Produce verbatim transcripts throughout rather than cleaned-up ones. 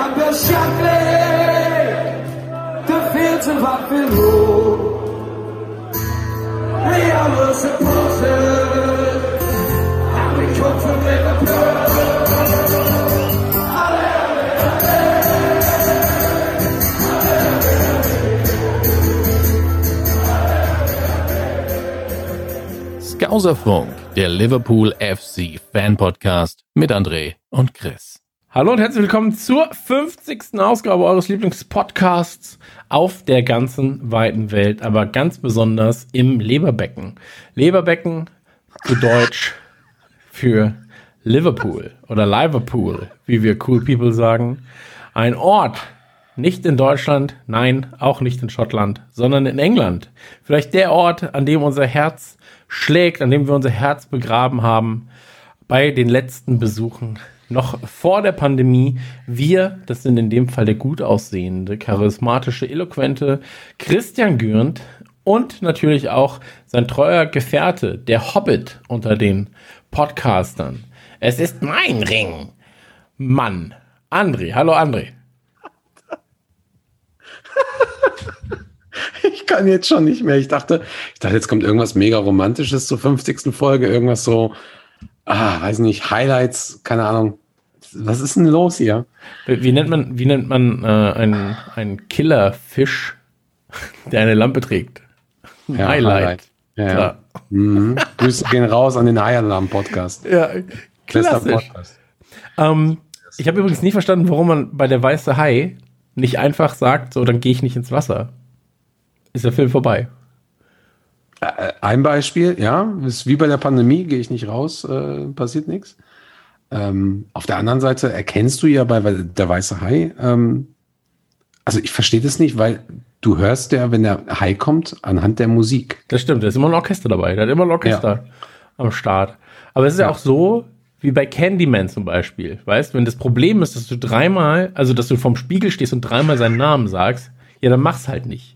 up the chocolate, the fields of Buffalo. We are the supporters, and we come from Liverpool. Skauserfunk, der Liverpool F C Fan Podcast mit André und Chris. Hallo und herzlich willkommen zur fünfzigsten Ausgabe eures Lieblingspodcasts auf der ganzen weiten Welt, aber ganz besonders im Leberbecken. Leberbecken zu Deutsch für Liverpool oder Liverpool, wie wir cool people sagen. Ein Ort, nicht in Deutschland, nein, auch nicht in Schottland, sondern in England. Vielleicht der Ort, an dem unser Herz schlägt, an dem wir unser Herz begraben haben bei den letzten Besuchen noch vor der Pandemie. Wir, das sind in dem Fall der gut aussehende, charismatische, eloquente Christian Gürnt und natürlich auch sein treuer Gefährte, der Hobbit unter den Podcastern. Es ist mein Ring, Mann. André, hallo André. Ich kann jetzt schon nicht mehr. Ich dachte, ich dachte, jetzt kommt irgendwas mega Romantisches zur fünfzigsten Folge. Irgendwas so, ah, weiß nicht, Highlights, keine Ahnung. Was ist denn los hier? Wie nennt man, wie nennt man äh, einen, einen Killerfisch, der eine Lampe trägt? Ja, Highlight. Highlight. Ja, ja. Mhm. Grüße gehen raus an den High Alarm Podcast. Ja, klassisch. Podcast. Ähm, ich habe übrigens nie verstanden, warum man bei der Weiße Hai nicht einfach sagt, so, dann gehe ich nicht ins Wasser. Ist der Film vorbei? Ein Beispiel, ja, ist wie bei der Pandemie, gehe ich nicht raus, äh, passiert nichts. Ähm, auf der anderen Seite erkennst du ja bei der Weiße Hai, ähm, also ich verstehe das nicht, weil du hörst ja, wenn der Hai kommt, anhand der Musik. Das stimmt, da ist immer ein Orchester dabei, da hat immer ein Orchester ja. am Start. Aber es ist ja. ja auch so, wie bei Candyman zum Beispiel, weißt, wenn das Problem ist, dass du dreimal, also dass du vorm Spiegel stehst und dreimal seinen Namen sagst, ja, dann mach's halt nicht.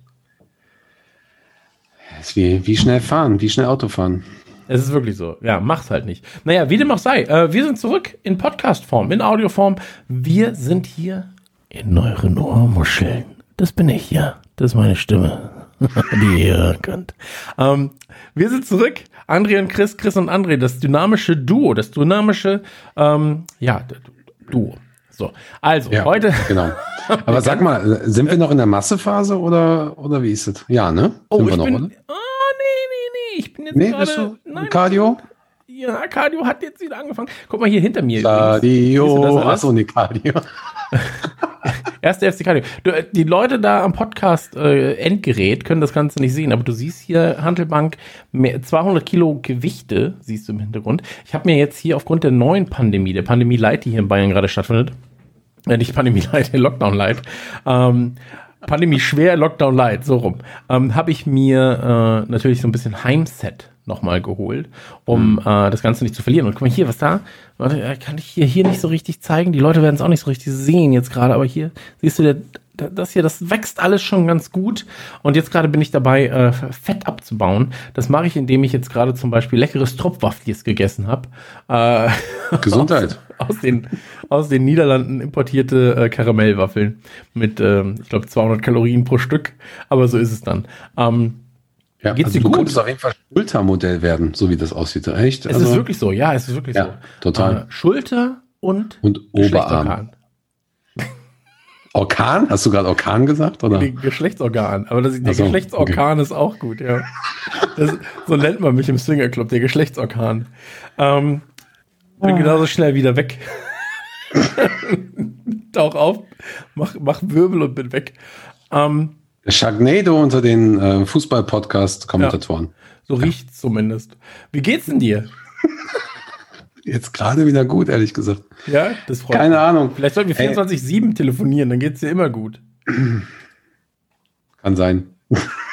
Das ist wie, wie schnell fahren, wie schnell Auto fahren. Es ist wirklich so. Ja, mach's halt nicht. Naja, wie dem auch sei. Äh, wir sind zurück in Podcast-Form, in Audioform. Wir sind hier in euren Ohrmuscheln. Das bin ich, ja. Das ist meine Stimme, die ihr hören könnt. Ähm, wir sind zurück. André und Chris, Chris und André, das dynamische Duo, das dynamische, ähm, ja, Duo. So, also ja, heute. Genau. Aber sag mal, sind wir noch in der Massephase oder, oder wie ist es? Ja, ne? Oh, sind ich wir noch, bin, oder? oh, nee, nee, nee, ich bin jetzt nee, gerade, nein, Cardio? Ja, Cardio hat jetzt wieder angefangen. Guck mal hier hinter mir. Cardio, achso, nee, Cardio. Erste F C Cardio. Du, die Leute da am Podcast äh, Endgerät können das Ganze nicht sehen, aber du siehst hier Hantelbank, mehr, zweihundert Kilo Gewichte, siehst du im Hintergrund. Ich habe mir jetzt hier aufgrund der neuen Pandemie, der Pandemie Light, die hier in Bayern gerade stattfindet, äh, nicht Pandemie Light, Lockdown Light, ähm, Pandemie schwer, Lockdown Light, so rum, ähm, habe ich mir äh, natürlich so ein bisschen Heimset nochmal geholt, um mhm. äh, das Ganze nicht zu verlieren. Und guck mal hier, was da, warte, kann ich hier, hier nicht so richtig zeigen, die Leute werden es auch nicht so richtig sehen jetzt gerade, aber hier siehst du, der, das hier, das wächst alles schon ganz gut und jetzt gerade bin ich dabei, äh, Fett abzubauen. Das mache ich, indem ich jetzt gerade zum Beispiel leckeres Tropfwafflis gegessen habe. Äh, Gesundheit. Aus, aus, den, aus den Niederlanden importierte äh, Karamellwaffeln mit, äh, ich glaube, zweihundert Kalorien pro Stück, aber so ist es dann. Ähm, Ja, Geht's also dir du gut? könntest auf jeden Fall Schultermodell werden, so wie das aussieht. Echt? Es also, ist wirklich so, ja, es ist wirklich ja, so. Total. Äh, Schulter und, und Oberarm. Orkan? Hast du gerade Orkan gesagt? Oder? Die Geschlechtsorgan. Aber das, der so, Geschlechtsorkan okay. ist auch gut, ja. Das, so nennt man mich im Swingerclub, der Geschlechtsorkan. Ähm, bin genauso schnell wieder weg. Tauch auf, mach, mach Wirbel und bin weg. Ähm, Sharknado unter den äh, Fußball-Podcast-Kommentatoren. Ja, so riecht's zumindest. Wie geht's denn dir? Jetzt gerade wieder gut, ehrlich gesagt. Ja, das freut Keine mich. Ahnung. Vielleicht sollten wir vierundzwanzig sieben telefonieren, dann geht's dir immer gut. Kann sein. Du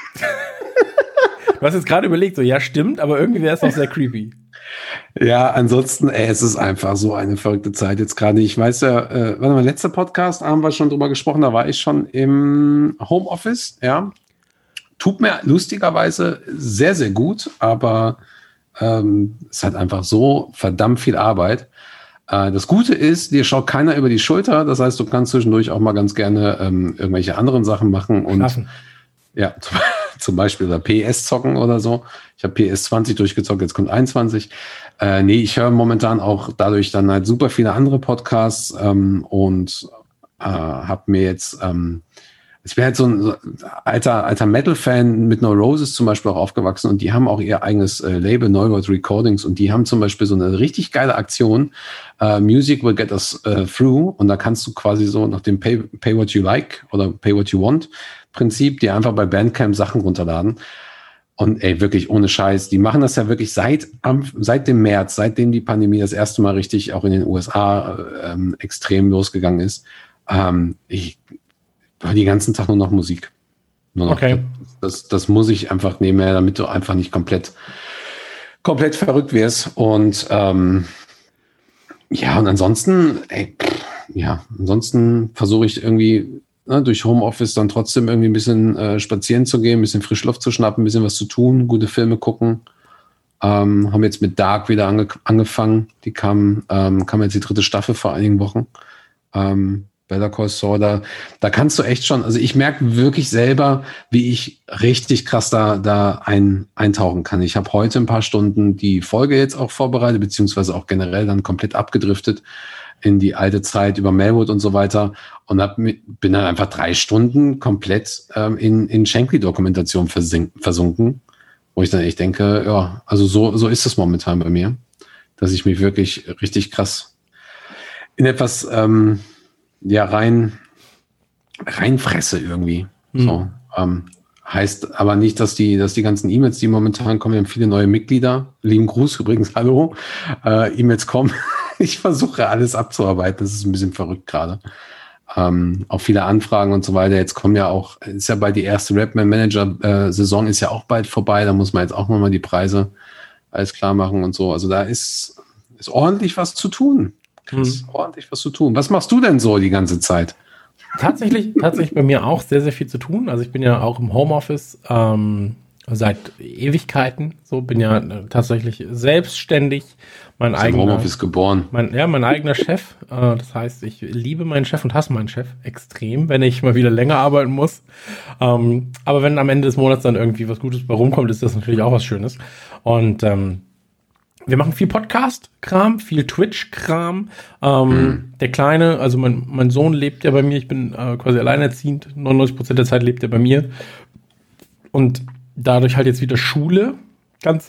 hast jetzt gerade überlegt, so, ja, stimmt, aber irgendwie wäre es auch sehr creepy. Ja, ansonsten, ey, es ist einfach so eine verrückte Zeit jetzt gerade. Ich weiß ja, äh, warte mal, letzter Podcast haben wir schon drüber gesprochen, da war ich schon im Homeoffice, ja. Tut mir lustigerweise sehr, sehr gut, aber ähm, es hat einfach so verdammt viel Arbeit. Äh, das Gute ist, dir schaut keiner über die Schulter. Das heißt, du kannst zwischendurch auch mal ganz gerne ähm, irgendwelche anderen Sachen machen. Und Schaffen. ja, zum, zum Beispiel oder P S zocken oder so. Ich habe P S zwanzig durchgezockt, jetzt kommt einundzwanzig. Äh, nee, ich höre momentan auch dadurch dann halt super viele andere Podcasts ähm, und äh, habe mir jetzt, ähm, ich bin halt so ein so alter, alter Metal-Fan mit No Roses zum Beispiel auch aufgewachsen und die haben auch ihr eigenes äh, Label, Neuworld Recordings, und die haben zum Beispiel so eine richtig geile Aktion, äh, Music will get us uh, through, und da kannst du quasi so nach dem Pay, Pay What You Like oder Pay What You Want Prinzip dir einfach bei Bandcamp Sachen runterladen. Und ey, wirklich ohne Scheiß, die machen das ja wirklich seit am, seit dem März, seitdem die Pandemie das erste Mal richtig auch in den U S A ähm, extrem losgegangen ist. Ähm, ich höre den ganzen Tag nur noch Musik. Nur noch. Okay. Das, das muss ich einfach nebenher, damit du einfach nicht komplett, komplett verrückt wirst. Und ähm, ja, und ansonsten, ey, pff, ja, ansonsten versuche ich irgendwie ne, durch Homeoffice dann trotzdem irgendwie ein bisschen äh, spazieren zu gehen, ein bisschen Frischluft zu schnappen, ein bisschen was zu tun, gute Filme gucken. Ähm, haben jetzt mit Dark wieder ange- angefangen. Die kam, ähm, kam jetzt die dritte Staffel vor einigen Wochen. Ähm, Better Call Saul, da, da kannst du echt schon, also ich merke wirklich selber, wie ich richtig krass da, da ein, eintauchen kann. Ich habe heute ein paar Stunden die Folge jetzt auch vorbereitet, beziehungsweise auch generell dann komplett abgedriftet in die alte Zeit über Melwood und so weiter und hab, bin dann einfach drei Stunden komplett ähm, in, in Shankly-Dokumentation versink, versunken, wo ich dann echt denke, ja, also so, so ist es momentan bei mir, dass ich mich wirklich richtig krass in etwas ähm, ja rein reinfresse irgendwie. Mhm. So, ähm, heißt aber nicht, dass die, dass die ganzen E-Mails, die momentan kommen, wir haben viele neue Mitglieder. Lieben Gruß übrigens, hallo. Äh, E-Mails kommen. Ich versuche alles abzuarbeiten. Das ist ein bisschen verrückt gerade. Ähm, auch viele Anfragen und so weiter. Jetzt kommen ja auch, ist ja bald die erste Rapman-Manager-Saison ist ja auch bald vorbei. Da muss man jetzt auch nochmal die Preise alles klar machen und so. Also da ist, ist ordentlich was zu tun. Chris, mhm. ordentlich was zu tun. Was machst du denn so die ganze Zeit? Tatsächlich, tatsächlich bei mir auch sehr, sehr viel zu tun. Also ich bin ja auch im Homeoffice ähm, seit Ewigkeiten. So bin ja äh, tatsächlich selbstständig. Mein Ist eigener im Homeoffice geboren. Mein, ja, mein eigener Chef. Äh, das heißt, ich liebe meinen Chef und hasse meinen Chef extrem, wenn ich mal wieder länger arbeiten muss. Ähm, aber wenn am Ende des Monats dann irgendwie was Gutes bei rumkommt, ist das natürlich auch was Schönes. Und ähm, wir machen viel Podcast-Kram, viel Twitch-Kram. Ähm, mhm. Der Kleine, also mein, mein Sohn lebt ja bei mir. Ich bin äh, quasi alleinerziehend. neunundneunzig Prozent der Zeit lebt er bei mir. Und dadurch halt jetzt wieder Schule. Ganz,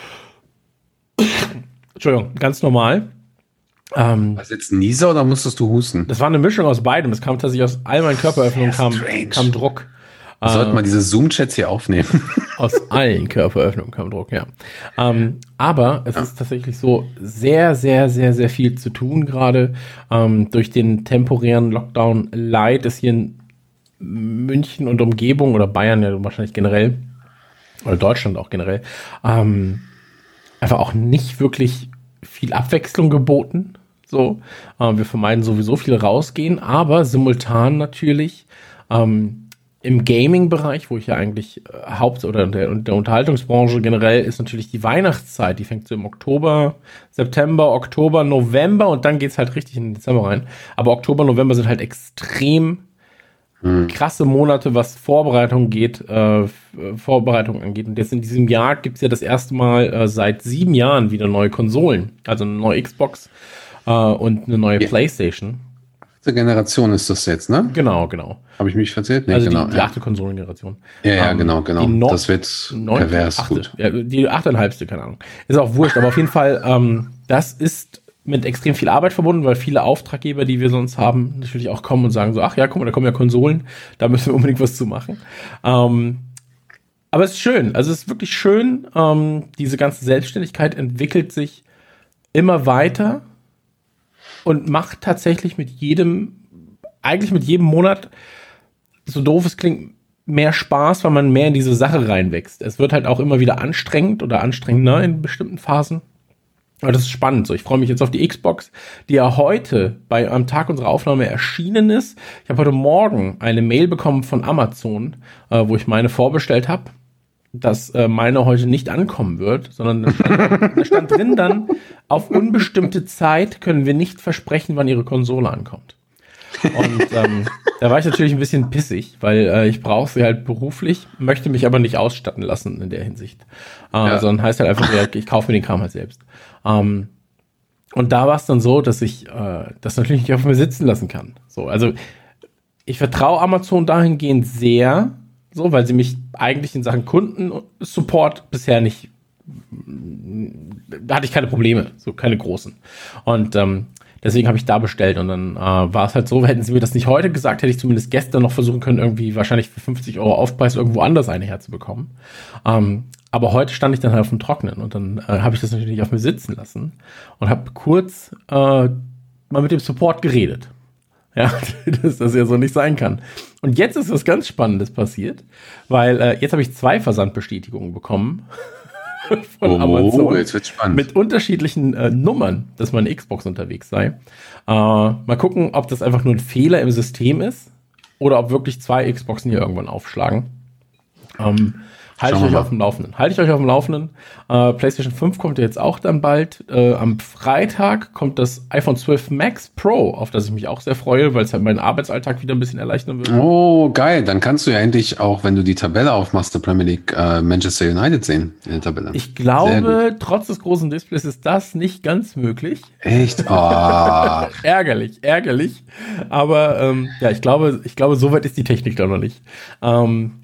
Entschuldigung, ganz normal. Ähm, Was jetzt ein Nieser oder musstest du husten? Das war eine Mischung aus beidem. Es kam tatsächlich aus all meinen Körperöffnungen kam, kam Druck. Wir sollten mal diese Zoom-Chats hier aufnehmen. Aus allen Körperöffnungen kam Druck, ja. Ähm, aber es ja. ist tatsächlich so sehr, sehr, sehr, sehr viel zu tun gerade. Ähm, durch den temporären Lockdown Light ist hier in München und Umgebung oder Bayern ja wahrscheinlich generell oder Deutschland auch generell ähm, einfach auch nicht wirklich viel Abwechslung geboten. So, äh, wir vermeiden sowieso viel rausgehen, aber simultan natürlich ähm, im Gaming-Bereich, wo ich ja eigentlich äh, Haupt- oder der, der Unterhaltungsbranche generell ist natürlich die Weihnachtszeit. Die fängt so im Oktober, September, Oktober, November und dann geht's halt richtig in den Dezember rein. Aber Oktober, November sind halt extrem hm. krasse Monate, was Vorbereitung geht, äh, Vorbereitung angeht. Und jetzt in diesem Jahr gibt's ja das erste Mal äh, seit sieben Jahren wieder neue Konsolen. Also eine neue Xbox äh, und eine neue ja. PlayStation. Generation ist das jetzt, ne? Genau, genau. Habe ich mich verzählt? Nee, also genau, die, die ja. achte Konsolengeneration. Ja, ja, ähm, genau, genau. No- das wird neunte, pervers achte, gut. Ja, die achteinhalbste, keine Ahnung. Ist auch wurscht, aber auf jeden Fall, ähm, das ist mit extrem viel Arbeit verbunden, weil viele Auftraggeber, die wir sonst haben, natürlich auch kommen und sagen so, ach ja, guck mal, da kommen ja Konsolen, da müssen wir unbedingt was zu machen. Ähm, aber es ist schön, also es ist wirklich schön, ähm, diese ganze Selbstständigkeit entwickelt sich immer weiter und macht tatsächlich mit jedem eigentlich mit jedem Monat, so doof es klingt, mehr Spaß, weil man mehr in diese Sache reinwächst. Es wird halt auch immer wieder anstrengend oder anstrengender in bestimmten Phasen. Aber das ist spannend. So, ich freue mich jetzt auf die Xbox, die ja heute bei, am Tag unserer Aufnahme erschienen ist. Ich habe heute Morgen eine Mail bekommen von Amazon, äh, wo ich meine vorbestellt habe. dass äh, meine heute nicht ankommen wird, sondern da stand, da stand drin dann, auf unbestimmte Zeit können wir nicht versprechen, wann ihre Konsole ankommt. Und ähm, da war ich natürlich ein bisschen pissig, weil äh, ich brauche sie halt beruflich, möchte mich aber nicht ausstatten lassen in der Hinsicht. Äh, Ja. Sondern heißt halt einfach, ja, ich kaufe mir den Kram halt selbst. Ähm, und da war es dann so, dass ich äh, das natürlich nicht auf mir sitzen lassen kann. So, also ich vertraue Amazon dahingehend sehr, so, weil sie mich eigentlich in Sachen Kundensupport bisher nicht, da hatte ich keine Probleme, so keine großen. Und ähm, deswegen habe ich da bestellt und dann äh, war es halt so, hätten sie mir das nicht heute gesagt, hätte ich zumindest gestern noch versuchen können, irgendwie wahrscheinlich für fünfzig Euro Aufpreis irgendwo anders eine herzubekommen. Ähm, aber heute stand ich dann halt auf dem Trocknen und dann äh, habe ich das natürlich auf mir sitzen lassen und habe kurz äh, mal mit dem Support geredet. Ja, dass das ja so nicht sein kann. Und jetzt ist was ganz Spannendes passiert, weil äh, jetzt habe ich zwei Versandbestätigungen bekommen von Oh, Amazon jetzt wird's spannend. mit unterschiedlichen äh, Nummern, dass meine Xbox unterwegs sei. Äh, mal gucken, ob das einfach nur ein Fehler im System ist oder ob wirklich zwei Xboxen hier irgendwann aufschlagen. Ähm, Halte ich Schauen euch wir auf dem Laufenden. Halte ich euch auf dem Laufenden. Äh, PlayStation fünf kommt ja jetzt auch dann bald. Äh, am Freitag kommt das iPhone zwölf Max Pro, auf das ich mich auch sehr freue, weil es halt meinen Arbeitsalltag wieder ein bisschen erleichtern wird. Oh, geil. Dann kannst du ja endlich auch, wenn du die Tabelle aufmachst, der Premier League, äh, Manchester United sehen in der Tabelle. Ich Sehr glaube, trotz des großen Displays ist das nicht ganz möglich. Echt? Ah. Ärgerlich, ärgerlich. Aber ähm, ja, ich glaube, ich glaube, so weit ist die Technik da noch nicht. Ähm,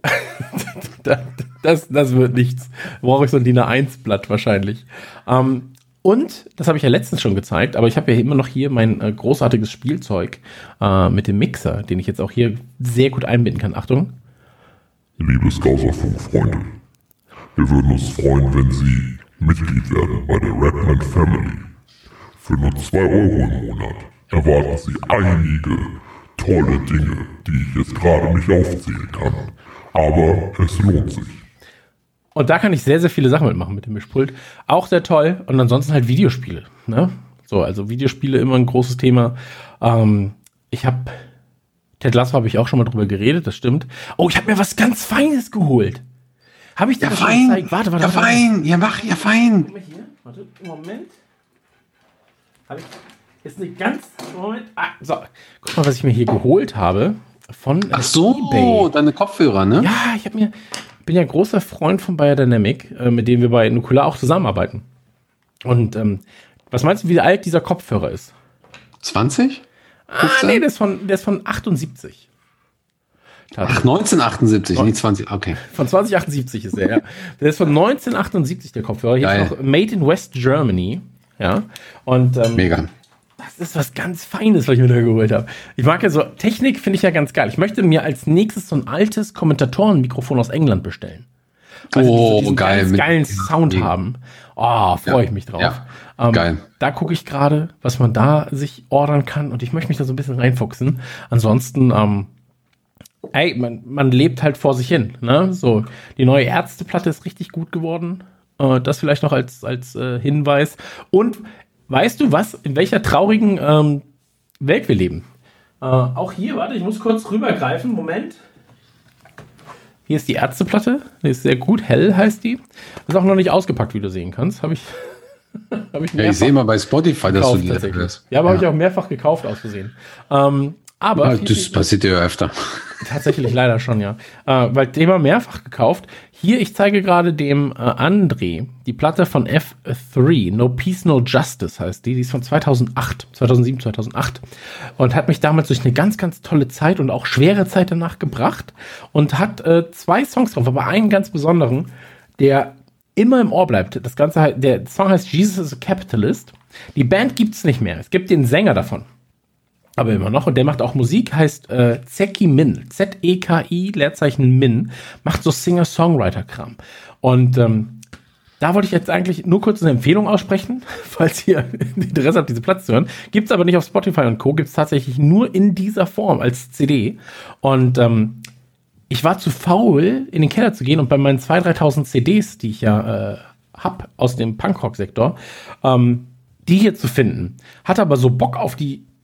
das, das wird nichts. Brauche ich so ein D I N A eins Blatt wahrscheinlich. Ähm, und, das habe ich ja letztens schon gezeigt, aber ich habe ja immer noch hier mein äh, großartiges Spielzeug äh, mit dem Mixer, den ich jetzt auch hier sehr gut einbinden kann. Achtung. Liebe Skauserfunk-Freunde, wir würden uns freuen, wenn Sie Mitglied werden bei der Redman Family. Für nur zwei Euro im Monat erwarten Sie einige tolle Dinge, die ich jetzt gerade nicht aufzählen kann. Aber es lohnt sich. Und da kann ich sehr, sehr viele Sachen mitmachen mit dem Mischpult. Auch sehr toll. Und ansonsten halt Videospiele. Ne? So, also Videospiele immer ein großes Thema. Ähm, ich habe, Ted Lasso habe ich auch schon mal drüber geredet, das stimmt. Oh, ich habe mir was ganz Feines geholt. Habe ich dir Ja, das schon fein. gezeigt? Warte, warte, Ja, warte. fein. Ja, mach, ja, fein. Guck mal hier. Warte, Moment. Hab ich, ist eine ganz, Moment. Ah, so. Guck mal, was ich mir hier geholt habe. Von Ach so, eBay. deine Kopfhörer, ne? Ja, ich habe mir, bin ja ein großer Freund von Biodynamic, äh, mit dem wir bei Nukular auch zusammenarbeiten. Und ähm, was meinst du, wie alt dieser Kopfhörer ist? zwanzig? Ah, nee, der ist von, der ist von achtundsiebzig. Ach, neunzehnhundertachtundsiebzig, nicht zwanzig, okay. Von zwanzig achtundsiebzig ist der, ja. Der ist von neunzehnhundertachtundsiebzig, der Kopfhörer. Hier Geil. ist noch Made in West Germany. Ja. Und ähm, Mega. das ist was ganz Feines, was ich mir da geholt habe. Ich mag ja so, Technik finde ich ja ganz geil. Ich möchte mir als nächstes so ein altes Kommentatorenmikrofon aus England bestellen. Weil Oh, sie so diesen geil. Ganz Mit- geilen Sound Mega. haben. Oh, freue Ja. ich mich drauf. Ja. Ähm, Geil. Da gucke ich gerade, was man da sich ordern kann und ich möchte mich da so ein bisschen reinfuchsen. Ansonsten, ähm, ey, man, man lebt halt vor sich hin. Ne? So, die neue Ärzteplatte ist richtig gut geworden. Äh, das vielleicht noch als, als äh, Hinweis. Und weißt du was, in welcher traurigen ähm, Welt wir leben? Äh, auch hier, warte, ich muss kurz rübergreifen. Moment. Hier ist die Ärzteplatte. Die ist sehr gut. Hell heißt die. Ist auch noch nicht ausgepackt, wie du sehen kannst. Habe ich, hab ich Ja, ich sehe mal bei Spotify, dass du gekauft die tatsächlich. hörst. Ja, aber habe ich auch mehrfach gekauft, aus Versehen. Ähm, aber Ja, viel, das viel- passiert dir ja öfter. tatsächlich leider schon, ja. Äh, weil Thema mehrfach gekauft. Hier, ich zeige gerade dem äh, André die Platte von F drei, No Peace, No Justice heißt die. Die ist von zweitausendacht, zweitausendsieben, zweitausendacht und hat mich damals durch eine ganz, ganz tolle Zeit und auch schwere Zeit danach gebracht und hat äh, zwei Songs drauf, aber einen ganz besonderen, der immer im Ohr bleibt. Das Ganze, halt- der Song heißt Jesus is a Capitalist. Die Band gibt's nicht mehr. Es gibt den Sänger davon. Aber immer noch. Und der macht auch Musik, heißt äh, Zeki Min. Z E K I, Leerzeichen Min. Macht so Singer-Songwriter-Kram. Und ähm, da wollte ich jetzt eigentlich nur kurz eine Empfehlung aussprechen, falls ihr Interesse habt, diese Platz zu hören. Gibt's aber nicht auf Spotify und Co. Gibt's tatsächlich nur in dieser Form als C D. Und ähm, ich war zu faul, in den Keller zu gehen und bei meinen zweitausend, dreitausend C Ds, die ich ja äh, hab aus dem Punkrock-Sektor, ähm, die hier zu finden. Hatte aber so Bock auf die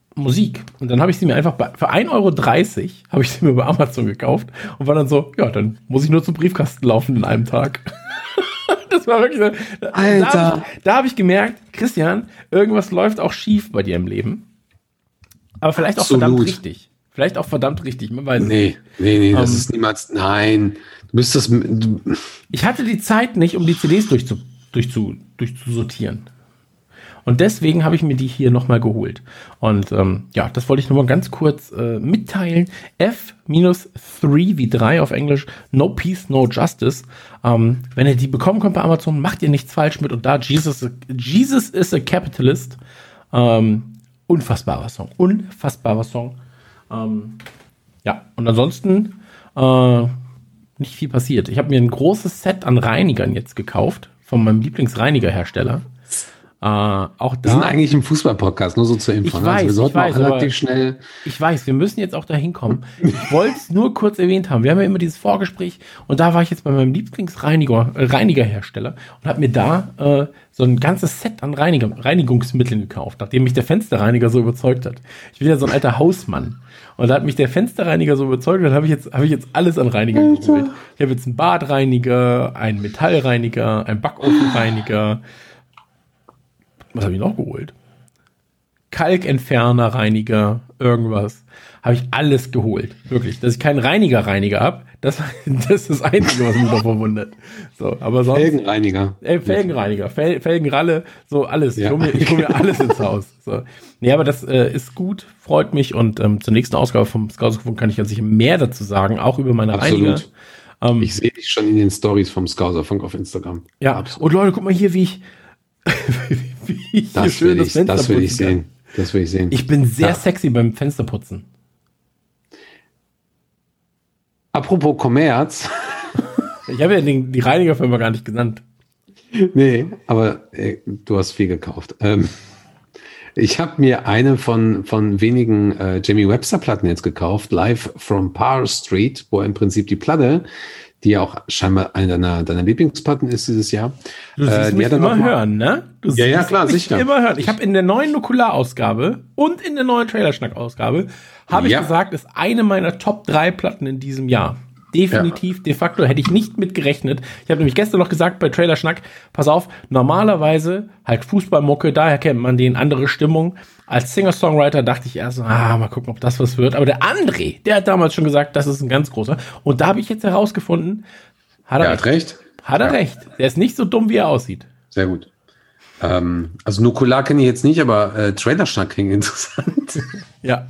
Musik. Und dann habe ich sie mir einfach bei, für ein Euro dreißig habe ich sie mir bei Amazon gekauft und war dann so, ja, dann muss ich nur zum Briefkasten laufen in einem Tag. Das war wirklich so. Alter. Da habe ich, da hab ich gemerkt, Christian, irgendwas läuft auch schief bei dir im Leben. Aber vielleicht Absolut. auch verdammt richtig. Vielleicht auch verdammt richtig, man weiß Nee, nee, nee, das Ähm, ist niemals, nein. Du müsstest, du, Ich hatte die Zeit nicht, um die C Ds durchzu, durchzu, durchzusortieren. Und deswegen habe ich mir die hier nochmal geholt. Und ähm, ja, das wollte ich nur mal ganz kurz äh, mitteilen. F drei wie drei auf Englisch, No Peace, No Justice. Ähm, wenn ihr die bekommen könnt bei Amazon, macht ihr nichts falsch mit. Und da Jesus, Jesus is a Capitalist. Ähm, unfassbarer Song. Unfassbarer Song. Ähm, ja, und ansonsten äh, nicht viel passiert. Ich habe mir ein großes Set an Reinigern jetzt gekauft, von meinem Lieblingsreinigerhersteller. Äh, auch wir sind da, eigentlich im Fußball-Podcast, nur so zur Info. Ich ne? Also weiß, wir sollten ich weiß, auch relativ aber- schnell. ich weiß, wir müssen jetzt auch da hinkommen. Ich wollte es nur kurz erwähnt haben. Wir haben ja immer dieses Vorgespräch und da war ich jetzt bei meinem Lieblingsreiniger, äh, Reinigerhersteller und habe mir da äh, so ein ganzes Set an Reiniger, Reinigungsmitteln gekauft, nachdem mich der Fensterreiniger so überzeugt hat. Ich bin ja so ein alter Hausmann. Und da hat mich der Fensterreiniger so überzeugt, dann habe ich jetzt, habe ich jetzt alles an Reinigern geholt. Ich habe jetzt einen Badreiniger, einen Metallreiniger, einen Backofenreiniger. Was habe ich noch geholt? Kalkentferner, Reiniger, irgendwas. Habe ich alles geholt. Wirklich. Dass ich keinen Reiniger-Reiniger habe, das, das ist das Einzige, was mich noch verwundert. So, aber sonst. Felgenreiniger. Äh, Felgenreiniger, Fel Felgenralle, so alles. Ja. Ich hole mir, ich hol mir alles ins Haus. So. Nee, aber das äh, ist gut, freut mich und ähm, zur nächsten Ausgabe vom Scouserfunk kann ich an sich mehr dazu sagen, auch über meine Reiniger. Absolut. Ähm, Ich sehe dich schon in den Stories vom Scouserfunk auf Instagram. ja, Absolut. und Leute, guck mal hier, wie ich, wie ich hier Das schön will ich, Fenster das will ich putzen kann. sehen. Das will ich sehen. Ich bin sehr Ja. sexy beim Fensterputzen. Apropos Kommerz. Ich habe ja den, die Reinigerfirma gar nicht genannt. Nee, aber äh, du hast viel gekauft. Ähm, ich habe mir eine von, von wenigen äh, Jamie Webster-Platten jetzt gekauft, Live from Parr Street, wo im Prinzip die Platte, die ja auch scheinbar eine deiner, deiner Lieblingsplatten ist dieses Jahr. Du siehst äh, die mich hat er immer noch mal- hören, ne? Du Ja, ja, siehst klar, mich sicher. immer hören. Ich habe in der neuen Nukular-Ausgabe und in der neuen Trailerschnack-Ausgabe habe ich Ja. gesagt, ist eine meiner Top drei Platten in diesem Jahr. Definitiv, de facto hätte ich nicht mit gerechnet. Ich habe nämlich gestern noch gesagt bei Trailerschnack, pass auf, normalerweise halt Fußballmucke, daher kennt man den, andere Stimmung. Als Singer-Songwriter dachte ich erst, ah, mal gucken, ob das was wird. Aber der André, der hat damals schon gesagt, das ist ein ganz großer. Und da habe ich jetzt herausgefunden, hat er Er hat recht. Hat er recht. Der ist nicht so dumm, wie er aussieht. Sehr gut. Ähm, also Nukular kenne ich jetzt nicht, aber äh, Trailerschnack klingt interessant. Ja.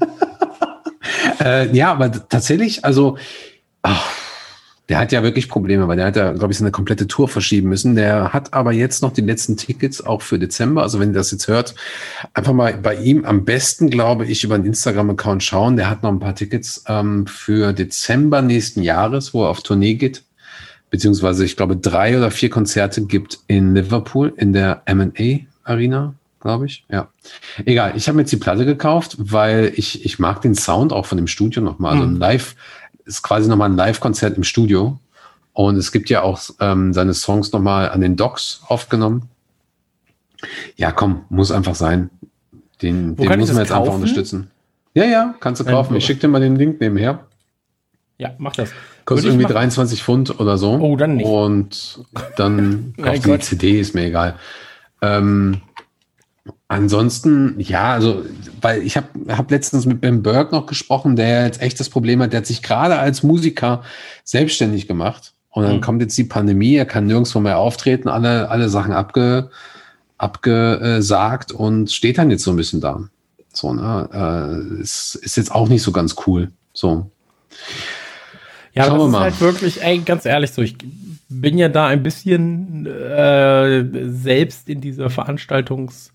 äh, ja, aber t- tatsächlich, also ach, der hat ja wirklich Probleme, weil der hat ja, glaube ich, seine komplette Tour verschieben müssen. Der hat aber jetzt noch die letzten Tickets auch für Dezember. Also wenn ihr das jetzt hört, einfach mal bei ihm am besten, glaube ich, über den Instagram-Account schauen. Der hat noch ein paar Tickets ähm, für Dezember nächsten Jahres, wo er auf Tournee geht. Beziehungsweise, ich glaube, drei oder vier Konzerte gibt in Liverpool in der M and A Arena, glaube ich. Ja, egal. Ich habe mir jetzt die Platte gekauft, weil ich ich mag den Sound auch von dem Studio nochmal. Also ein Live ist quasi nochmal ein Live-Konzert im Studio. Und es gibt ja auch ähm, seine Songs nochmal an den Docks aufgenommen. Ja, komm, muss einfach sein. Den, Wo den kann ich muss man das jetzt einfach kaufen? unterstützen. Ja, ja, kannst du Ähm, kaufen. Ich schicke dir mal den Link nebenher. Ja, mach das. Kostet Würde ich irgendwie machen. dreiundzwanzig Pfund oder so. Oh, dann nicht. Und dann Mein kaufst du die Gott. C D, ist mir egal. Ähm, ansonsten, ja, also, weil ich habe hab letztens mit Ben Burke noch gesprochen, der jetzt echt das Problem hat, der hat sich gerade als Musiker selbstständig gemacht. Und dann Mhm. kommt jetzt die Pandemie, er kann nirgendwo mehr auftreten, alle, alle Sachen abge, abgesagt und steht dann jetzt so ein bisschen da. So, ne? Äh, ist, ist jetzt auch nicht so ganz cool. So. Ja, aber Schauen das wir ist mal. halt wirklich, ey, ganz ehrlich so, ich bin ja da ein bisschen äh, selbst in dieser Veranstaltungs-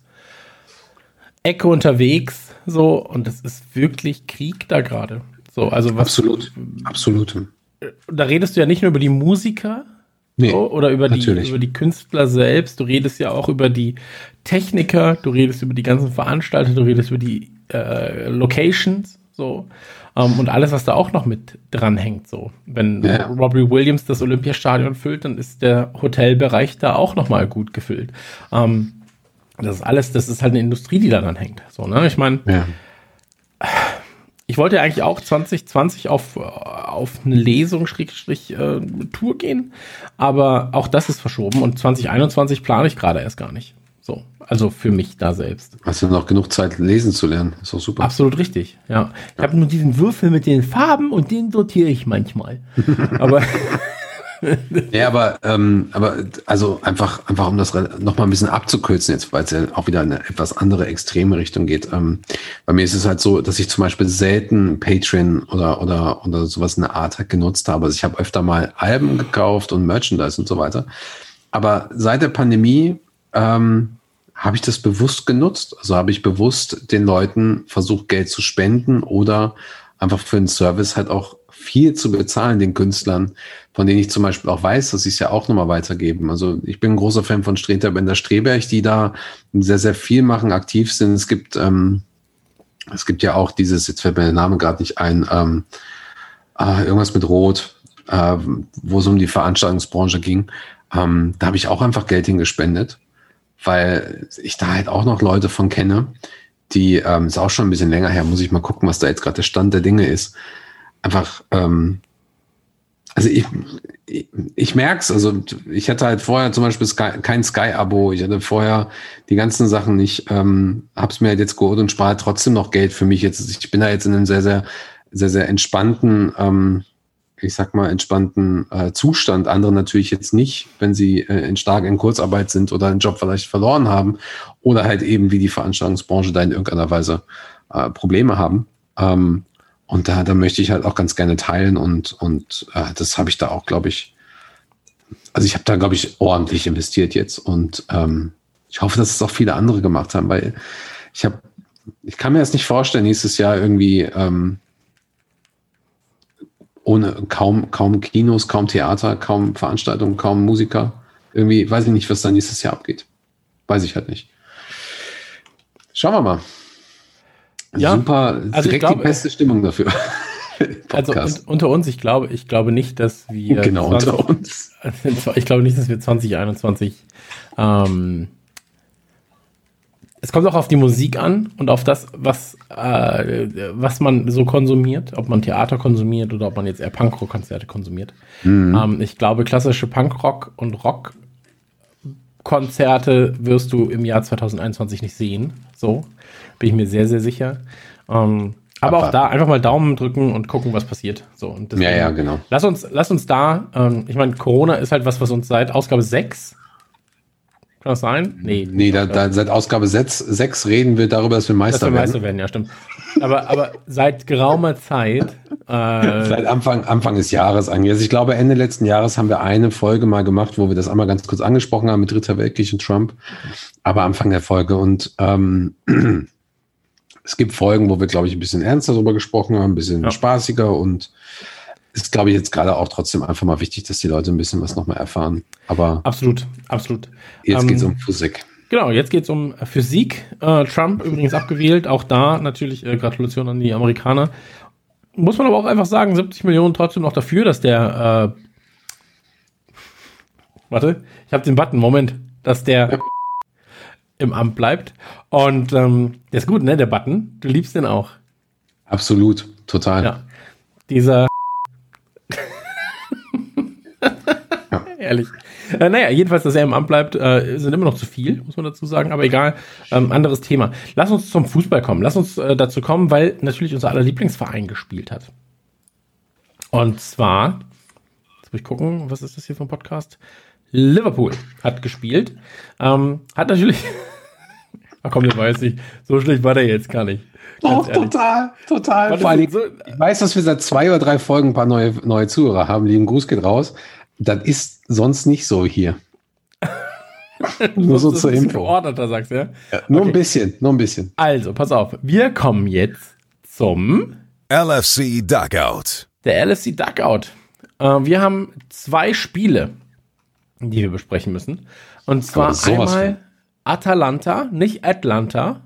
Ecke unterwegs, so, und das ist wirklich Krieg da gerade. So, also was, Absolut. Absolut. da redest du ja nicht nur über die Musiker, Nee, so, oder über die, natürlich. über die Künstler selbst, du redest ja auch über die Techniker, du redest über die ganzen Veranstalter, du redest über die äh, Locations, so, ähm, und alles, was da auch noch mit dran hängt, so. Wenn Ja. Robbie Williams das Olympiastadion füllt, dann ist der Hotelbereich da auch noch mal gut gefüllt. Ähm, das ist alles, das ist halt eine Industrie, die daran hängt, so, ne, ich meine, Ja. Ich wollte ja eigentlich auch zwanzig zwanzig auf, auf eine Lesung, Schrägstrich, äh, Tour gehen, aber auch das ist verschoben und zwanzig einundzwanzig plane ich gerade erst gar nicht. So, also für mich da selbst. Hast du noch genug Zeit, lesen zu lernen? Ist doch super. Absolut richtig, ja. Ich habe nur diesen Würfel mit den Farben und den sortiere ich manchmal. Aber ja, aber, ähm, aber also einfach, einfach um das noch mal ein bisschen abzukürzen jetzt, weil es ja auch wieder in eine etwas andere extreme Richtung geht. Ähm, bei mir ist es halt so, dass ich zum Beispiel selten Patreon oder oder oder sowas in der Art halt genutzt habe. Also ich habe öfter mal Alben gekauft und Merchandise und so weiter. Aber seit der Pandemie ähm, habe ich das bewusst genutzt. Also habe ich bewusst den Leuten versucht, Geld zu spenden oder einfach für einen Service halt auch viel zu bezahlen, den Künstlern, von denen ich zum Beispiel auch weiß, dass sie es ja auch nochmal weitergeben. Also ich bin ein großer Fan von Streter Bender Streberg, die da sehr, sehr viel machen, aktiv sind. Es gibt, ähm, es gibt ja auch dieses, jetzt fällt mir der Name gerade nicht ein, ähm, äh, irgendwas mit Rot, äh, wo es um die Veranstaltungsbranche ging. Ähm, da habe ich auch einfach Geld hingespendet, weil ich da halt auch noch Leute von kenne, die, ähm, ist auch schon ein bisschen länger her, muss ich mal gucken, was da jetzt gerade der Stand der Dinge ist. Einfach, ähm, also ich, ich, ich merke es, also ich hatte halt vorher zum Beispiel Sky, kein Sky-Abo, ich hatte vorher die ganzen Sachen nicht, ähm, hab's mir halt jetzt geholt und spare trotzdem noch Geld für mich jetzt. Ich bin da jetzt in einem sehr, sehr, sehr, sehr entspannten, ähm, ich sag mal, entspannten äh, Zustand. Andere natürlich jetzt nicht, wenn sie äh, in stark in Kurzarbeit sind oder einen Job vielleicht verloren haben oder halt eben wie die Veranstaltungsbranche da in irgendeiner Weise äh, Probleme haben. Ähm, Und da, da möchte ich halt auch ganz gerne teilen und, und äh, das habe ich da auch, glaube ich, also ich habe da, glaube ich, ordentlich investiert jetzt und ähm, ich hoffe, dass es auch viele andere gemacht haben, weil ich habe, ich kann mir das nicht vorstellen, nächstes Jahr irgendwie ähm, ohne kaum, kaum Kinos, kaum Theater, kaum Veranstaltungen, kaum Musiker. Irgendwie weiß ich nicht, was da nächstes Jahr abgeht. Weiß ich halt nicht. Schauen wir mal. Ja, super, also direkt ich glaube, die beste Stimmung dafür. Also un- unter uns, ich glaube, ich glaube nicht, dass wir genau zwanzig, unter uns. Ich glaube nicht, dass wir zwanzig einundzwanzig ähm, es kommt auch auf die Musik an und auf das, was, äh, was man so konsumiert, ob man Theater konsumiert oder ob man jetzt eher Punkrock-Konzerte konsumiert. Mhm. Ähm, ich glaube, klassische Punkrock- und Rock-Konzerte wirst du im Jahr zwanzig einundzwanzig nicht sehen. So, bin ich mir sehr, sehr sicher. Ähm, aber, aber auch da einfach mal Daumen drücken und gucken, was passiert. So, und deswegen, ja, ja, genau. Lass uns, lass uns da, ähm, ich meine, Corona ist halt was, was uns seit Ausgabe sechs Kann das sein? Nee. Nee, da, da, seit Ausgabe sechs reden wir darüber, dass wir Meister, dass wir werden. Meister werden. Ja, stimmt. Aber, aber seit geraumer Zeit. Äh, seit Anfang, Anfang des Jahres eigentlich. Also ich glaube, Ende letzten Jahres haben wir eine Folge mal gemacht, wo wir das einmal ganz kurz angesprochen haben mit Dritter Weltkrieg und Trump. Aber Anfang der Folge. Und ähm, es gibt Folgen, wo wir, glaube ich, ein bisschen ernster darüber gesprochen haben, ein bisschen ja. spaßiger und ist, glaube ich, jetzt gerade auch trotzdem einfach mal wichtig, dass die Leute ein bisschen was nochmal erfahren. Aber absolut, absolut. Jetzt ähm, geht es um Physik. Genau, jetzt geht es um Physik. Äh, Trump übrigens abgewählt. Auch da natürlich äh, Gratulation an die Amerikaner. Muss man aber auch einfach sagen, siebzig Millionen trotzdem noch dafür, dass der äh, warte, ich habe den Button, Moment, dass der ja. im Amt bleibt. Und ähm, der ist gut, ne, der Button. Du liebst den auch. Absolut, total. Ja. Dieser ja. Ehrlich. Äh, naja, jedenfalls, dass er im Amt bleibt, äh, sind immer noch zu viel, muss man dazu sagen, aber egal. Ähm, anderes Thema. Lass uns zum Fußball kommen. Lass uns äh, dazu kommen, weil natürlich unser aller Lieblingsverein gespielt hat. Und zwar, jetzt muss ich gucken, was ist das hier für ein Podcast? Liverpool hat gespielt. Ähm, hat natürlich, ach komm, ich weiß nicht, so schlecht war der jetzt gar nicht. Doch, total, total. Vor allem, so, ich weiß, dass wir seit zwei oder drei Folgen ein paar neue, neue Zuhörer haben. Lieben Gruß geht raus. Das ist sonst nicht so hier. Nur so zur Info. Verordneter, sagst du, ja? ja nur okay. ein bisschen, nur ein bisschen. Also, pass auf. Wir kommen jetzt zum L F C Dugout. Der L F C Dugout. Äh, wir haben zwei Spiele, die wir besprechen müssen. Und zwar einmal von. Atalanta, nicht Atlanta.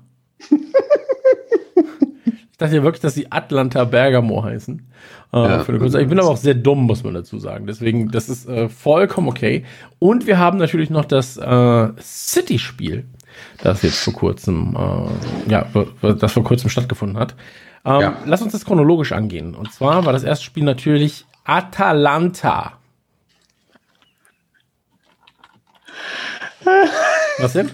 Ich dachte ja wirklich, dass sie Atlanta Bergamo heißen. Äh, ja, für eine Kurze. Ich bin aber auch sehr dumm, muss man dazu sagen. Deswegen, das ist äh, vollkommen okay. Und wir haben natürlich noch das äh, City-Spiel, das jetzt vor kurzem, äh, ja, das vor kurzem stattgefunden hat. Ähm, Ja. Lass uns das chronologisch angehen. Und zwar war das erste Spiel natürlich Atalanta. Was denn?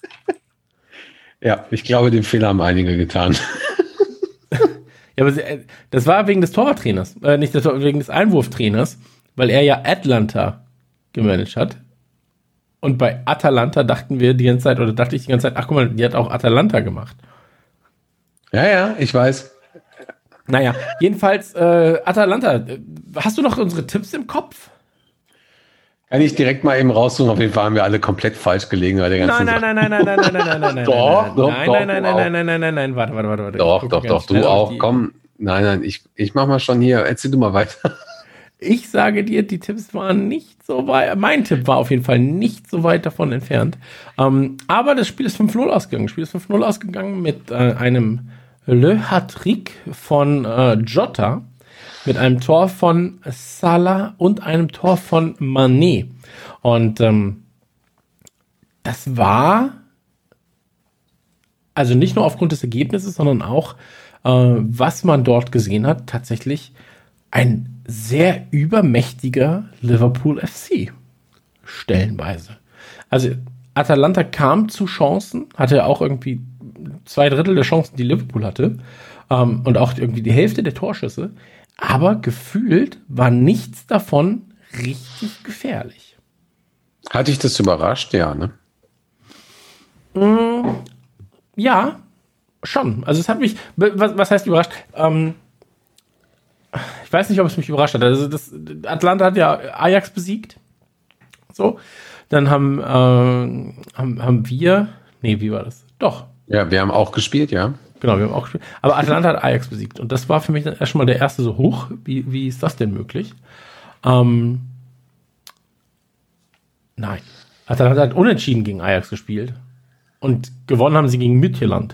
Ja, ich glaube, den Fehler haben einige getan. Ja, aber sie, äh, das war wegen des Torwarttrainers, äh, nicht des, wegen des Einwurftrainers, weil er ja Atlanta gemanagt hat. Und bei Atalanta dachten wir die ganze Zeit, oder dachte ich die ganze Zeit, ach guck mal, die hat auch Atalanta gemacht. Ja, ja, ich weiß. Naja, jedenfalls äh, Atalanta. Äh, Hast du noch unsere Tipps im Kopf? Kann ich direkt mal eben raussuchen. Auf jeden Fall haben wir alle komplett falsch gelegen bei der ganzen Nein, nein, nein, nein, nein, nein, nein, nein, nein, nein, Doch, nein, doch, nein, doch, nein, nein, du nein, auch. nein, nein, nein, nein, nein, warte, warte, warte, warte. Doch, Ich gucke doch, ganz doch, du schnell auf auch. die- Komm. Nein, nein, ich, ich mach mal schon hier. Erzähl du mal weiter. Ich sage dir, die Tipps waren nicht so weit. Mein Tipp war auf jeden Fall nicht so weit davon entfernt. Ähm, aber das Spiel ist fünf null ausgegangen. Das Spiel ist fünf null ausgegangen mit äh, einem Le Hat-Trick von äh, Jota, mit einem Tor von Salah und einem Tor von Mané. Und ähm, das war also nicht nur aufgrund des Ergebnisses, sondern auch, äh, was man dort gesehen hat, tatsächlich ein sehr übermächtiger Liverpool F C stellenweise. Also Atalanta kam zu Chancen, hatte auch irgendwie zwei Drittel der Chancen, die Liverpool hatte, ähm, und auch irgendwie die Hälfte der Torschüsse, aber gefühlt war nichts davon richtig gefährlich. Hat dich das überrascht? Ja, ne? Ja, schon. Also es hat mich, was, was heißt überrascht? Ähm, ich weiß nicht, ob es mich überrascht hat. Also das, Atlanta hat ja Ajax besiegt. So. Dann haben, äh, haben, haben wir, nee, wie war das? Doch, Ja, wir haben auch gespielt, ja. genau, wir haben auch gespielt. Aber Atlanta hat Ajax besiegt. Und das war für mich dann erstmal der erste so hoch. Wie, wie ist das denn möglich? Ähm, nein. Atalanta hat unentschieden gegen Ajax gespielt. Und gewonnen haben sie gegen Midtjylland.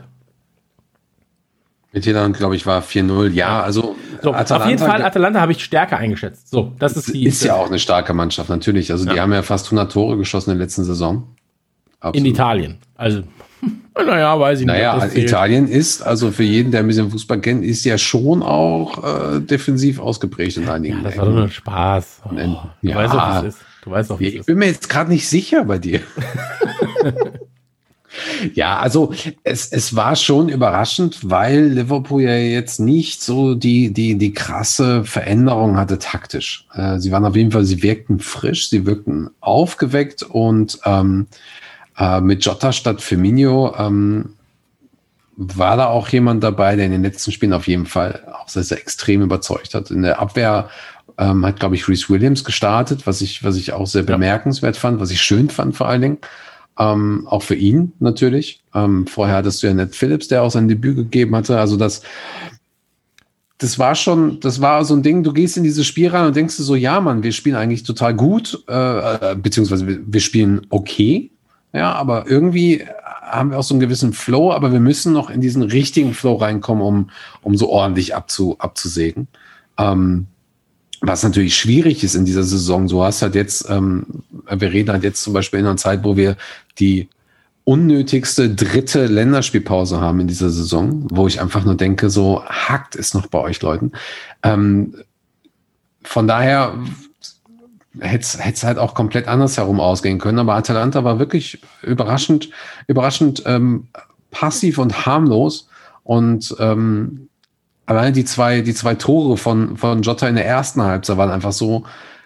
Mit Irland, glaube ich, war vier null. Ja, also So, auf jeden Fall, Atalanta habe ich stärker eingeschätzt. So, das ist die. ist ja auch eine starke Mannschaft, natürlich. Also die Ja. haben ja fast hundert Tore geschossen in der letzten Saison. Absolut. in Italien. Also, naja, weiß ich nicht. Naja, ob das zählt. Italien ist, also für jeden, der ein bisschen Fußball kennt, ist ja schon auch äh, defensiv ausgeprägt in einigen Ja, das war doch nur ein Spaß. Oh, Nein. du Ja. weißt doch, wie es ist. Du weißt doch, wie es Ich ist. bin mir jetzt gerade nicht sicher bei dir. Ja, also es, es war schon überraschend, weil Liverpool ja jetzt nicht so die, die, die krasse Veränderung hatte taktisch. Äh, sie waren auf jeden Fall, sie wirkten frisch, sie wirkten aufgeweckt und ähm, äh, mit Jota statt Firmino ähm, war da auch jemand dabei, der in den letzten Spielen auf jeden Fall auch sehr, sehr extrem überzeugt hat. In der Abwehr ähm, hat, glaube ich, Reece Williams gestartet, was ich, was ich auch sehr bemerkenswert fand, was ich schön fand vor allen Dingen. Ähm, auch für ihn natürlich. Ähm, vorher hattest du ja Ned Phillips, der auch sein Debüt gegeben hatte. Also das, das war schon, das war so ein Ding, du gehst in dieses Spiel rein und denkst du so, ja Mann, wir spielen eigentlich total gut, äh, beziehungsweise wir, wir spielen okay, ja, aber irgendwie haben wir auch so einen gewissen Flow, aber wir müssen noch in diesen richtigen Flow reinkommen, um, um so ordentlich abzu, abzusägen. Ähm, Was natürlich schwierig ist in dieser Saison. Du hast halt jetzt, ähm, wir reden halt jetzt zum Beispiel in einer Zeit, wo wir die unnötigste dritte Länderspielpause haben in dieser Saison, wo ich einfach nur denke, so hackt es noch bei euch Leuten. Ähm, von daher hätte es halt auch komplett anders herum ausgehen können. Aber Atalanta war wirklich überraschend, überraschend ähm, passiv und harmlos. Und ähm, alleine die zwei, die zwei Tore von, von Jota in der ersten Halbzeit waren einfach so,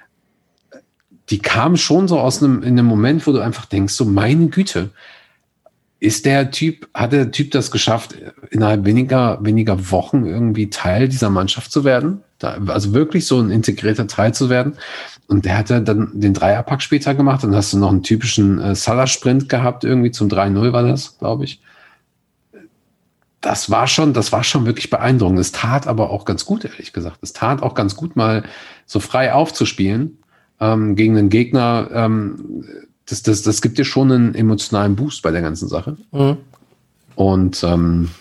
die kamen schon so aus einem, in einem Moment, wo du einfach denkst, so meine Güte, ist der Typ, hat der Typ das geschafft, innerhalb weniger, weniger Wochen irgendwie Teil dieser Mannschaft zu werden? Da, also wirklich so ein integrierter Teil zu werden. Und der hat ja dann den Dreierpack später gemacht. Dann hast du noch einen typischen äh, Salah-Sprint gehabt, irgendwie zum drei null war das, glaube ich. Das war schon, das war schon wirklich beeindruckend. Es tat aber auch ganz gut, ehrlich gesagt. Es tat auch ganz gut, mal so frei aufzuspielen ähm, gegen einen Gegner. Ähm, das, das, das gibt dir schon einen emotionalen Boost bei der ganzen Sache. Mhm. Und ähm,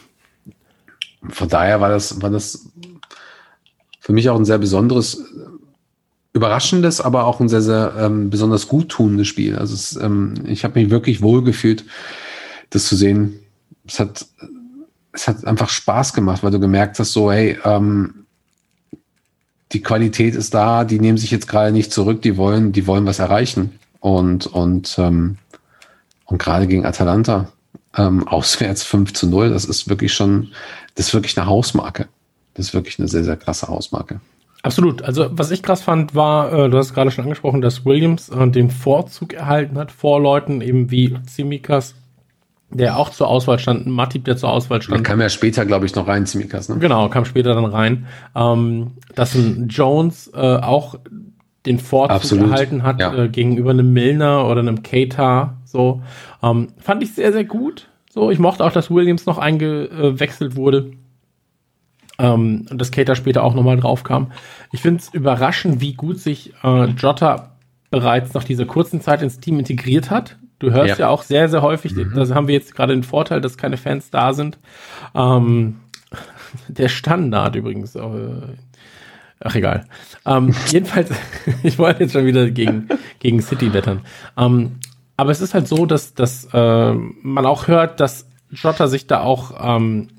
von daher war das, war das für mich auch ein sehr besonderes, überraschendes, aber auch ein sehr, sehr ähm, besonders guttunendes Spiel. Also es, ähm, ich habe mich wirklich wohlgefühlt, das zu sehen. Es hat es hat einfach Spaß gemacht, weil du gemerkt hast, so, hey, ähm, die Qualität ist da, die nehmen sich jetzt gerade nicht zurück, die wollen, die wollen was erreichen. Und, und, ähm, und gerade gegen Atalanta, ähm, auswärts fünf zu null, das ist wirklich schon, das ist wirklich eine Hausmarke. Das ist wirklich eine sehr, sehr krasse Hausmarke. Absolut. Also was ich krass fand, war, äh, du hast gerade schon angesprochen, dass Williams äh, den Vorzug erhalten hat vor Leuten eben wie Tsimikas, der auch zur Auswahl stand, Matip, der zur Auswahl stand. Der kam ja später, glaube ich, noch rein, Tsimikas, ne? Genau, kam später dann rein. Ähm, dass ein Jones äh, auch den Vorzug Absolut. erhalten hat Ja. äh, gegenüber einem Milner oder einem Keita. So ähm, fand ich sehr, sehr gut. So, ich mochte auch, dass Williams noch eingewechselt wurde. Ähm, und dass Keita später auch nochmal drauf kam. Ich finde es überraschend, wie gut sich äh, Jota bereits nach dieser kurzen Zeit ins Team integriert hat. Du hörst ja, ja auch sehr, sehr häufig, mhm. das haben wir jetzt gerade den Vorteil, dass keine Fans da sind. Ähm, der Standard übrigens. Äh, ach, egal. Ähm, jedenfalls, ich wollte jetzt schon wieder gegen, gegen City wettern. Ähm, aber es ist halt so, dass, dass äh, man auch hört, dass Jota sich da auch ähm,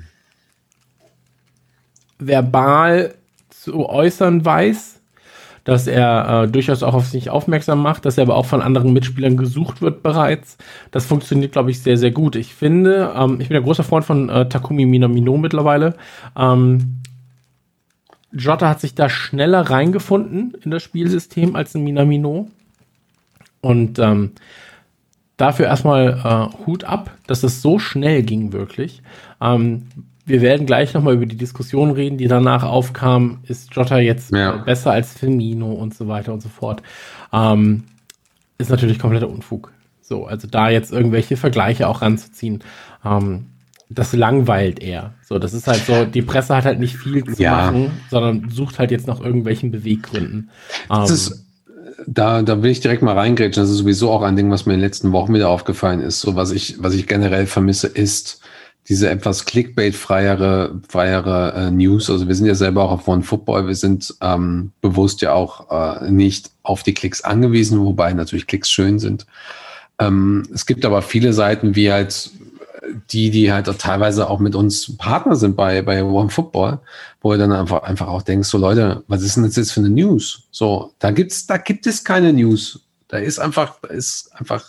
verbal zu äußern weiß, dass er äh, durchaus auch auf sich aufmerksam macht, dass er aber auch von anderen Mitspielern gesucht wird bereits. Das funktioniert, glaube ich, sehr, sehr gut. Ich finde, ähm, ich bin ein großer Freund von äh, Takumi Minamino mittlerweile. Ähm, Jota hat sich da schneller reingefunden in das Spielsystem als ein Minamino. Und ähm, dafür erstmal äh, Hut ab, dass es so schnell ging, wirklich. Ähm, Wir werden gleich nochmal über die Diskussion reden, die danach aufkam. Ist Jota jetzt ja. äh, besser als Firmino und so weiter und so fort? Ähm, ist natürlich kompletter Unfug. So, also da jetzt irgendwelche Vergleiche auch ranzuziehen, ähm, das langweilt eher. So, das ist halt so, die Presse hat halt nicht viel zu ja. machen, sondern sucht halt jetzt nach irgendwelchen Beweggründen. Das ähm, ist, da, da will ich direkt mal reingrätschen. Das ist sowieso auch ein Ding, was mir in den letzten Wochen wieder aufgefallen ist. So, was ich, was ich generell vermisse, ist diese etwas Clickbait-freiere freiere, äh, News. Also wir sind ja selber auch auf OneFootball. Wir sind ähm, bewusst ja auch äh, nicht auf die Klicks angewiesen, wobei natürlich Klicks schön sind. Ähm, es gibt aber viele Seiten, wie halt die, die halt auch teilweise auch mit uns Partner sind bei, bei OneFootball, wo du dann einfach, einfach auch denkst, so Leute, was ist denn das jetzt für eine News? So, da gibt's, da gibt es keine News. Da ist einfach, da ist einfach,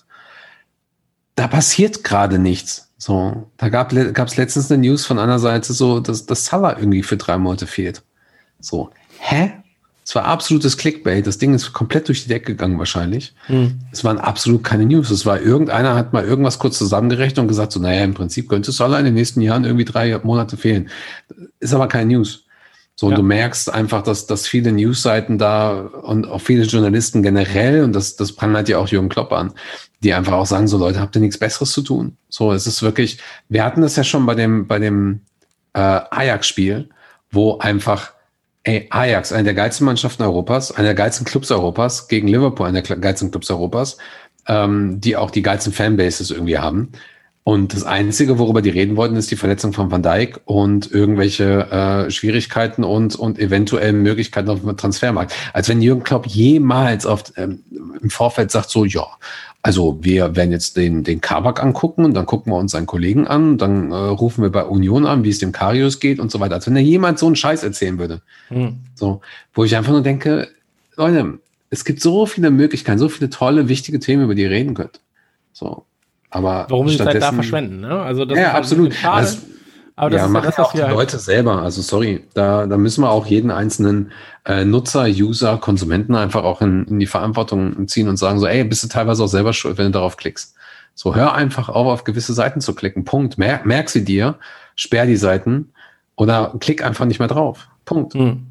da passiert gerade nichts. So, da gab es letztens eine News von einer Seite so, dass das Salah irgendwie für drei Monate fehlt. So, hä? Es war absolutes Clickbait. Das Ding ist komplett durch die Decke gegangen wahrscheinlich. Mhm. Es waren absolut keine News. Es war irgendeiner hat mal irgendwas kurz zusammengerechnet und gesagt so, naja, im Prinzip könnte Salah in den nächsten Jahren irgendwie drei Monate fehlen. Ist aber keine News. So, und ja. du merkst einfach, dass, dass viele Newsseiten da und auch viele Journalisten generell, und das, das prangert ja auch Jürgen Klopp an, die einfach auch sagen, so Leute, habt ihr nichts Besseres zu tun? So, es ist wirklich, wir hatten das ja schon bei dem, bei dem äh, Ajax-Spiel, wo einfach, ey, Ajax, eine der geilsten Mannschaften Europas, eine der geilsten Clubs Europas, gegen Liverpool, eine der geilsten Clubs Europas, ähm, die auch die geilsten Fanbases irgendwie haben. Und das Einzige, worüber die reden wollten, ist die Verletzung von Van Dijk und irgendwelche äh, Schwierigkeiten und und eventuell Möglichkeiten auf dem Transfermarkt. Als wenn Jürgen Klopp jemals auf, ähm, im Vorfeld sagt so, ja, also wir werden jetzt den den Kabak angucken und dann gucken wir uns seinen Kollegen an und dann äh, rufen wir bei Union an, wie es dem Karius geht und so weiter. Als wenn da jemand so einen Scheiß erzählen würde. Mhm. So, wo ich einfach nur denke, Leute, es gibt so viele Möglichkeiten, so viele tolle, wichtige Themen, über die ihr reden könnt. So. Aber warum sie Zeit da verschwenden, ne? Also das ja, ist halt absolut. schade. Also, aber das ja, ist machen das, ja was auch die wir Leute halt selber. Also sorry, da, da müssen wir auch jeden einzelnen äh, Nutzer, User, Konsumenten einfach auch in, in die Verantwortung ziehen und sagen so, ey, bist du teilweise auch selber schuld, wenn du darauf klickst. So, hör einfach auf, auf gewisse Seiten zu klicken. Punkt. Merk, merk sie dir, sperr die Seiten oder klick einfach nicht mehr drauf. Punkt. Hm.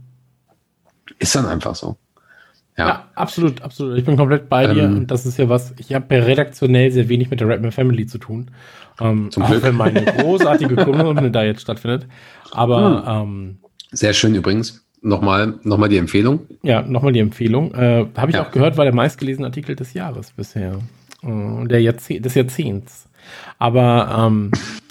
Ist dann einfach so. Ja. ja, absolut, absolut. Ich bin komplett bei dir ähm, und das ist ja was, ich habe redaktionell sehr wenig mit der Redman Family zu tun. Ähm, zum auch Glück. wenn meine großartige Kolumne da jetzt stattfindet. Aber hm. ähm, sehr schön übrigens. Nochmal, nochmal die Empfehlung. Ja, nochmal die Empfehlung. Äh, habe ich ja. auch gehört, war der meistgelesene Artikel des Jahres bisher. Äh, der Jahrzeh- des Jahrzehnts. Aber ähm,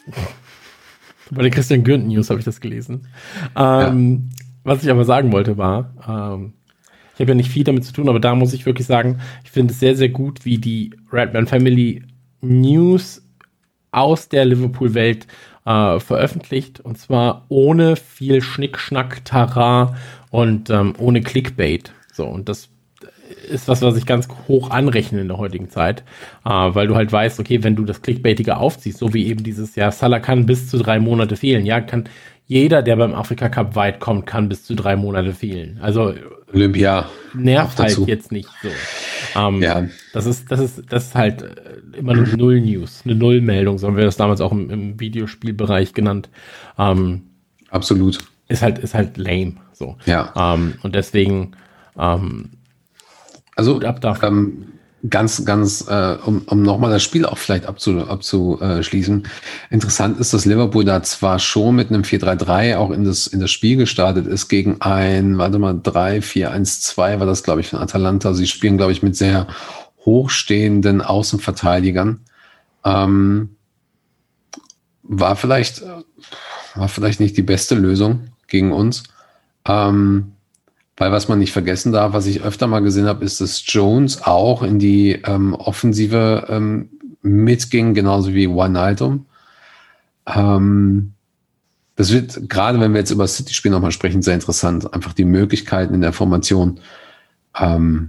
bei der Christian Gürnt News habe ich das gelesen. Ähm, ja. Was ich aber sagen wollte war, ähm, ich habe ja nicht viel damit zu tun, aber da muss ich wirklich sagen, ich finde es sehr, sehr gut, wie die Redman Family News aus der Liverpool-Welt äh, veröffentlicht und zwar ohne viel Schnickschnack, Tara und ähm, ohne Clickbait. So, und das ist was, was ich ganz hoch anrechne in der heutigen Zeit, äh, weil du halt weißt, okay, wenn du das Clickbaitige aufziehst, so wie eben dieses Jahr, Salah kann bis zu drei Monate fehlen, ja, kann jeder, der beim Afrika Cup weit kommt, kann bis zu drei Monate fehlen. Also Olympia nervt halt dazu. jetzt nicht so. Ähm, Ja. Das ist, das ist, das ist halt immer eine Null-News, eine Null-Meldung, so haben wir das damals auch im, im Videospielbereich genannt. Ähm, Absolut. ist halt, ist halt lame, so. Ja. Ähm, und deswegen, ähm, Also Gut ab dafür. ähm, ganz, ganz, äh, um, um nochmal das Spiel auch vielleicht abzu, abzuschließen. Interessant ist, dass Liverpool da zwar schon mit einem vier drei drei auch in das, in das Spiel gestartet ist gegen ein, warte mal, drei vier eins zwei war das, glaube ich, von Atalanta. Sie spielen, glaube ich, mit sehr hochstehenden Außenverteidigern. Ähm, war vielleicht, war vielleicht nicht die beste Lösung gegen uns. Ähm, Weil was man nicht vergessen darf, was ich öfter mal gesehen habe, ist, dass Jones auch in die ähm, Offensive ähm, mitging, genauso wie Wijnaldum. Ähm, das wird, gerade wenn wir jetzt über das City-Spiel nochmal sprechen, sehr interessant. Einfach die Möglichkeiten in der Formation. Ähm,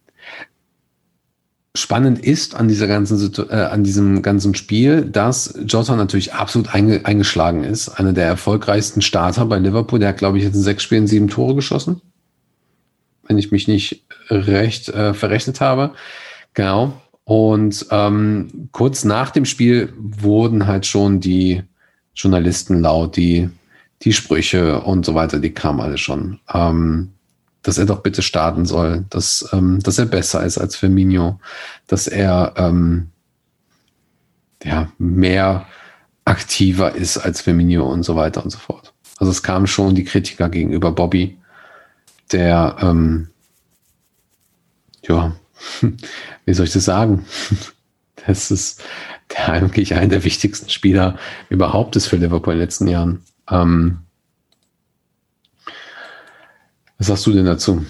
spannend ist an dieser ganzen Situ- äh, an diesem ganzen Spiel, dass Jota natürlich absolut einge- eingeschlagen ist. Einer der erfolgreichsten Starter bei Liverpool. Der hat, glaube ich, jetzt in sechs Spielen sieben Tore geschossen. Wenn ich mich nicht recht äh, verrechnet habe. Genau. Und ähm, kurz nach dem Spiel wurden halt schon die Journalisten laut, die, die Sprüche und so weiter, die kamen alle schon. Ähm, dass er doch bitte starten soll, dass, ähm, dass er besser ist als Firmino, dass er ähm, ja, mehr aktiver ist als Firmino und so weiter und so fort. Also es kamen schon die Kritiker gegenüber Bobby, der, ähm, ja, wie soll ich das sagen? Das ist der eigentlich einer der wichtigsten Spieler überhaupt ist für Liverpool in den letzten Jahren. Ähm, was sagst du denn dazu?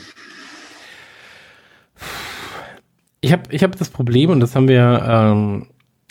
ich habe ich hab das Problem, und das haben wir, ähm,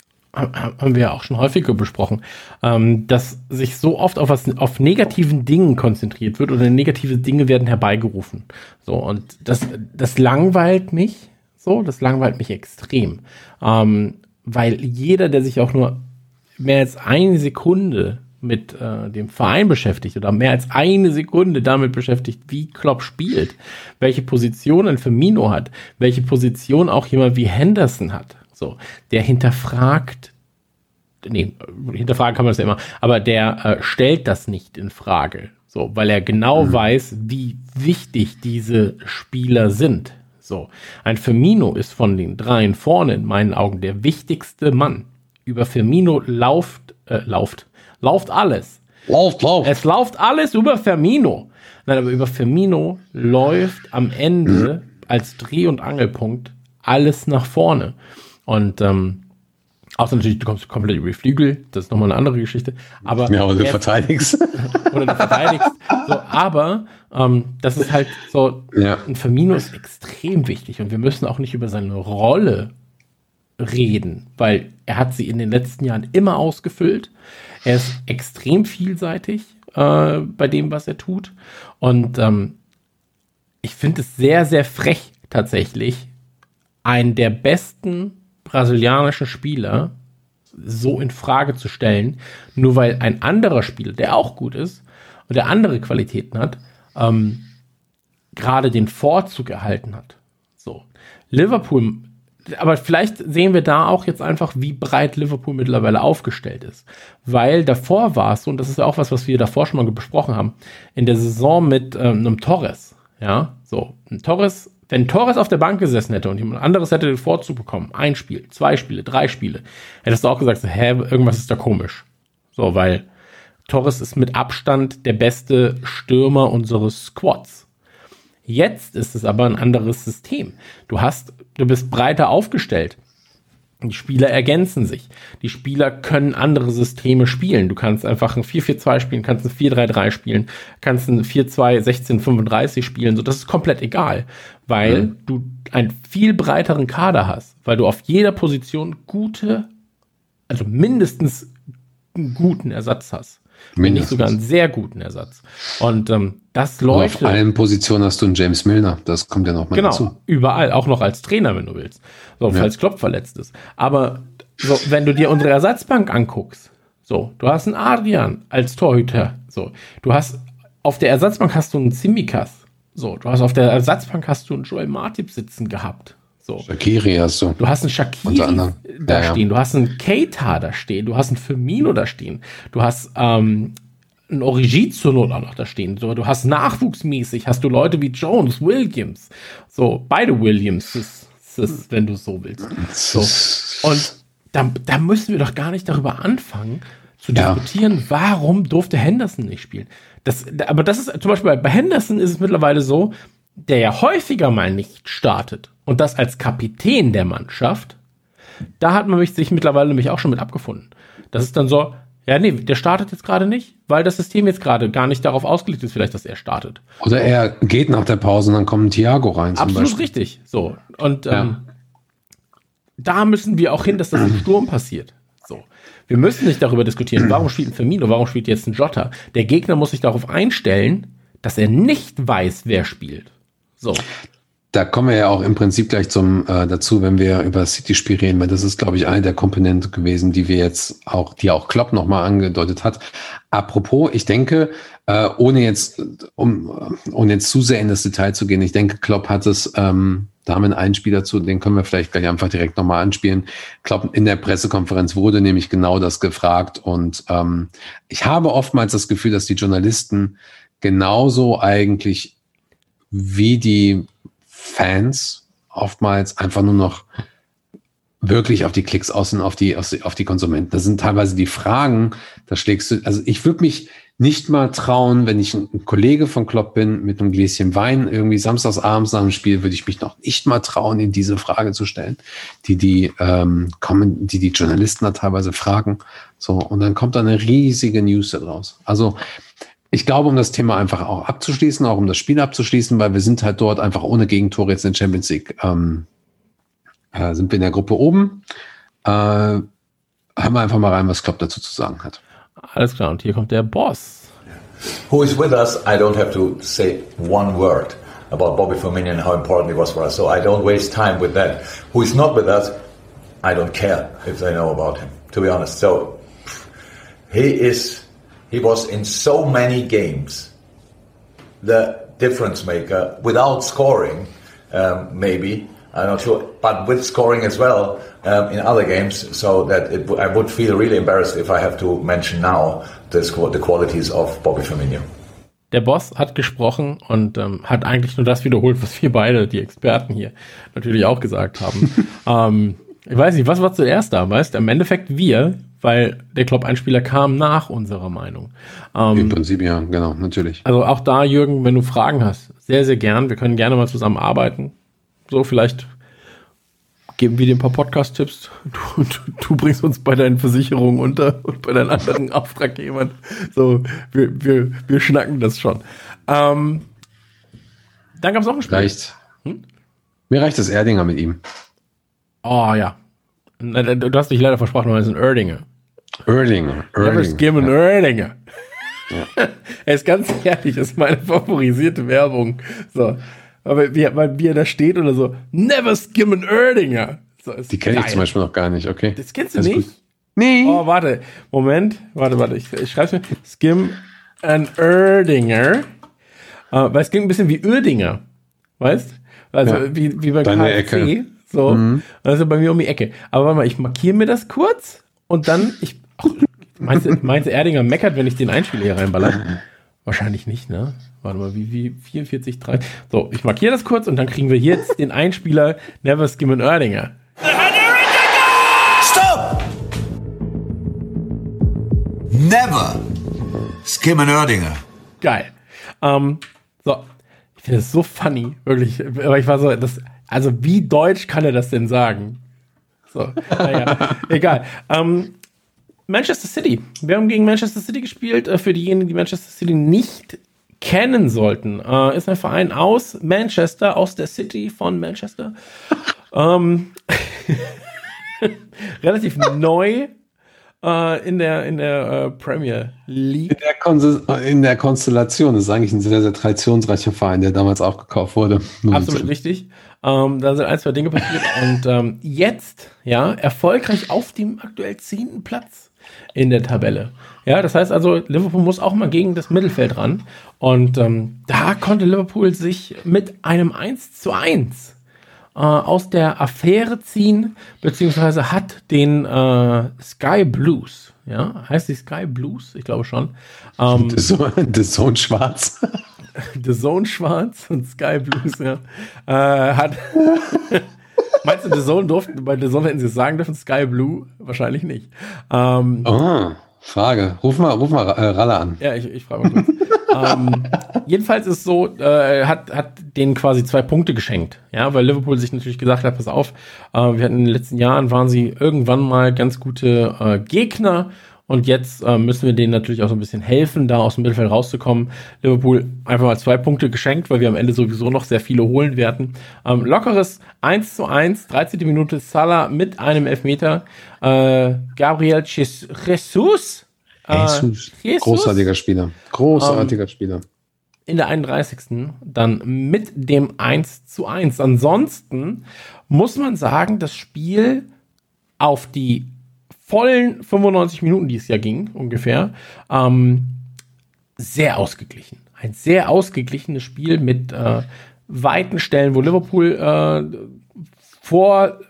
haben wir auch schon häufiger besprochen, ähm, dass sich so oft auf was, auf negativen Dingen konzentriert wird oder negative Dinge werden herbeigerufen. So, und das, das langweilt mich so, das langweilt mich extrem. Ähm, weil jeder, der sich auch nur mehr als eine Sekunde mit äh, dem Verein beschäftigt oder mehr als eine Sekunde damit beschäftigt, wie Klopp spielt, welche Position ein Firmino hat, welche Position auch jemand wie Henderson hat, so, der hinterfragt, nee, hinterfragen kann man das ja immer, aber der äh, stellt das nicht in Frage, so, weil er genau mhm. weiß, wie wichtig diese Spieler sind. So, ein Firmino ist von den dreien vorne in meinen Augen der wichtigste Mann. Über Firmino lauft, äh, lauft, lauft alles. Lauft, lauft. Es läuft alles über Firmino. Nein, aber über Firmino läuft am Ende als Dreh- und Angelpunkt alles nach vorne. Und ähm, außer natürlich, du kommst komplett über die Flügel, das ist nochmal eine andere Geschichte. Aber ja, oder du er- verteidigst. oder du verteidigst. So, aber ähm, das ist halt so, Ja. ein Firmino ist extrem wichtig und wir müssen auch nicht über seine Rolle reden, weil er hat sie in den letzten Jahren immer ausgefüllt. Er ist extrem vielseitig äh, bei dem, was er tut. Und ähm, ich finde es sehr, sehr frech tatsächlich, einen der besten brasilianischen Spieler so in Frage zu stellen, nur weil ein anderer Spieler, der auch gut ist und der andere Qualitäten hat, ähm, gerade den Vorzug erhalten hat. So. Liverpool, aber vielleicht sehen wir da auch jetzt einfach, wie breit Liverpool mittlerweile aufgestellt ist. Weil davor war es so, und das ist ja auch was, was wir davor schon mal besprochen haben, in der Saison mit ähm, einem Torres. Ja, so. Ein Torres, wenn Torres auf der Bank gesessen hätte und jemand anderes hätte den Vorzug bekommen, ein Spiel, zwei Spiele, drei Spiele, hättest du auch gesagt, so, hä, irgendwas ist da komisch. So, weil Torres ist mit Abstand der beste Stürmer unseres Squads. Jetzt ist es aber ein anderes System. Du hast, du bist breiter aufgestellt. Die Spieler ergänzen sich. Die Spieler können andere Systeme spielen. Du kannst einfach ein vier vier zwei spielen, kannst ein vier drei drei spielen, kannst ein vier zwei sechzehn fünfunddreißig spielen. So, das ist komplett egal, weil mhm. du einen viel breiteren Kader hast, weil du auf jeder Position gute, also mindestens einen guten Ersatz hast. Wenn nicht Mindestens. sogar einen sehr guten Ersatz. Und ähm, das Und Leute... auf allen Positionen hast du einen James Milner. Das kommt ja noch mal Genau, dazu. überall, auch noch als Trainer, wenn du willst. So, falls Ja. Klopp verletzt ist. Aber so, wenn du dir unsere Ersatzbank anguckst, so, du hast einen Adrian als Torhüter, so, du hast, auf der Ersatzbank hast du einen Tsimikas, so, du hast auf der Ersatzbank hast du einen Joel Matip sitzen gehabt, so. Shaqiri hast du. Du hast einen Unter Shaqiri anderem. da Ja, ja. stehen, du hast einen Keita da stehen, du hast einen Firmino da stehen, du hast ähm, einen Origi zur Not auch noch da stehen. So, du hast nachwuchsmäßig, hast du Leute wie Jones, Williams, so, beide Williams, ist, ist, wenn du so willst. So. Und da, da müssen wir doch gar nicht darüber anfangen, zu Ja. diskutieren, warum durfte Henderson nicht spielen. Das, aber das ist zum Beispiel bei Henderson ist es mittlerweile so, der ja häufiger mal nicht startet und das als Kapitän der Mannschaft, da hat man mich, sich mittlerweile nämlich auch schon mit abgefunden. Das ist dann so, ja, nee, der startet jetzt gerade nicht, weil das System jetzt gerade gar nicht darauf ausgelegt ist, vielleicht, dass er startet. Oder er geht nach der Pause und dann kommt ein Thiago rein zum Absolut Beispiel. richtig. So. Und Ja. ähm, da müssen wir auch hin, dass das im Sturm passiert. So. Wir müssen nicht darüber diskutieren, warum spielt ein Firmino, warum spielt jetzt ein Jota. Der Gegner muss sich darauf einstellen, dass er nicht weiß, wer spielt. So. Da kommen wir ja auch im Prinzip gleich zum äh, dazu, wenn wir über das City-Spiel reden, weil das ist, glaube ich, eine der Komponenten gewesen, die wir jetzt auch, die auch Klopp nochmal angedeutet hat. Apropos, ich denke, äh, ohne jetzt, um, ohne jetzt zu sehr in das Detail zu gehen, ich denke, Klopp hat es, ähm, da haben wir einen Spieler zu, den können wir vielleicht gleich einfach direkt nochmal anspielen. Klopp in der Pressekonferenz wurde nämlich genau das gefragt und ähm, ich habe oftmals das Gefühl, dass die Journalisten genauso eigentlich wie die Fans oftmals einfach nur noch wirklich auf die Klicks aus und auf die, auf die, auf die Konsumenten. Das sind teilweise die Fragen, da schlägst du, also ich würde mich nicht mal trauen, wenn ich ein Kollege von Klopp bin, mit einem Gläschen Wein, irgendwie samstags abends nach dem Spiel, würde ich mich noch nicht mal trauen, ihn diese Frage zu stellen, die die, ähm, kommen, die die Journalisten da teilweise fragen. So, und dann kommt da eine riesige News da draus. Also, ich glaube, um das Thema einfach auch abzuschließen, auch um das Spiel abzuschließen, weil wir sind halt dort einfach ohne Gegentore jetzt in der Champions League, ähm, äh, sind wir in der Gruppe oben. Äh, hören wir einfach mal rein, was Klopp dazu zu sagen hat. Alles klar, und hier kommt der Boss. Who is with us, I don't have to say one word about Bobby Firmino and how important he was for us. So I don't waste time with that. Who is not with us, I don't care if they know about him, to be honest. So he is, he was in so many games the difference maker without scoring, um, maybe. I'm not sure, but with scoring as well um, in other games, so that it w- I would feel really embarrassed if I have to mention now the, squ- the qualities of Bobby Firmino. Der Boss hat gesprochen und ähm, hat eigentlich nur das wiederholt, was wir beide, die Experten hier, natürlich auch gesagt haben. ähm, ich weiß nicht, was war zuerst da, weißt du? Im Endeffekt wir, weil der Klopp-Einspieler kam nach unserer Meinung. Ähm, Im Prinzip ja, genau, natürlich. Also auch da, Jürgen, wenn du Fragen hast, sehr, sehr gern. Wir können gerne mal zusammen arbeiten. So, vielleicht geben wir dir ein paar Podcast-Tipps. Du, du, du bringst uns bei deinen Versicherungen unter und bei deinen anderen Auftraggebern. So, wir, wir, wir schnacken das schon. Ähm, dann gab es noch ein Spiel. Reicht. Mir reicht das Erdinger mit ihm. Oh ja. Du hast dich leider versprochen, weil es ein Erdinger. Erdinger. Never skim an Erdinger. Er ist ganz ehrlich, das ist meine favorisierte Werbung. So. Aber wie, weil wie er da steht oder so, never skim an Erdinger. So, ist Die kenne ich geil. zum Beispiel noch gar nicht, okay. Das kennst du Alles nicht? gut. Nee. Oh, warte. Moment. Warte, warte. Ich, ich schreibe mir. Skim an Erdinger. Uh, weil es klingt ein bisschen wie Uerdinger. Weißt? Also Ja. wie, wie bei Deine K F C. Ecke. So. Also bei mir um die Ecke. Aber warte mal, ich markiere mir das kurz und dann, ich, ach, meinst du, meinst du, Erdinger meckert, wenn ich den Einspieler hier reinballer? Wahrscheinlich nicht, ne? Warte mal, wie, wie, vierundvierzig, drei. So, ich markiere das kurz und dann kriegen wir jetzt den Einspieler Never Skim an Erdinger. Stop! Never skim an Erdinger. Geil. Ähm, so, ich finde es so funny, wirklich. Aber ich war so, das, also wie deutsch kann er das denn sagen? So, naja, egal. Ähm, Manchester City. Wir haben gegen Manchester City gespielt. Äh, für diejenigen, die Manchester City nicht kennen sollten, äh, ist ein Verein aus Manchester, aus der City von Manchester. ähm, relativ neu. äh, in der, in der äh, Premier League. In der, Kon- in der Konstellation, das ist eigentlich ein sehr, sehr traditionsreicher Verein, der damals auch gekauft wurde. Absolut richtig. Ähm, da sind ein, zwei Dinge passiert und ähm, jetzt, ja, erfolgreich auf dem aktuell zehnten Platz in der Tabelle. Ja, das heißt also, Liverpool muss auch mal gegen das Mittelfeld ran und ähm, da konnte Liverpool sich mit einem eins zu eins äh, aus der Affäre ziehen, beziehungsweise hat den äh, Sky Blues, ja, heißt die Sky Blues? Ich glaube schon. Ähm, Das ist so ein Schwarz. The Zone schwarz und Sky Blues, ja. Äh, hat. Meinst du, The Zone durften, bei The Zone hätten sie es sagen dürfen, Sky Blue? Wahrscheinlich nicht. Ähm, Oh, Frage. Ruf mal, ruf mal äh, Ralle an. ja, ich, ich frage mal kurz. ähm, jedenfalls ist es so, äh, hat, hat denen quasi zwei Punkte geschenkt. Ja, weil Liverpool sich natürlich gesagt hat, pass auf, äh, wir hatten in den letzten Jahren, waren sie irgendwann mal ganz gute äh, Gegner. Und jetzt äh, müssen wir denen natürlich auch so ein bisschen helfen, da aus dem Mittelfeld rauszukommen. Liverpool einfach mal zwei Punkte geschenkt, weil wir am Ende sowieso noch sehr viele holen werden. Ähm, lockeres eins zu eins, dreizehnte Minute, Salah mit einem Elfmeter. Äh, Gabriel Jesus. Äh, Jesus. Jesus. Großartiger Spieler. Großartiger Ähm, Spieler. In der einunddreißigsten dann mit dem eins zu eins. Ansonsten muss man sagen, das Spiel auf die vollen fünfundneunzig Minuten, die es ja ging, ungefähr, ähm, sehr ausgeglichen. Ein sehr ausgeglichenes Spiel mit äh, weiten Stellen, wo Liverpool äh, vor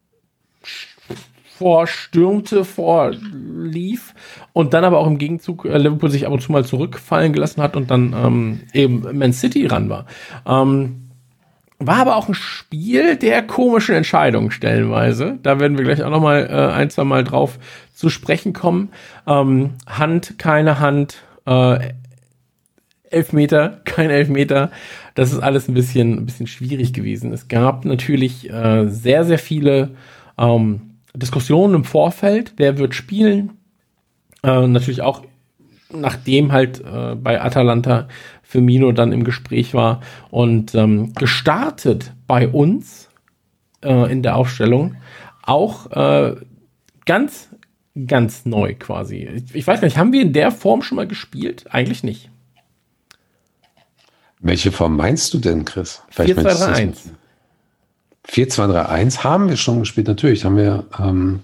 vorstürmte, vorlief und dann aber auch im Gegenzug äh, Liverpool sich ab und zu mal zurückfallen gelassen hat und dann ähm, eben Man City ran war. Ähm, War aber auch ein Spiel der komischen Entscheidungen stellenweise. Da werden wir gleich auch noch mal äh, ein, zwei Mal drauf zu sprechen kommen. Ähm, Hand, keine Hand, äh, Elfmeter, kein Elfmeter. Das ist alles ein bisschen, ein bisschen schwierig gewesen. Es gab natürlich äh, sehr, sehr viele ähm, Diskussionen im Vorfeld. Wer wird spielen? Äh, natürlich auch nachdem halt äh, bei Atalanta Firmino dann im Gespräch war und ähm, gestartet bei uns äh, in der Aufstellung auch äh, ganz, ganz neu quasi. Ich, ich weiß gar nicht, haben wir in der Form schon mal gespielt? Eigentlich nicht. Welche Form meinst du denn, Chris? vier zwei drei eins. vier zwei drei eins haben wir schon gespielt, natürlich. Haben wir ähm,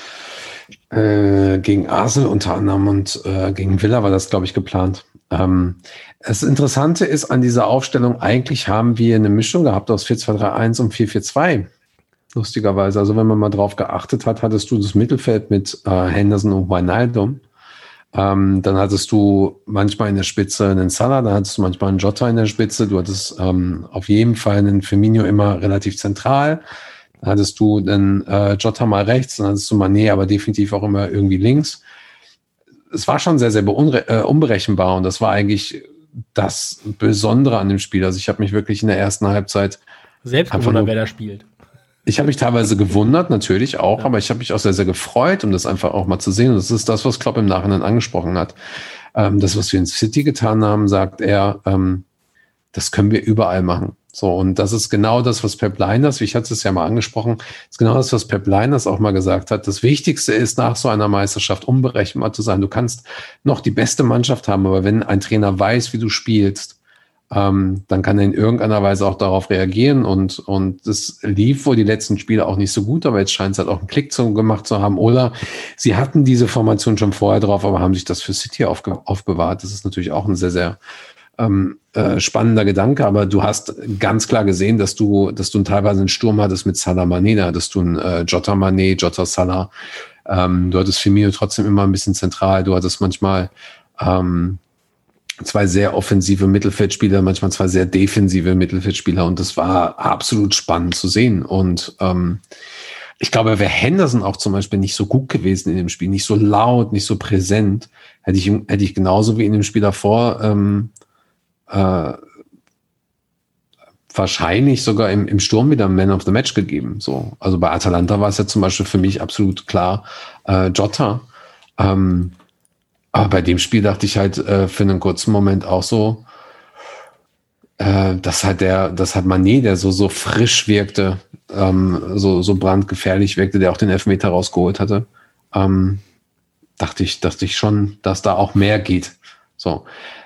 äh, gegen Arsenal unter anderem und äh, gegen Villa war das, glaube ich, geplant. Ähm, das Interessante ist an dieser Aufstellung, eigentlich haben wir eine Mischung gehabt aus vier zwei drei eins und vier vier zwei. Lustigerweise. Also wenn man mal drauf geachtet hat, hattest du das Mittelfeld mit äh, Henderson und Wijnaldum. Ähm, dann hattest du manchmal in der Spitze einen Salah, dann hattest du manchmal einen Jota in der Spitze. Du hattest ähm, auf jeden Fall einen Firmino immer relativ zentral. Dann hattest du dann äh, Jota mal rechts, dann hattest du Mané, aber definitiv auch immer irgendwie links. Es war schon sehr, sehr beunre- äh, unberechenbar und das war eigentlich das Besondere an dem Spiel. Also ich habe mich wirklich in der ersten Halbzeit Selbst gewundert, wer da spielt. Ich habe mich teilweise gewundert, natürlich auch, Ja. aber ich habe mich auch sehr, sehr gefreut, um das einfach auch mal zu sehen. Und das ist das, was Klopp im Nachhinein angesprochen hat. Ähm, das, was wir in City getan haben, sagt er, ähm, das können wir überall machen. So, und das ist genau das, was Pep Lijnders, wie ich hatte es ja mal angesprochen, ist genau das, was Pep Lijnders auch mal gesagt hat. Das Wichtigste ist, nach so einer Meisterschaft unberechenbar zu sein. Du kannst noch die beste Mannschaft haben, aber wenn ein Trainer weiß, wie du spielst, ähm, dann kann er in irgendeiner Weise auch darauf reagieren. Und, und das lief wohl die letzten Spiele auch nicht so gut, aber jetzt scheint es halt auch einen Klick zu, gemacht zu haben. Oder sie hatten diese Formation schon vorher drauf, aber haben sich das für City aufge, aufbewahrt. Das ist natürlich auch ein sehr, sehr ähm, äh, spannender Gedanke, aber du hast ganz klar gesehen, dass du, dass du teilweise einen Sturm hattest mit Salah Mané, da hattest du einen äh, Jota Mané, Jota Salah. Ähm, du hattest Firmino trotzdem immer ein bisschen zentral. Du hattest manchmal ähm, zwei sehr offensive Mittelfeldspieler, manchmal zwei sehr defensive Mittelfeldspieler und das war absolut spannend zu sehen. Und ähm, ich glaube, wäre Henderson auch zum Beispiel nicht so gut gewesen in dem Spiel, nicht so laut, nicht so präsent, hätte ich, hätte ich genauso wie in dem Spiel davor ähm, äh, wahrscheinlich sogar im, im Sturm wieder Man of the Match gegeben. So, also bei Atalanta war es ja zum Beispiel für mich absolut klar, äh, Jota. Ähm, Aber bei dem Spiel dachte ich halt äh, für einen kurzen Moment auch so, äh, dass halt der, das hat Mané, der so so frisch wirkte, ähm, so so brandgefährlich wirkte, der auch den Elfmeter rausgeholt hatte. Ähm, dachte ich, dachte ich schon, dass da auch mehr geht. So.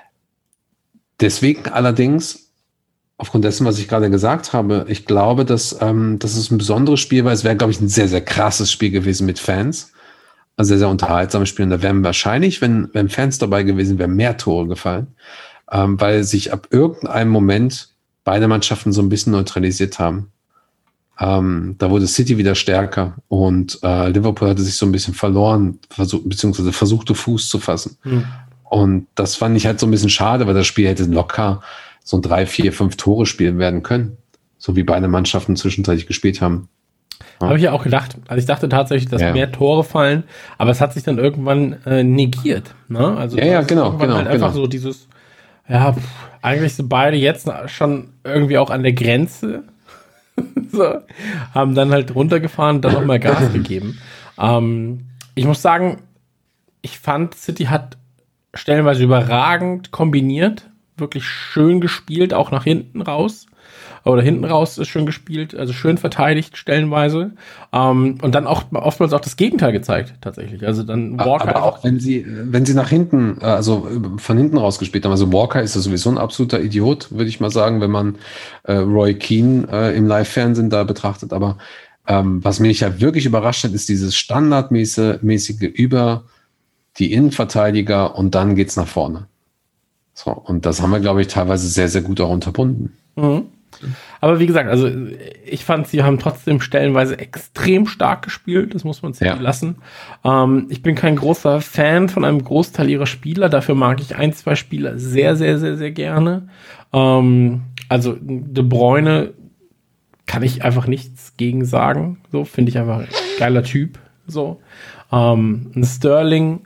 Deswegen allerdings, aufgrund dessen, was ich gerade gesagt habe, ich glaube, dass ähm, das ist ein besonderes Spiel, weil es wäre, glaube ich, ein sehr, sehr krasses Spiel gewesen mit Fans. Ein sehr, sehr unterhaltsames Spiel. Und da wären wahrscheinlich, wenn, wenn Fans dabei gewesen wären, mehr Tore gefallen, ähm, weil sich ab irgendeinem Moment beide Mannschaften so ein bisschen neutralisiert haben. Ähm, da wurde City wieder stärker und äh, Liverpool hatte sich so ein bisschen verloren, versuch, beziehungsweise versuchte Fuß zu fassen. Mhm. Und das fand ich halt so ein bisschen schade, weil das Spiel hätte locker so ein drei, vier, fünf Tore spielen werden können. So wie beide Mannschaften zwischenzeitlich gespielt haben. Ja. Habe ich ja auch gedacht. Also ich dachte tatsächlich, dass ja. mehr Tore fallen, aber es hat sich dann irgendwann äh, negiert. Ne? Also ja, ja, genau, genau. Halt einfach genau. so dieses, ja, pff, eigentlich sind beide jetzt schon irgendwie auch an der Grenze. So, haben dann halt runtergefahren, dann nochmal Gas gegeben. Ähm, ich muss sagen, ich fand, City hat stellenweise überragend kombiniert, wirklich schön gespielt, auch nach hinten raus. Oder hinten raus ist schön gespielt, also schön verteidigt stellenweise. Ähm, und dann auch oftmals auch das Gegenteil gezeigt, tatsächlich. Also dann Walker. Aber auch wenn sie, wenn sie nach hinten, also von hinten raus gespielt haben. Also Walker ist ja sowieso ein absoluter Idiot, würde ich mal sagen, wenn man äh, Roy Keane äh, im Live-Fernsehen da betrachtet. Aber ähm, was mich ja wirklich überrascht hat, ist dieses standardmäßige über die Innenverteidiger und dann geht's nach vorne. So, und das haben wir, glaube ich, teilweise sehr, sehr gut auch unterbunden. Mhm. Aber wie gesagt, also ich fand, sie haben trotzdem stellenweise extrem stark gespielt, das muss man sich ja. lassen. Ähm, ich bin kein großer Fan von einem Großteil ihrer Spieler, dafür mag ich ein, zwei Spieler sehr, sehr, sehr, sehr gerne. Ähm, also De Bruyne kann ich einfach nichts gegen sagen, so finde ich einfach ein geiler Typ. So. Ähm, ein Sterling,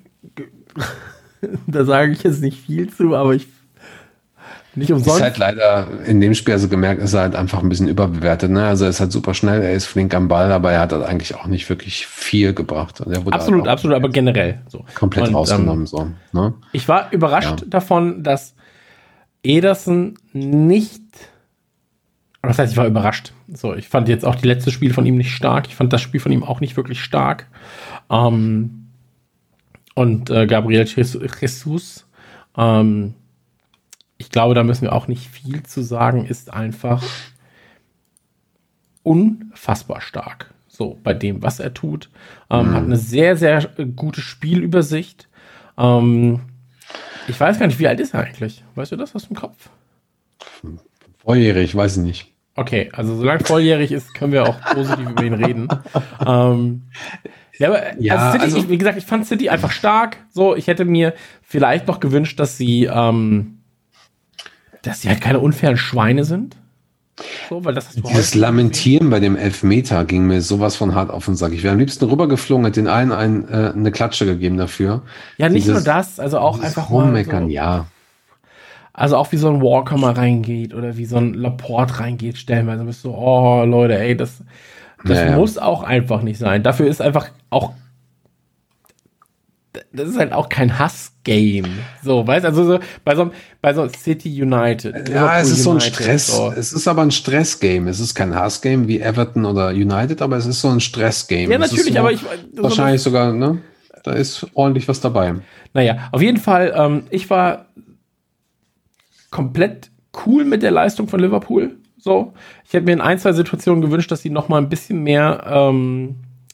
da sage ich jetzt nicht viel zu, aber ich nicht umsonst. Ist halt leider in dem Spiel also gemerkt, ist er halt einfach ein bisschen überbewertet. Ne? Also er ist halt super schnell, er ist flink am Ball, aber er hat halt eigentlich auch nicht wirklich viel gebracht. Und er wurde absolut, halt absolut, aber generell so. Komplett und, rausgenommen. Ähm, so, ne? Ich war überrascht ja. davon, dass Ederson nicht, was heißt, ich war überrascht. So, ich fand jetzt auch die letzte Spiel von ihm nicht stark. Ich fand das Spiel von ihm auch nicht wirklich stark. Ähm, und äh, Gabriel Jesus, ähm, ich glaube, da müssen wir auch nicht viel zu sagen, ist einfach unfassbar stark. So, bei dem, was er tut. Ähm, mhm. Hat eine sehr, sehr gute Spielübersicht. Ähm, ich weiß gar nicht, wie alt ist er eigentlich? Weißt du das aus dem Kopf? Volljährig, weiß ich nicht. Okay, also solange volljährig ist, können wir auch positiv über ihn reden. ähm, ja, aber ja, also City, also, ich, wie gesagt, ich fand City einfach stark. So, ich hätte mir vielleicht noch gewünscht, dass sie ähm, dass sie halt keine unfairen Schweine sind. So, weil das hast du dieses Lamentieren bei dem Elfmeter ging mir sowas von hart auf den Sack. Ich wäre am liebsten rübergeflogen, hätte den allen ein, äh, eine Klatsche gegeben dafür. Ja, nicht dieses, nur das, also auch einfach rummeckern, so, ja. Also auch wie so ein Walker mal reingeht oder wie so ein Laporte reingeht, stellenweise bist du so, oh Leute, ey, das, das naja. muss auch einfach nicht sein. Dafür ist einfach auch das ist halt auch kein Hass-Game. So, weißt du, also so, bei so bei so City United. Ja, Liverpool es ist so ein United, Stress. So. Es ist aber ein Stress-Game. Es ist kein Hass-Game wie Everton oder United, aber es ist so ein Stress-Game. Ja, natürlich, so aber ich. Wahrscheinlich so sogar, ne? Da ist ordentlich was dabei. Naja, auf jeden Fall, ähm, ich war komplett cool mit der Leistung von Liverpool. So, ich hätte mir in ein, zwei Situationen gewünscht, dass sie noch mal ein bisschen mehr, ähm,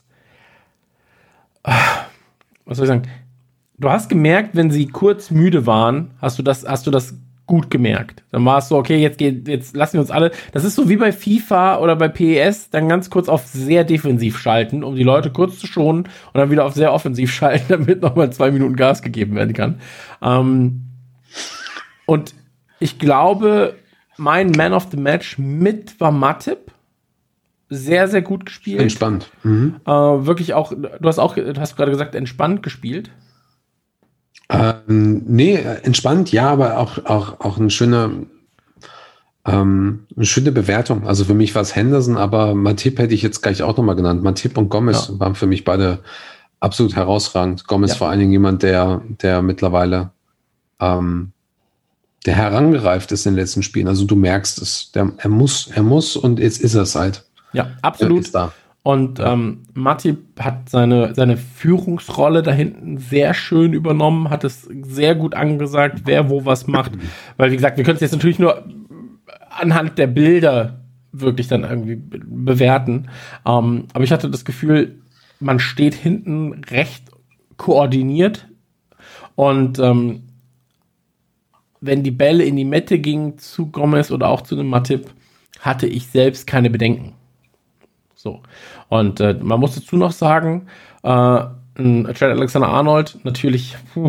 was soll ich sagen? Du hast gemerkt, wenn sie kurz müde waren, hast du das, hast du das gut gemerkt. Dann war es so, okay, jetzt geht, jetzt lassen wir uns alle. Das ist so wie bei FIFA oder bei P E S, dann ganz kurz auf sehr defensiv schalten, um die Leute kurz zu schonen und dann wieder auf sehr offensiv schalten, damit noch mal zwei Minuten Gas gegeben werden kann. Ähm, und ich glaube, mein Man of the Match mit war Matip. Sehr, sehr gut gespielt. Entspannt. Mhm. Äh, wirklich auch, du hast auch, du hast gerade gesagt, entspannt gespielt. Ähm, nee, entspannt, ja, aber auch, auch, auch eine schöne, ähm, eine schöne Bewertung. Also für mich war es Henderson, aber Matip hätte ich jetzt gleich auch nochmal genannt. Matip und Gomez ja. waren für mich beide absolut herausragend. Gomez ja. vor allen Dingen jemand, der, der mittlerweile, ähm, der herangereift ist in den letzten Spielen. Also du merkst es, der, er muss, er muss und jetzt ist er es halt. Ja, absolut. Da. Und ähm, Matip hat seine, seine Führungsrolle da hinten sehr schön übernommen, hat es sehr gut angesagt, wer wo was macht. Weil, wie gesagt, wir können es jetzt natürlich nur anhand der Bilder wirklich dann irgendwie be- bewerten. Ähm, aber ich hatte das Gefühl, man steht hinten recht koordiniert. Und ähm, wenn die Bälle in die Mitte gingen zu Gomez oder auch zu dem Matip, hatte ich selbst keine Bedenken. So. Und äh, man muss dazu noch sagen, äh, Trent Alexander-Arnold natürlich puh,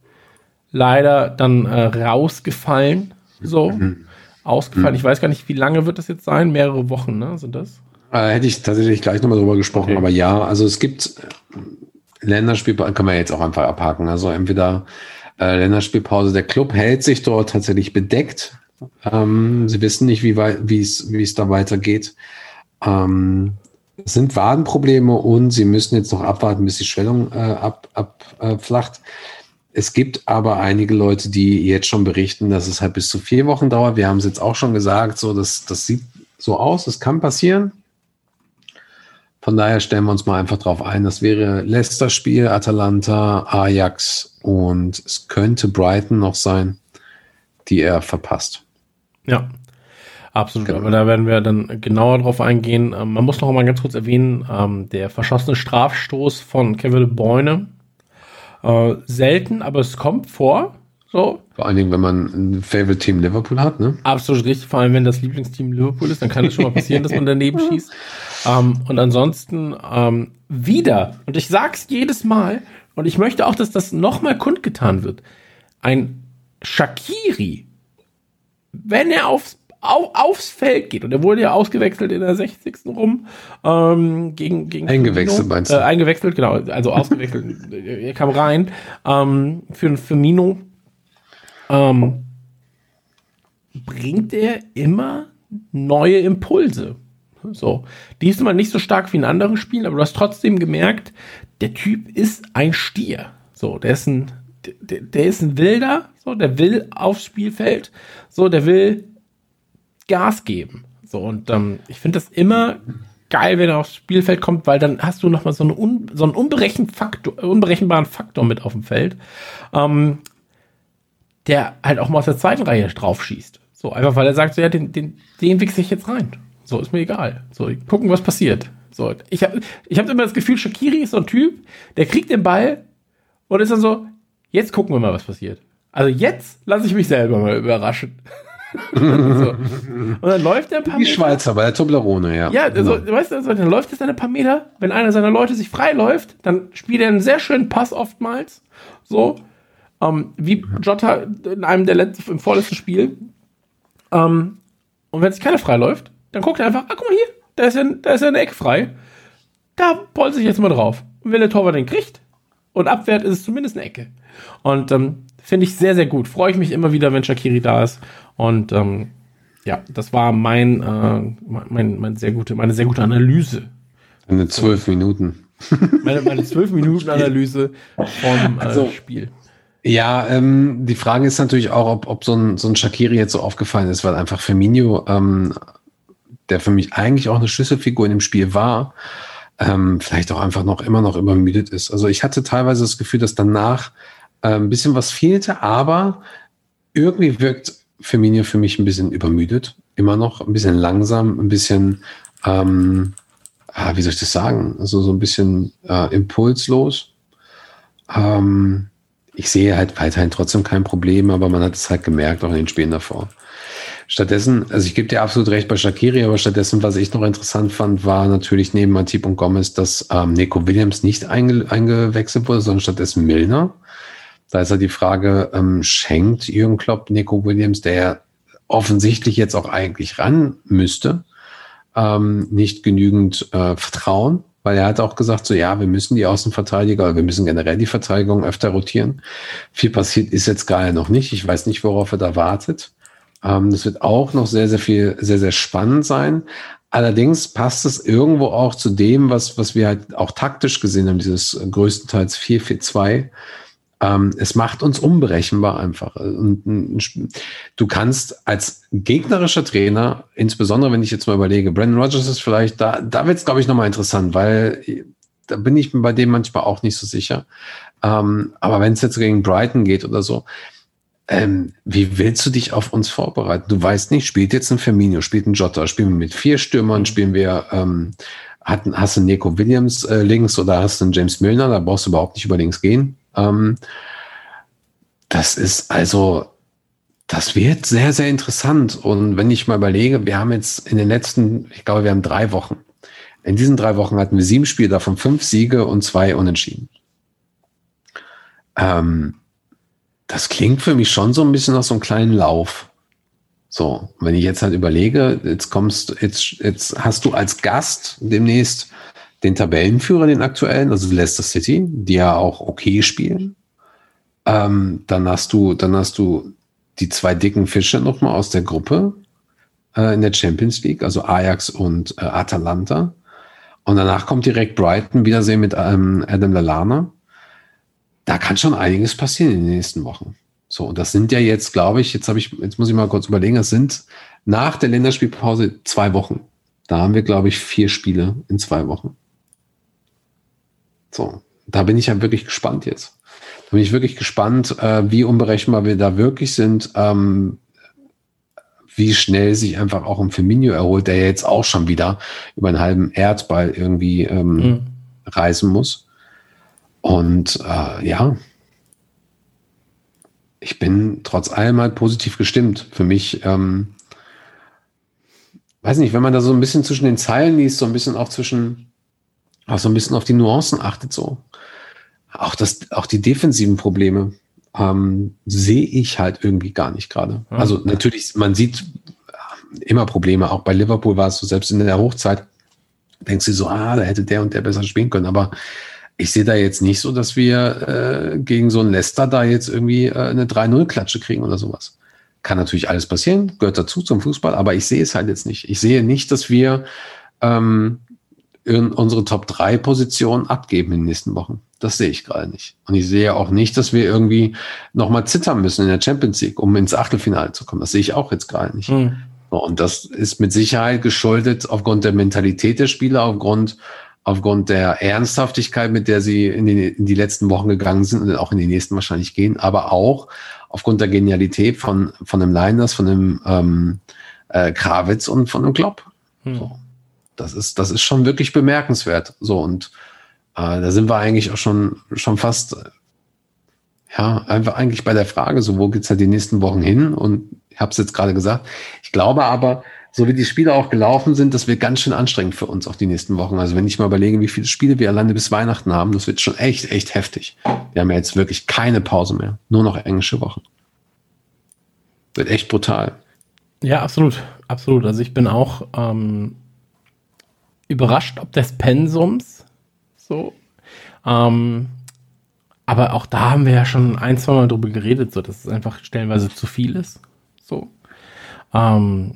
leider dann äh, rausgefallen. So. Mhm. Ausgefallen. Ich weiß gar nicht, wie lange wird das jetzt sein? Mehrere Wochen, ne? Sind das? Äh, hätte ich tatsächlich gleich nochmal drüber gesprochen, Okay. aber ja, also es gibt Länderspiel, kann man jetzt auch einfach abhaken. Also entweder äh, Länderspielpause, der Club hält sich dort tatsächlich bedeckt. Ähm, sie wissen nicht, wie weit, wie es, wie es da weitergeht. Ähm, es sind Wadenprobleme und sie müssen jetzt noch abwarten, bis die Schwellung äh, ab, abflacht. Es gibt aber einige Leute, die jetzt schon berichten, dass es halt bis zu vier Wochen dauert. Wir haben es jetzt auch schon gesagt, so das, das sieht so aus, es kann passieren. Von daher stellen wir uns mal einfach drauf ein. Das wäre Leicester-Spiel, Atalanta, Ajax und es könnte Brighton noch sein, die er verpasst. Ja, absolut. Genau. Aber da werden wir dann genauer drauf eingehen. Ähm, man muss noch mal ganz kurz erwähnen, ähm, der verschossene Strafstoß von Kevin De Bruyne. Äh, selten, aber es kommt vor. So. Vor allen Dingen, wenn man ein Favorite-Team Liverpool hat, ne? Absolut richtig, vor allem wenn das Lieblingsteam Liverpool ist, dann kann es schon mal passieren, dass man daneben schießt. Ähm, und ansonsten ähm, wieder, und ich sag's jedes Mal, und ich möchte auch, dass das nochmal kundgetan wird, ein Shaqiri, wenn er aufs, auf, aufs Feld geht, und er wurde ja ausgewechselt in der sechzigsten rum, ähm, gegen, gegen Eingewechselt, Firmino, meinst du? Äh, eingewechselt, genau, also ausgewechselt, er kam rein, ähm, für ein Firmino, ähm, bringt er immer neue Impulse. So. Diesmal nicht so stark wie in anderen Spielen, aber du hast trotzdem gemerkt, der Typ ist ein Stier. So, der ist ein, der, der ist ein Wilder, so, der will aufs Spielfeld, so, der will Gas geben. So, und ähm, ich finde das immer geil, wenn er aufs Spielfeld kommt, weil dann hast du nochmal so, eine un, so einen unberechen Faktor, unberechenbaren Faktor mit auf dem Feld. Ähm, der halt auch mal aus der zweiten Reihe drauf schießt. So, einfach weil er sagt, so, ja, den, den, den wichse ich jetzt rein. So, ist mir egal. So, gucken, was passiert. So, ich habe ich hab immer das Gefühl, Shaqiri ist so ein Typ, der kriegt den Ball und ist dann so, jetzt gucken wir mal, was passiert. Also jetzt lasse ich mich selber mal überraschen. So. Und dann läuft er ein paar Die Meter. Schweizer bei der Toblerone, ja. Ja, also, Genau. weißt du, also, dann läuft es dann ein paar Meter. Wenn einer seiner Leute sich frei läuft, dann spielt er einen sehr schönen Pass oftmals. So. Um, wie Jota in einem der letzten, im vorletzten Spiel. Um, und wenn sich keiner frei läuft, dann guckt er einfach, ah, guck mal hier, da ist ja, da ist ja eine Ecke frei. Da bolze ich jetzt mal drauf. Und wenn der Torwart den kriegt und abwehrt, ist es zumindest eine Ecke. Und um, finde ich sehr, sehr gut. Freue ich mich immer wieder, wenn Shaqiri da ist. Und um, ja, das war mein, äh, mein, mein sehr gute, meine sehr gute Analyse. Eine zwölf Minuten. Meine, meine zwölf Minuten Analyse vom äh, Also, Spiel. Ja, ähm, die Frage ist natürlich auch, ob, ob so ein, so ein Shaqiri jetzt so aufgefallen ist, weil einfach Firmino, ähm, der für mich eigentlich auch eine Schlüsselfigur in dem Spiel war, ähm, vielleicht auch einfach noch immer noch übermüdet ist. Also ich hatte teilweise das Gefühl, dass danach äh, ein bisschen was fehlte, aber irgendwie wirkt Firmino für mich ein bisschen übermüdet. Immer noch ein bisschen langsam, ein bisschen, ähm, ah, wie soll ich das sagen? Also so ein bisschen äh, impulslos. Ähm, Ich sehe halt weiterhin trotzdem kein Problem, aber man hat es halt gemerkt, auch in den Spielen davor. Stattdessen, also ich gebe dir absolut recht bei Shaqiri, aber stattdessen, was ich noch interessant fand, war natürlich neben Matip und Gomez, dass ähm, Neco Williams nicht einge eingewechselt wurde, sondern stattdessen Milner. Da ist halt die Frage, ähm, schenkt Jürgen Klopp Neco Williams, der ja offensichtlich jetzt auch eigentlich ran müsste, ähm, nicht genügend äh, Vertrauen? Weil er hat auch gesagt, so ja, wir müssen die Außenverteidiger, oder wir müssen generell die Verteidigung öfter rotieren. Viel passiert ist jetzt gerade noch nicht. Ich weiß nicht, worauf er da wartet. Ähm, das wird auch noch sehr, sehr viel, sehr, sehr spannend sein. Allerdings passt es irgendwo auch zu dem, was, was wir halt auch taktisch gesehen haben, dieses größtenteils vier vier zwei. Ähm, es macht uns unberechenbar einfach. Und du kannst als gegnerischer Trainer, insbesondere wenn ich jetzt mal überlege, Brendan Rodgers ist vielleicht, da, da wird es, glaube ich, nochmal interessant, weil da bin ich bei dem manchmal auch nicht so sicher. Ähm, aber wenn es jetzt gegen Brighton geht oder so, ähm, wie willst du dich auf uns vorbereiten? Du weißt nicht, spielt jetzt ein Firmino, spielt ein Jota, spielen wir mit vier Stürmern, spielen wir, ähm, hat, hast du Nico Williams äh, links oder hast du einen James Milner, da brauchst du überhaupt nicht über links gehen. Ähm, das ist also, das wird sehr, sehr interessant. Und wenn ich mal überlege, wir haben jetzt in den letzten, ich glaube, wir haben drei Wochen. In diesen drei Wochen hatten wir sieben Spiele, davon fünf Siege und zwei Unentschieden. Ähm, das klingt für mich schon so ein bisschen nach so einem kleinen Lauf. So, wenn ich jetzt halt überlege, jetzt kommst, jetzt, jetzt hast du als Gast demnächst den Tabellenführer, den aktuellen, also Leicester City, die ja auch okay spielen. Ähm, dann hast du, dann hast du die zwei dicken Fische nochmal aus der Gruppe äh, in der Champions League, also Ajax und äh, Atalanta. Und danach kommt direkt Brighton, Wiedersehen mit ähm, Adam Lallana. Da kann schon einiges passieren in den nächsten Wochen. So, und das sind ja jetzt, glaube ich, jetzt habe ich, jetzt muss ich mal kurz überlegen, das sind nach der Länderspielpause zwei Wochen. Da haben wir, glaube ich, vier Spiele in zwei Wochen. So, da bin ich ja wirklich gespannt jetzt. Da bin ich wirklich gespannt, äh, wie unberechenbar wir da wirklich sind, ähm, wie schnell sich einfach auch ein Firmino erholt, der jetzt auch schon wieder über einen halben Erdball irgendwie ähm, mhm. reisen muss. Und äh, ja, ich bin trotz allem halt positiv gestimmt. Für mich, ähm, weiß nicht, wenn man da so ein bisschen zwischen den Zeilen liest, so ein bisschen auch zwischen, auch so ein bisschen auf die Nuancen achtet, so. Auch das, auch die defensiven Probleme ähm, sehe ich halt irgendwie gar nicht gerade. Ja. Also natürlich, man sieht immer Probleme. Auch bei Liverpool war es so, selbst in der Hochzeit denkst du so, ah, da hätte der und der besser spielen können. Aber ich sehe da jetzt nicht so, dass wir äh, gegen so einen Leicester da jetzt irgendwie äh, eine drei null Klatsche kriegen oder sowas. Kann natürlich alles passieren, gehört dazu zum Fußball, aber ich sehe es halt jetzt nicht. Ich sehe nicht, dass wir ähm, in unsere Top drei Position abgeben in den nächsten Wochen. Das sehe ich gerade nicht. Und ich sehe auch nicht, dass wir irgendwie nochmal zittern müssen in der Champions League, um ins Achtelfinale zu kommen. Das sehe ich auch jetzt gerade nicht. Mhm. Und das ist mit Sicherheit geschuldet aufgrund der Mentalität der Spieler, aufgrund aufgrund der Ernsthaftigkeit, mit der sie in die, in die letzten Wochen gegangen sind und auch in die nächsten wahrscheinlich gehen, aber auch aufgrund der Genialität von, von dem Leiners, von dem ähm, äh, Krawitz und von dem Klopp. Hm. So. Das ist, das ist schon wirklich bemerkenswert. So, und äh, da sind wir eigentlich auch schon, schon fast, ja, einfach eigentlich bei der Frage, so, wo geht's halt die nächsten Wochen hin? Und ich habe es jetzt gerade gesagt. Ich glaube aber, so wie die Spiele auch gelaufen sind, das wird ganz schön anstrengend für uns auch die nächsten Wochen. Also wenn ich mal überlege, wie viele Spiele wir alleine bis Weihnachten haben, das wird schon echt, echt heftig. Wir haben ja jetzt wirklich keine Pause mehr. Nur noch englische Wochen. Wird echt brutal. Ja, absolut. Absolut. Also ich bin auch ähm, überrascht, ob des Pensums so. Ähm, aber auch da haben wir ja schon ein, zwei Mal drüber geredet, so, dass es einfach stellenweise zu viel ist. So. Ähm,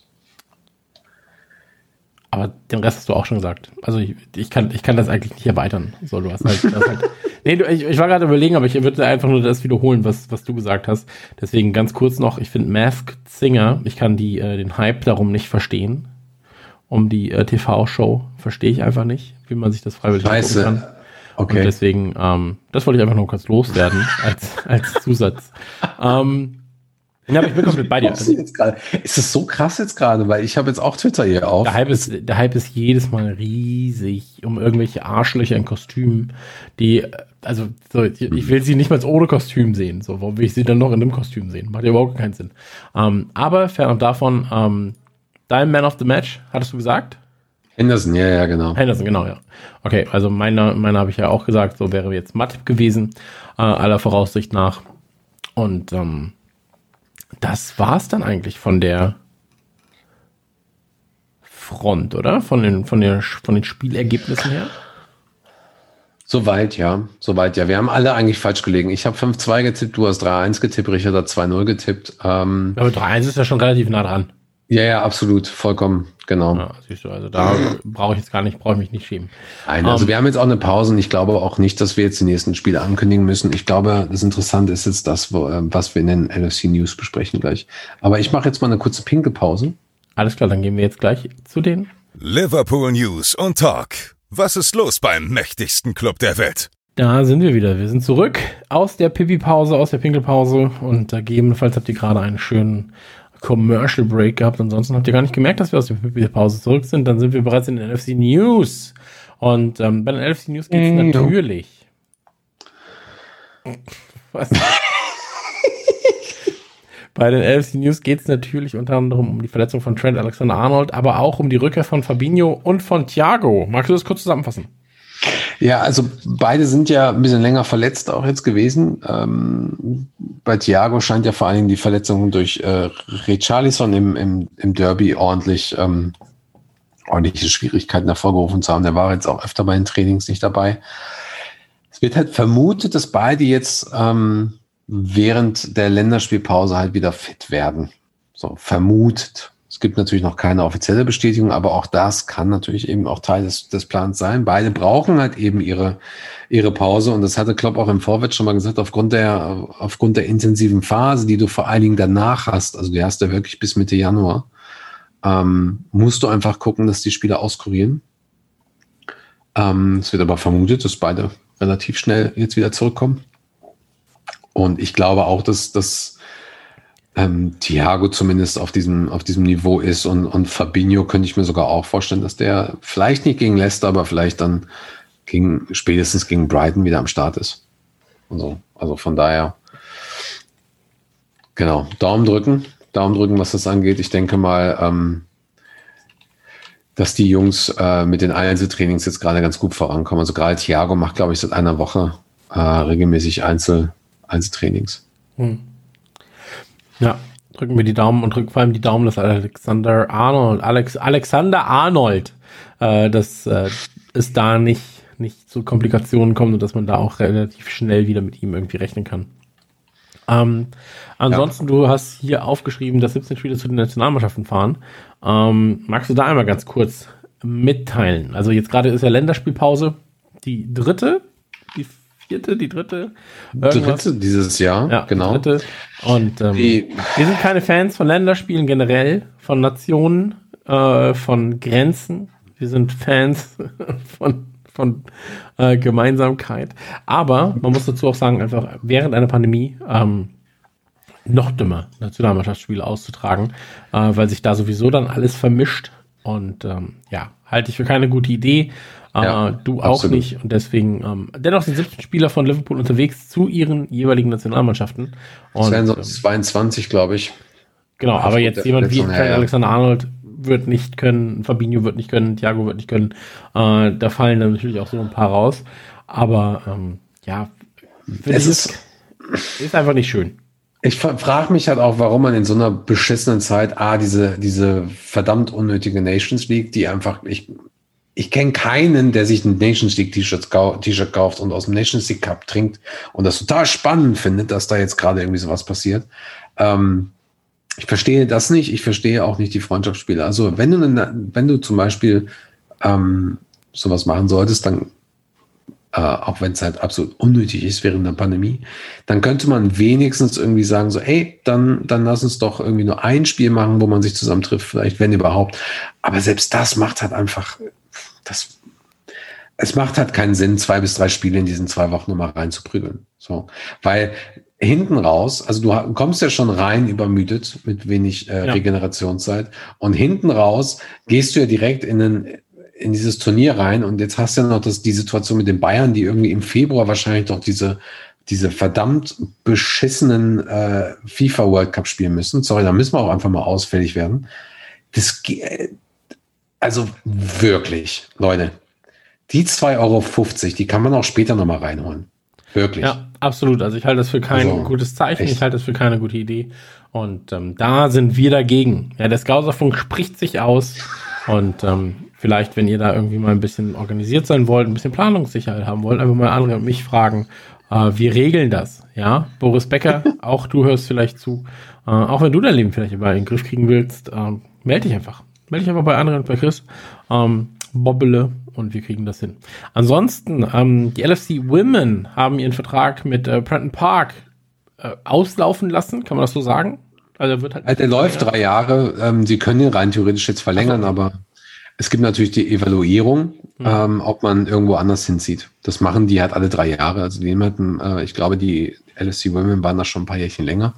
Aber den Rest hast du auch schon gesagt. Also ich, ich, kann, ich kann das eigentlich nicht erweitern. So, du hast halt, du hast halt nee, du, ich, ich war gerade überlegen, aber ich würde einfach nur das wiederholen, was, was du gesagt hast. Deswegen ganz kurz noch, ich finde Masked Singer, ich kann die, äh, den Hype darum nicht verstehen. Um die äh, T V-Show verstehe ich einfach nicht, wie man sich das freiwillig angucken kann. Okay. Und deswegen, ähm, das wollte ich einfach nur kurz loswerden als, als Zusatz. ähm, Ja, aber ich bin komplett bei dir. Also, jetzt ist es so krass jetzt gerade, weil ich habe jetzt auch Twitter hier auf. Der Hype, ist, der Hype ist jedes Mal riesig um irgendwelche Arschlöcher in Kostümen, die, also so, ich, ich will sie nicht mal ohne Kostüm sehen. So, warum will ich sie dann noch in einem Kostüm sehen? Macht ja überhaupt keinen Sinn. Ähm, aber fernab davon, ähm, dein Man of the Match, hattest du gesagt? Henderson, ja, ja, genau. Henderson, genau, ja. Okay, also meiner, meiner habe ich ja auch gesagt, so wäre jetzt Matip gewesen, äh, aller Voraussicht nach. Und, ähm, das war's dann eigentlich von der Front, oder? Von den, von der, von den Spielergebnissen her? Soweit, ja. Soweit, ja. Wir haben alle eigentlich falsch gelegen. Ich habe fünf zwei getippt, du hast drei eins getippt, Richard hat zwei null getippt. Ähm, Aber drei eins ist ja schon relativ nah dran. Ja, ja, absolut, vollkommen, genau. Ja, siehst du, also da brauche ich jetzt gar nicht, brauche ich mich nicht schämen. Nein, also Um, wir haben jetzt auch eine Pause und ich glaube auch nicht, dass wir jetzt die nächsten Spiele ankündigen müssen. Ich glaube, das Interessante ist jetzt das, wo, was wir in den N F C News besprechen gleich. Aber ich mache jetzt mal eine kurze Pinkelpause. Alles klar, dann gehen wir jetzt gleich zu den Liverpool News und Talk. Was ist los beim mächtigsten Club der Welt? Da sind wir wieder. Wir sind zurück aus der Pipi-Pause, aus der Pinkelpause und äh, gegebenenfalls habt ihr gerade einen schönen Commercial Break gehabt. Ansonsten habt ihr gar nicht gemerkt, dass wir aus der Pipi-Pause zurück sind. Dann sind wir bereits in den N F C News. Und ähm, bei den N F C News geht es Mm, natürlich. Was? Bei den N F C News geht es natürlich unter anderem um die Verletzung von Trent Alexander-Arnold, aber auch um die Rückkehr von Fabinho und von Thiago. Magst du das kurz zusammenfassen? Ja, also beide sind ja ein bisschen länger verletzt auch jetzt gewesen. Ähm, bei Thiago scheint ja vor allen Dingen die Verletzung durch äh, Richarlison im, im, im Derby ordentlich ähm, ordentliche Schwierigkeiten hervorgerufen zu haben. Der war jetzt auch öfter bei den Trainings nicht dabei. Es wird halt vermutet, dass beide jetzt ähm, während der Länderspielpause halt wieder fit werden. So, vermutet. Es gibt natürlich noch keine offizielle Bestätigung, aber auch das kann natürlich eben auch Teil des, des Plans sein. Beide brauchen halt eben ihre, ihre Pause und das hatte Klopp auch im Vorwärts schon mal gesagt, aufgrund der, aufgrund der intensiven Phase, die du vor allen Dingen danach hast, also die hast du wirklich bis Mitte Januar, ähm, musst du einfach gucken, dass die Spieler auskurieren. Ähm, es wird aber vermutet, dass beide relativ schnell jetzt wieder zurückkommen. Und ich glaube auch, dass, dass ähm, Thiago zumindest auf diesem, auf diesem Niveau ist und, und Fabinho könnte ich mir sogar auch vorstellen, dass der vielleicht nicht gegen Leicester, aber vielleicht dann gegen, spätestens gegen Brighton wieder am Start ist. Und so. Also von daher, genau, Daumen drücken, Daumen drücken, was das angeht. Ich denke mal, ähm, dass die Jungs äh, mit den Einzeltrainings jetzt gerade ganz gut vorankommen. Also gerade Thiago macht, glaube ich, seit einer Woche äh, regelmäßig Einzel, Einzeltrainings. Hm. Ja, drücken wir die Daumen und drücken vor allem die Daumen, dass Alexander Arnold, Alex, Alexander Arnold, äh, dass äh, es da nicht, nicht zu Komplikationen kommt und dass man da auch relativ schnell wieder mit ihm irgendwie rechnen kann. Ähm, ansonsten, ja. Du hast hier aufgeschrieben, dass siebzehn Spieler zu den Nationalmannschaften fahren. Ähm, magst du da einmal ganz kurz mitteilen? Also jetzt gerade ist ja Länderspielpause, die dritte, die vierte, die dritte? Irgendwas. Dritte dieses Jahr, ja, genau. Dritte. Und ähm, die, wir sind keine Fans von Länderspielen generell, von Nationen, äh, von Grenzen. Wir sind Fans von von äh, Gemeinsamkeit. Aber man muss dazu auch sagen, einfach während einer Pandemie ähm, noch dümmer Nationalmannschaftsspiele auszutragen, äh, weil sich da sowieso dann alles vermischt. Und ähm, ja, halte ich für keine gute Idee. Äh, ja, du auch absolut. nicht. Und deswegen, ähm, dennoch sind siebzehn Spieler von Liverpool unterwegs zu ihren jeweiligen Nationalmannschaften. Und, es wären so ähm, zweiundzwanzig, glaube ich. Genau, aber jetzt jemand wie Verletzung, ja, ja. Alexander Arnold wird nicht können, Fabinho wird nicht können, Thiago wird nicht können. Äh, da fallen dann natürlich auch so ein paar raus. Aber ähm, ja, Es ist, ist, ist einfach nicht schön. ich frage mich halt auch, warum man in so einer beschissenen Zeit, ah, diese, diese verdammt unnötige Nations League, die einfach, ich, ich kenne keinen, der sich ein Nations League T-Shirt T-Shirt kauft und aus dem Nations League Cup trinkt und das total spannend findet, dass da jetzt gerade irgendwie sowas passiert. Ähm, Ich verstehe das nicht. Ich verstehe auch nicht die Freundschaftsspiele. Also wenn du, wenn du zum Beispiel ähm, sowas machen solltest, dann, äh, auch wenn es halt absolut unnötig ist während der Pandemie, dann könnte man wenigstens irgendwie sagen, so, ey, dann, dann lass uns doch irgendwie nur ein Spiel machen, wo man sich zusammentrifft, vielleicht, wenn überhaupt. Aber selbst das macht halt einfach, das, es macht halt keinen Sinn, zwei bis drei Spiele in diesen zwei Wochen nochmal reinzuprügeln. So, weil hinten raus, also du kommst ja schon rein übermüdet mit wenig äh, Ja. Regenerationszeit und hinten raus gehst du ja direkt in, den, in dieses Turnier rein und jetzt hast du ja noch das, die Situation mit den Bayern, die irgendwie im Februar wahrscheinlich doch diese, diese verdammt beschissenen äh, FIFA World Cup spielen müssen. Sorry, da müssen wir auch einfach mal ausfällig werden. Das, ge- also wirklich, Leute, die zwei Euro fünfzig, die kann man auch später nochmal reinholen. Wirklich. Ja, absolut. Also ich halte das für kein Also, gutes Zeichen. echt. Ich halte das für keine gute Idee. Und ähm, da sind wir dagegen. Ja, der Skauserfunk spricht sich aus. Und ähm, vielleicht, wenn ihr da irgendwie mal ein bisschen organisiert sein wollt, ein bisschen Planungssicherheit haben wollt, einfach mal andere und mich fragen, äh, wir regeln das. Ja, Boris Becker, auch du hörst vielleicht zu. Äh, auch wenn du dein Leben vielleicht mal in den Griff kriegen willst, äh, melde dich einfach. Melde dich einfach bei André und bei Chris. Ähm, Bobbele und wir kriegen das hin. Ansonsten, ähm, die L F C Women haben ihren Vertrag mit äh, Prenton Park äh, auslaufen lassen, kann man das so sagen? Also wird halt. Also der läuft drei Jahre. Ähm, sie können ihn rein theoretisch jetzt verlängern, aber es gibt natürlich die Evaluierung, mhm. ähm, ob man irgendwo anders hinzieht. Das machen die halt alle drei Jahre. Also die hatten, äh, ich glaube, die L F C Women waren da schon ein paar Jährchen länger.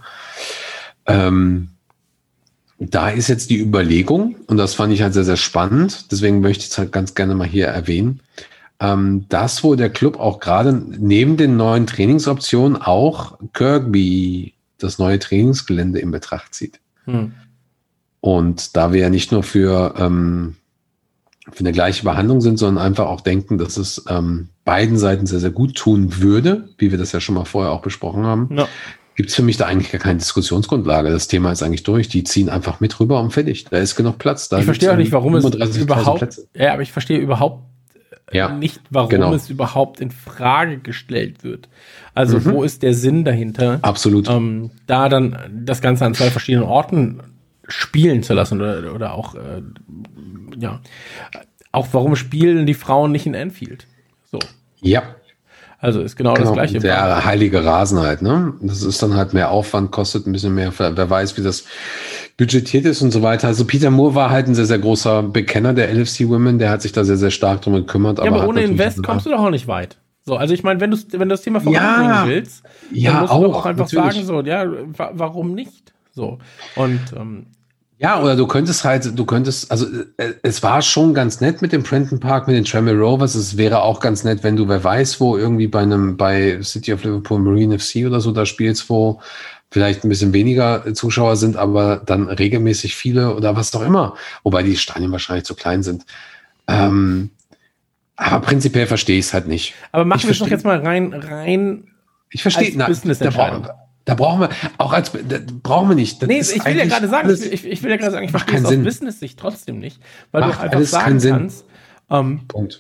Ähm, da ist jetzt die Überlegung, und das fand ich halt sehr, sehr spannend, deswegen möchte ich es halt ganz gerne mal hier erwähnen, ähm, dass wo der Club auch gerade neben den neuen Trainingsoptionen auch Kirkby, das neue Trainingsgelände, in Betracht zieht. Hm. Und da wir ja nicht nur für, ähm, für eine gleiche Behandlung sind, sondern einfach auch denken, dass es ähm, beiden Seiten sehr, sehr gut tun würde, wie wir das ja schon mal vorher auch besprochen haben, ja. Gibt es für mich da eigentlich gar keine Diskussionsgrundlage. Das Thema ist eigentlich durch. Die ziehen einfach mit rüber und fertig. Da ist genug Platz. Da ich verstehe auch nicht, warum es überhaupt, Plätze. ja, aber ich verstehe überhaupt ja, nicht, warum genau. es überhaupt in Frage gestellt wird. Also mhm. wo ist der Sinn dahinter? Absolut. Ähm, da dann das Ganze an zwei verschiedenen Orten spielen zu lassen oder, oder auch, äh, ja, auch warum spielen die Frauen nicht in Anfield? So. Ja. Also ist genau, genau das Gleiche. Der heilige Rasen halt, ne? Das ist dann halt mehr Aufwand, kostet ein bisschen mehr. Wer weiß, wie das budgetiert ist und so weiter. Also Peter Moore war halt ein sehr, sehr großer Bekenner der L F C Women. Der hat sich da sehr, sehr stark drum gekümmert. Ja, aber, aber ohne Invest kommst du doch auch nicht weit. So, also ich meine, wenn du wenn du das Thema voranbringen ja, willst, ja, dann musst auch, du doch auch einfach natürlich. sagen, so, ja, wa- warum nicht? So. Und ähm, ja, oder du könntest halt, du könntest, also äh, es war schon ganz nett mit dem Prenton Park, mit den Tranmere Rovers. Es wäre auch ganz nett, wenn du, wer weiß, wo irgendwie bei einem, bei City of Liverpool Marine F C oder so da spielst, wo vielleicht ein bisschen weniger Zuschauer sind, aber dann regelmäßig viele oder was auch immer. Wobei die Stadien wahrscheinlich zu klein sind. Ähm, aber prinzipiell verstehe ich es halt nicht. Aber machen wir es doch jetzt mal rein, rein. Ich verstehe, na, da brauchen wir. Da brauchen wir, auch als, da brauchen wir nicht. Das nee, ich will ja gerade sagen, alles, ich, ich will ja gerade sagen, ich verstehe es aus Business-Sicht trotzdem nicht, weil macht du einfach sagen kannst, ähm, Punkt.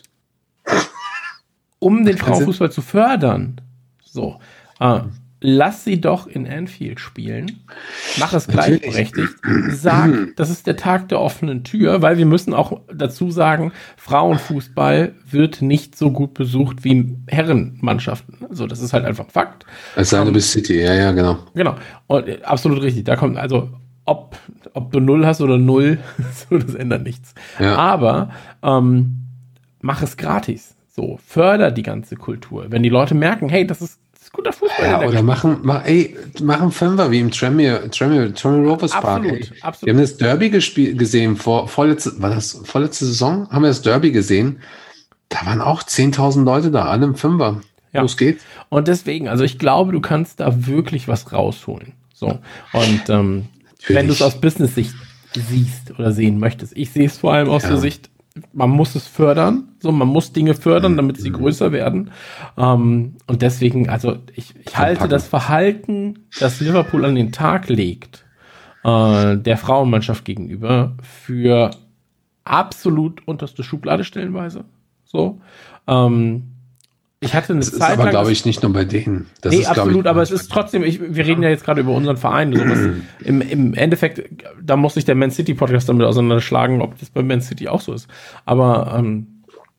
um den Frauenfußball zu fördern, so, äh, lass sie doch in Anfield spielen, mach es gleichberechtigt, sag, das ist der Tag der offenen Tür, weil wir müssen auch dazu sagen, Frauenfußball wird nicht so gut besucht wie Herrenmannschaften. Also das ist halt einfach ein Fakt. Es sei denn, du bist City, ja, ja, genau. Genau, und äh, absolut richtig. Da kommt also, ob, ob du null hast oder null, so, das ändert nichts. Ja. Aber ähm, mach es gratis. So, förder die ganze Kultur. Wenn die Leute merken, hey, das ist guter Fußball. Ja, oder machen, mach, ey, machen Fünfer wie im Tranmere, Tranmere, Tranmere Rovers Park. Absolut, absolut. Wir haben das Derby gespielt, gesehen, vor, vorletzte, war das vorletzte Saison? Haben wir das Derby gesehen? Da waren auch zehntausend Leute da, alle im Fünfer. Ja. Los geht's. Und deswegen, also ich glaube, du kannst da wirklich was rausholen. So. Und ähm, wenn du es aus Business-Sicht siehst oder sehen möchtest, ich sehe es vor allem aus ja. der Sicht, man muss es fördern, so, man muss Dinge fördern, damit sie größer werden. Ähm, und deswegen, also ich, ich halte das Verhalten, das Liverpool an den Tag legt, äh, der Frauenmannschaft gegenüber, für absolut unterste Schublade stellenweise. So. Ähm, ich hatte eine das Zeit ist aber, glaube ich, nicht nur bei denen. Das nee, ist, absolut, ich, aber es ist trotzdem, ich, wir reden ja jetzt gerade über unseren Verein. Sowas. Im, Im Endeffekt, da muss sich der Man City Podcast damit auseinanderschlagen, ob das bei Man City auch so ist. Aber ähm,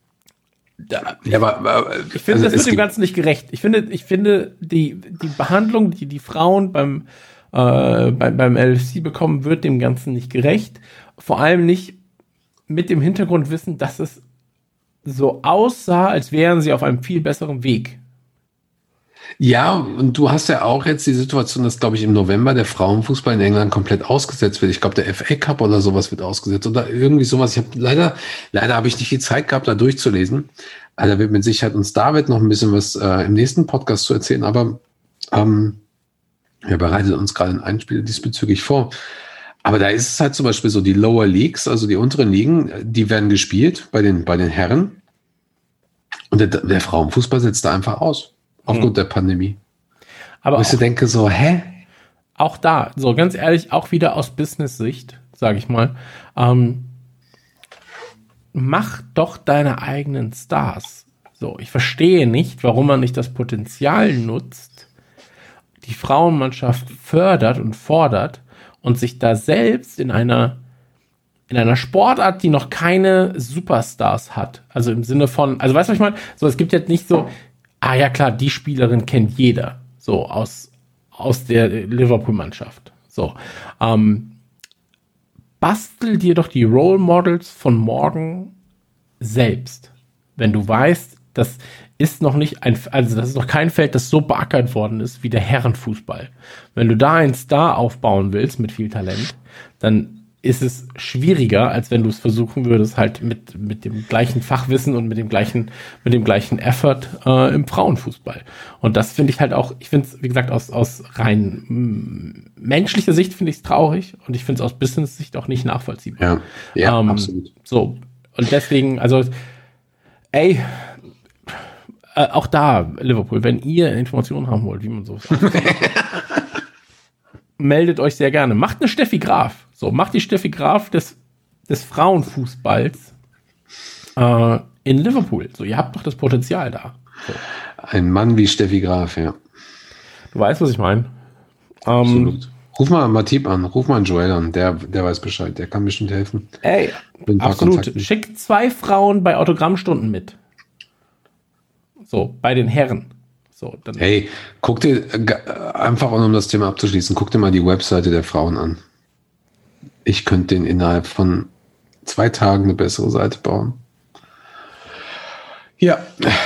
da, ja, aber, aber ich finde, also das wird dem Ganzen nicht gerecht. Ich finde, ich finde die, die Behandlung, die die Frauen beim, äh, beim, beim L F C bekommen, wird dem Ganzen nicht gerecht. Vor allem nicht mit dem Hintergrundwissen, dass es so aussah, als wären sie auf einem viel besseren Weg. Ja, und du hast ja auch jetzt die Situation, dass, glaube ich, im November der Frauenfußball in England komplett ausgesetzt wird. Ich glaube, der F A Cup oder sowas wird ausgesetzt oder irgendwie sowas. Ich habe leider, leider habe ich nicht die Zeit gehabt, da durchzulesen. Also da wird mit Sicherheit uns David noch ein bisschen was äh, im nächsten Podcast zu erzählen, aber ähm, er bereitet uns gerade ein Einspiel diesbezüglich vor. Aber da ist es halt zum Beispiel so, die Lower Leagues, also die unteren Ligen, die werden gespielt bei den, bei den Herren. Und der, der Frauenfußball setzt da einfach aus. Aufgrund hm. der Pandemie. Aber ich denke so, hä? Auch da, so ganz ehrlich, auch wieder aus Business-Sicht, sage ich mal, ähm, mach doch deine eigenen Stars. So, ich verstehe nicht, warum man nicht das Potenzial nutzt, die Frauenmannschaft fördert und fordert und sich da selbst in einer in einer Sportart, die noch keine Superstars hat. Also im Sinne von, also weißt du, was ich meine? So, es gibt jetzt nicht so, ah ja klar, die Spielerin kennt jeder. So, aus, aus der Liverpool-Mannschaft. So, ähm, bastel dir doch die Role Models von morgen selbst. Wenn du weißt, das ist noch nicht ein, also das ist noch kein Feld, das so beackert worden ist wie der Herrenfußball. Wenn du da einen Star aufbauen willst mit viel Talent, dann ist es schwieriger, als wenn du es versuchen würdest, halt mit, mit dem gleichen Fachwissen und mit dem gleichen, mit dem gleichen Effort äh, im Frauenfußball. Und das finde ich halt auch, ich finde es, wie gesagt, aus, aus rein m- menschlicher Sicht finde ich es traurig und ich finde es aus Business-Sicht auch nicht nachvollziehbar. Ja, ja, ähm, absolut. So, und deswegen, also, ey, äh, auch da, Liverpool, wenn ihr Informationen haben wollt, wie man sowas meldet euch sehr gerne. Macht eine Steffi Graf. So, macht die Steffi Graf des, des Frauenfußballs äh, in Liverpool. So, ihr habt doch das Potenzial da. So. Ein Mann wie Steffi Graf, ja. Du weißt, was ich meine. Ähm, Absolut. Ruf mal Matip an, ruf mal einen Joel an, der, der weiß Bescheid, der kann bestimmt helfen. Ey, Mit ein paar absolut. Kontakten. Schickt zwei Frauen bei Autogrammstunden mit. So, bei den Herren. So, dann Hey, guck dir, äh, einfach um das Thema abzuschließen, guck dir mal die Webseite der Frauen an. Ich könnte denen innerhalb von zwei Tagen eine bessere Seite bauen. Ja.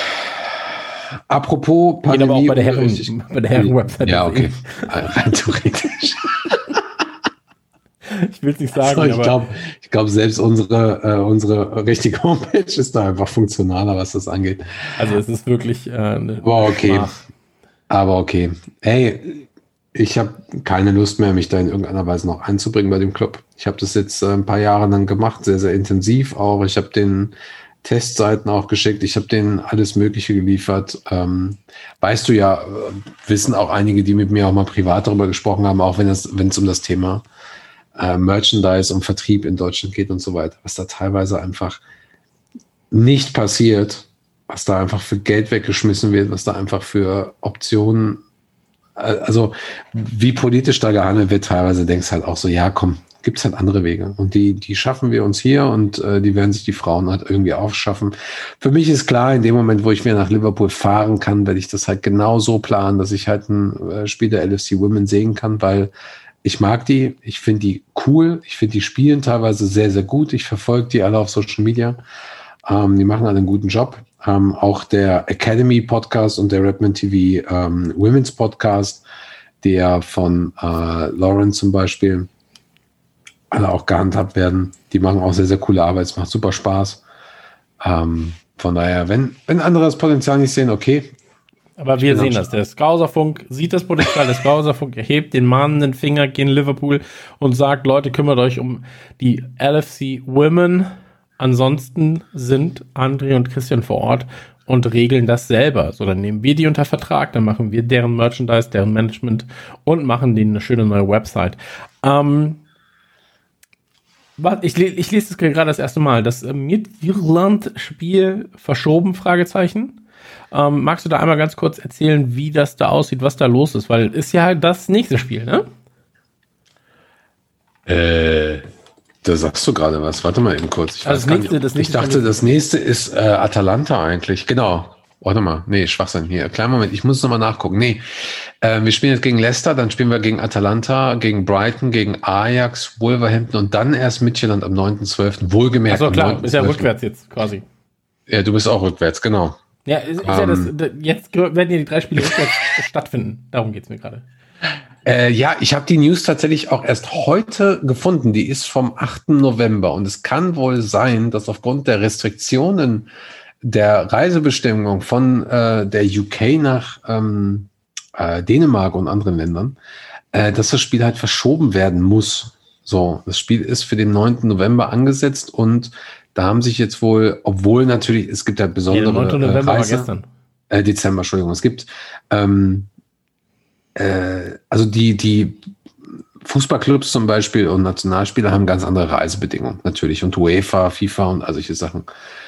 Apropos geht aber auch Pandemie. bei der Herren, ich- bei der Herren-Website. Ja, okay. Rein theoretisch. Ich will es nicht sagen, So, ich aber glaube, ich glaub, selbst unsere, äh, unsere richtige Homepage ist da einfach funktionaler, was das angeht. also es ist wirklich äh, eine Aber okay. Schmach. Aber okay. Hey, ich habe keine Lust mehr, mich da in irgendeiner Weise noch einzubringen bei dem Club. Ich habe das jetzt äh, ein paar Jahre lang gemacht, sehr, sehr intensiv auch. Ich habe den Testseiten auch geschickt. Ich habe denen alles Mögliche geliefert. Ähm, weißt du ja, äh, wissen auch einige, die mit mir auch mal privat darüber gesprochen haben, auch wenn es wenn es um das Thema äh, Merchandise und Vertrieb in Deutschland geht und so weiter, was da teilweise einfach nicht passiert, was da einfach für Geld weggeschmissen wird, was da einfach für Optionen, äh, also wie politisch da gehandelt wird, teilweise denkst halt auch so, ja komm, gibt's halt andere Wege. Und die, die schaffen wir uns hier und äh, die werden sich die Frauen halt irgendwie aufschaffen. Für mich ist klar, in dem Moment, wo ich wieder nach Liverpool fahren kann, werde ich das halt genau so planen, dass ich halt ein äh, Spiel der L F C Women sehen kann, weil ich mag die, ich finde die cool, ich finde die spielen teilweise sehr, sehr gut. Ich verfolge die alle auf Social Media. Ähm, die machen alle einen guten Job. Ähm, auch der Academy Podcast und der Redman T V ähm, Women's Podcast, der von äh, Lauren zum Beispiel, alle auch gehandhabt werden. Die machen auch sehr, sehr coole Arbeit. Es macht super Spaß. Ähm, von daher, wenn, wenn andere das Potenzial nicht sehen, okay. Aber wir bin sehen am das. Der Skauserfunk sieht das Potenzial. Der Skauserfunk erhebt den mahnenden Finger gegen Liverpool und sagt, Leute, kümmert euch um die L F C Women. Ansonsten sind André und Christian vor Ort und regeln das selber. So, dann nehmen wir die unter Vertrag, dann machen wir deren Merchandise, deren Management und machen denen eine schöne neue Website. Ähm, was, ich, le- ich lese das gerade das erste Mal. Das äh, Midtjylland-Spiel verschoben, Fragezeichen. Ähm, magst du da einmal ganz kurz erzählen, wie das da aussieht, was da los ist? Weil ist ja das nächste Spiel, ne? Äh, da sagst du gerade was. Warte mal eben kurz. Ich, Also weiß das gar nächste- nicht. das nächste ich dachte, Spiel- das nächste ist äh, Atalanta eigentlich. Genau. Warte mal. Nee, Schwachsinn hier. Kleinen Moment. Ich muss es nochmal nachgucken. Nee. Äh, wir spielen jetzt gegen Leicester, dann spielen wir gegen Atalanta, gegen Brighton, gegen Ajax, Wolverhampton und dann erst Midtjylland am neunten zwölften Wohlgemerkt. Achso, am klar, neunten ist ja zwölften rückwärts jetzt quasi. Ja, du bist auch rückwärts, genau. Ja, ist, ist ja das, Ähm. d- jetzt werden ja die drei Spiele rückwärts stattfinden. Darum geht's mir gerade. Äh, ja, ich habe die News tatsächlich auch erst heute gefunden. Die ist vom achten November. Und es kann wohl sein, dass aufgrund der Restriktionen der Reisebestimmung von äh, der U K nach ähm, äh, Dänemark und anderen Ländern, äh, dass das Spiel halt verschoben werden muss. So, das Spiel ist für den neunten November angesetzt und da haben sich jetzt wohl, obwohl natürlich, es gibt halt Ja, besondere der neunte äh, November war Reise, gestern. äh, Dezember, Entschuldigung, es gibt ähm, äh, also die, die Fußballclubs zum Beispiel und Nationalspieler haben ganz andere Reisebedingungen, natürlich. Und UEFA, FIFA und all solche Sachen.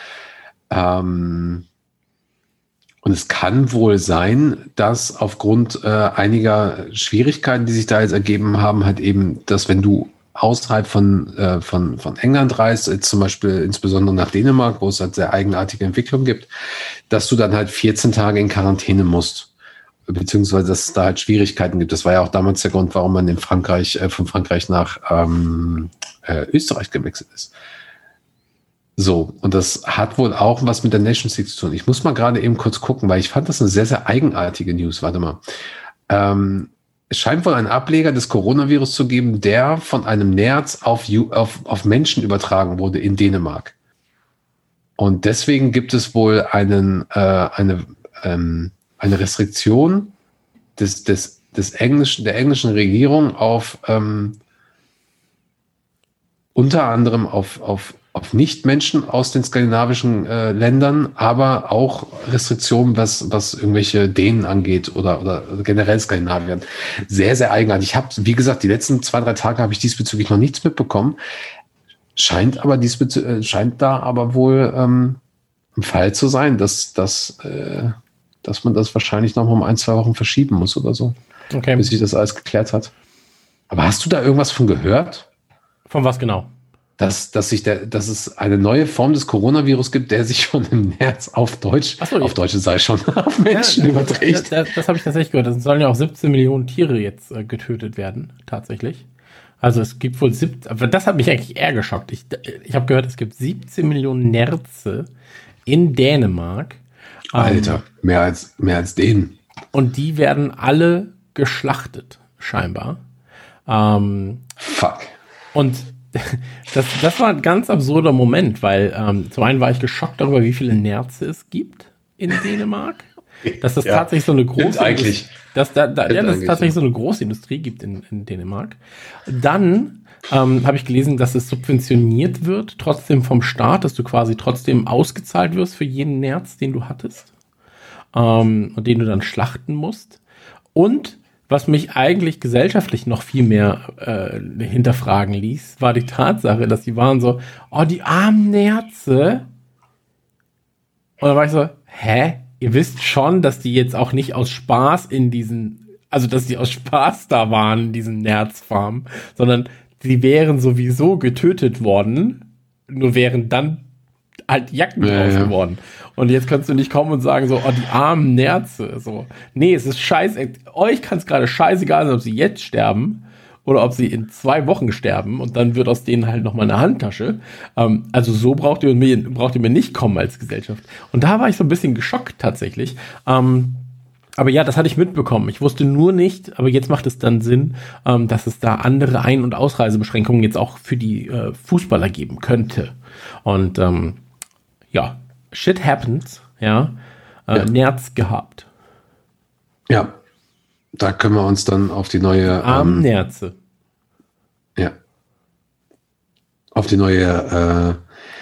Ähm, und es kann wohl sein, dass aufgrund äh, einiger Schwierigkeiten, die sich da jetzt ergeben haben, halt eben, dass wenn du außerhalb von, äh, von, von England reist, jetzt zum Beispiel insbesondere nach Dänemark, wo es halt sehr eigenartige Entwicklungen gibt, dass du dann halt vierzehn Tage in Quarantäne musst. Beziehungsweise, dass es da halt Schwierigkeiten gibt. Das war ja auch damals der Grund, warum man in Frankreich, äh, von Frankreich nach ähm, äh, Österreich gewechselt ist. So, und das hat wohl auch was mit der Nations League zu tun. Ich muss mal gerade eben kurz gucken, weil ich fand das eine sehr, sehr eigenartige News. Warte mal. Ähm, es scheint wohl einen Ableger des Coronavirus zu geben, der von einem Nerz auf, auf, auf Menschen übertragen wurde in Dänemark. Und deswegen gibt es wohl einen, äh, eine, ähm, eine Restriktion des, des, des englischen, der englischen Regierung auf ähm, unter anderem auf, auf, auf Nicht-Menschen aus den skandinavischen äh, Ländern, aber auch Restriktionen, was, was irgendwelche Dänen angeht oder, oder generell Skandinavien. Sehr, sehr eigenartig. Ich habe, wie gesagt, die letzten zwei, drei Tage habe ich diesbezüglich noch nichts mitbekommen. Scheint aber diesbezüglich, scheint da aber wohl ähm, ein Fall zu sein, dass, dass, äh, dass man das wahrscheinlich noch mal um ein, zwei Wochen verschieben muss oder so, Okay. bis sich das alles geklärt hat. Aber hast du da irgendwas von gehört? Von was genau? Dass, dass, sich der, dass es eine neue Form des Coronavirus gibt, der sich von dem Nerz auf Deutsch, Ach so, auf ja. Deutsche sei schon, auf Menschen Ja, überträgt. Das, das, das habe ich tatsächlich gehört. Es sollen ja auch siebzehn Millionen Tiere jetzt äh, getötet werden, tatsächlich. Also es gibt wohl siebzehn, aber das hat mich eigentlich eher geschockt. Ich, ich habe gehört, es gibt siebzehn Millionen Nerze in Dänemark. Alter, Ähm, mehr als, mehr als den. und die werden alle geschlachtet, scheinbar. Ähm, Fuck. Und das, das war ein ganz absurder Moment, weil ähm, zum einen war ich geschockt darüber, wie viele Nerze es gibt in Dänemark. Dass das Ja, tatsächlich so eine große stimmt eigentlich. Dass da, da, Stimmt ja, dass es eigentlich, tatsächlich ja. so eine große Industrie gibt in, in Dänemark. Dann ähm, habe ich gelesen, dass es subventioniert wird, trotzdem vom Staat, dass du quasi trotzdem ausgezahlt wirst für jeden Nerz, den du hattest. Ähm, und den du dann schlachten musst. Und was mich eigentlich gesellschaftlich noch viel mehr äh, hinterfragen ließ, war die Tatsache, dass die waren so, oh, die armen Nerze. Und dann war ich so, hä? Ihr wisst schon, dass die jetzt auch nicht aus Spaß in diesen, also dass die aus Spaß da waren in diesen Nerzfarmen, sondern die wären sowieso getötet worden, nur wären dann halt Jacken Ja, draus ja. geworden. Und jetzt kannst du nicht kommen und sagen so, oh, die armen Nerze. So. Nee, es ist scheiße. Euch kann es gerade scheißegal sein, ob sie jetzt sterben oder ob sie in zwei Wochen sterben und dann wird aus denen halt nochmal eine Handtasche. Ähm, also so braucht ihr, mir, braucht ihr mir nicht kommen als Gesellschaft. Und da war ich so ein bisschen geschockt tatsächlich. Ähm, aber ja, das hatte ich mitbekommen. Ich wusste nur nicht, aber jetzt macht es dann Sinn, ähm, dass es da andere Ein- und Ausreisebeschränkungen jetzt auch für die äh, Fußballer geben könnte. Und ähm, ja, shit happens, ja. Äh, Ja. Nerz gehabt. Ja, da können wir uns dann auf die neue, Armen ähm, Nerze. ja, auf die neue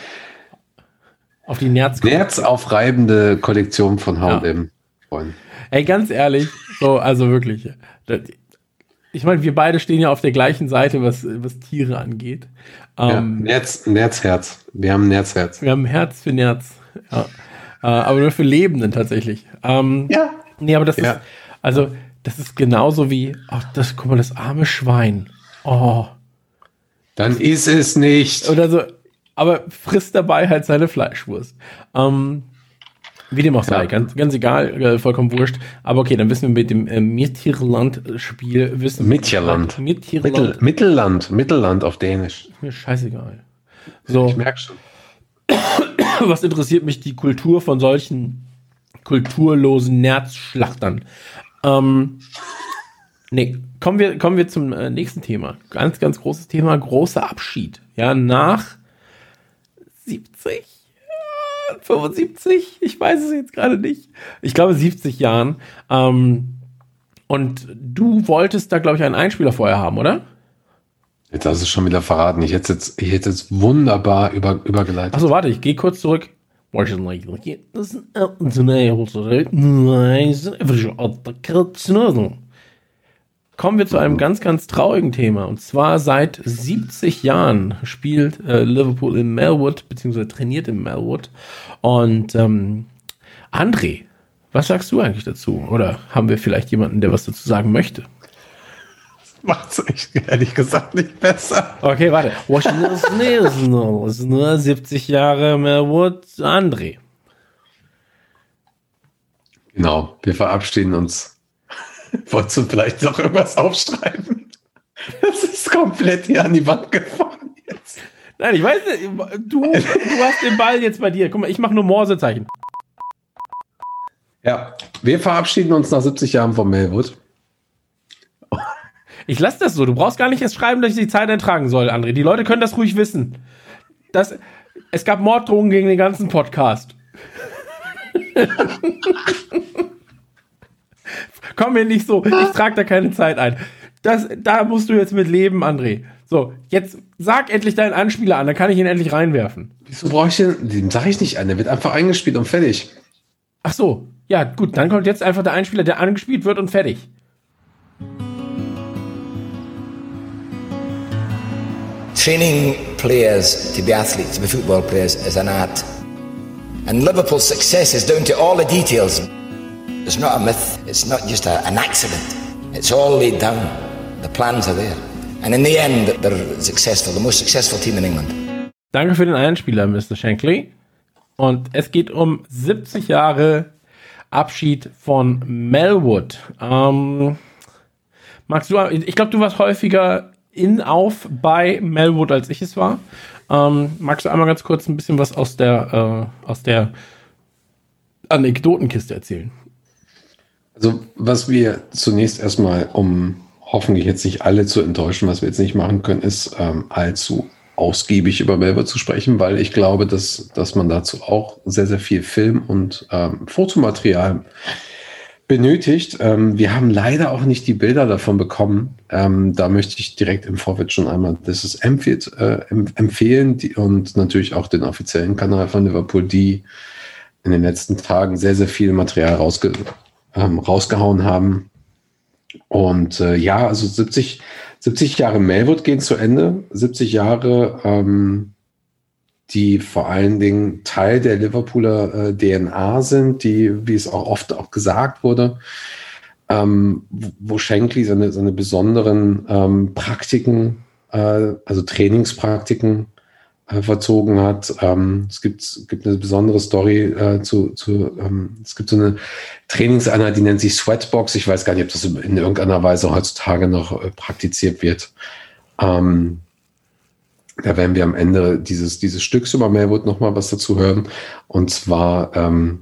Auf die Nerz. äh, nerzaufreibende Kollektion von H und M freuen. Ey, ganz ehrlich, so, also wirklich. das- Ich meine, wir beide stehen ja auf der gleichen Seite, was, was Tiere angeht. Ja, Ähm, Nerz, Nerzherz. Wir haben ein Nerzherz. Wir haben ein Herz für Nerz. Ja. Äh, aber nur für Lebenden tatsächlich. Ähm, Ja. Nee, aber das Ja. ist, also, das ist genauso wie, ach, das, guck mal, das arme Schwein. Oh. Dann ist es nicht. Oder so, aber frisst dabei halt seine Fleischwurst. Ähm, wie dem auch sei, Ja. ganz, ganz egal, äh, vollkommen wurscht. Aber okay, dann wissen wir mit dem äh, Mittelland-Spiel, wissen Mittelland. Mittelland. Mittel, Mittelland. Mittelland auf Dänisch. Mir scheißegal. So, Ich merke schon. was interessiert mich die Kultur von solchen kulturlosen Nerzschlachtern? Ähm, nee, kommen wir, kommen wir zum äh, nächsten Thema. Ganz, ganz großes Thema, großer Abschied. Ja, nach siebzig, äh, fünfundsiebzig, ich weiß es jetzt gerade nicht. Ich glaube siebzig Jahren. Ähm, und du wolltest da, glaube ich, einen Einspieler vorher haben, oder? Jetzt hast du es schon wieder verraten. Ich hätte jetzt, ich hätte jetzt wunderbar über, übergeleitet. Achso, warte, ich gehe kurz zurück. Kommen wir zu einem ganz, ganz traurigen Thema. Und zwar seit siebzig Jahren spielt äh, Liverpool in Melwood, beziehungsweise trainiert in Melwood. Und ähm, André, was sagst du eigentlich dazu? Oder haben wir vielleicht jemanden, der was dazu sagen möchte? Macht's echt ehrlich gesagt nicht besser. Okay, warte. Washington ist nur siebzig Jahre Melwood André. Genau, wir verabschieden uns. Wolltest du vielleicht noch irgendwas aufschreiben? Das ist komplett hier an die Wand gefahren jetzt. Nein, ich weiß nicht, du, du hast den Ball jetzt bei dir. Guck mal, ich mache nur Morsezeichen. Ja, wir verabschieden uns nach siebzig Jahren von Melwood. Ich lasse das so. Du brauchst gar nicht erst schreiben, dass ich die Zeit eintragen soll, André. Die Leute können das ruhig wissen. Das, es gab Morddrohungen gegen den ganzen Podcast. Komm mir nicht so. Ich trage da keine Zeit ein. Das, da musst du jetzt mit leben, André. So, jetzt sag endlich deinen Anspieler an, dann kann ich ihn endlich reinwerfen. Wieso brauche ich den? Den sage ich nicht an. Der wird einfach eingespielt und fertig. Ach so. Ja, gut. Dann kommt jetzt einfach der Einspieler, der angespielt wird und fertig. Training players to be athletes, to be football players, is an art. And Liverpool's success is down to all the details. It's not a myth, it's not just a, an accident. It's all laid down. The plans are there. And in the end, they're successful, the most successful team in England. Danke für den Einspieler, Mister Shankly. Und es geht um siebzig Jahre Abschied von Melwood. Ähm, magst du, ich glaube, du warst häufiger in, auf, bei Melwood, als ich es war. Ähm, magst du einmal ganz kurz ein bisschen was aus der, äh, aus der Anekdotenkiste erzählen? Also, was wir zunächst erstmal, um hoffentlich jetzt nicht alle zu enttäuschen, was wir jetzt nicht machen können, ist ähm, allzu ausgiebig über Melwood zu sprechen, weil ich glaube, dass, dass man dazu auch sehr, sehr viel Film- und ähm, Fotomaterial benötigt. Ähm, wir haben leider auch nicht die Bilder davon bekommen. Ähm, da möchte ich direkt im Vorfeld schon einmal das ist empfiehlt, äh, empfehlen die, und natürlich auch den offiziellen Kanal von Liverpool, die in den letzten Tagen sehr, sehr viel Material rausge, ähm, rausgehauen haben. Und äh, ja, also siebzig, siebzig Jahre Melwood gehen zu Ende. siebzig Jahre, ähm, die vor allen Dingen Teil der Liverpooler äh, D N A sind, die, wie es auch oft auch gesagt wurde, ähm, wo Shankly seine, seine besonderen ähm, Praktiken, äh, also Trainingspraktiken äh, verzogen hat. Ähm, es gibt, gibt eine besondere Story äh, zu, zu ähm, es gibt so eine Trainingseinheit, die nennt sich Sweatbox. Ich weiß gar nicht, ob das in irgendeiner Weise heutzutage noch äh, praktiziert wird. Ähm, Da werden wir am Ende dieses, dieses Stücks über Melwood nochmal was dazu hören. Und zwar ähm,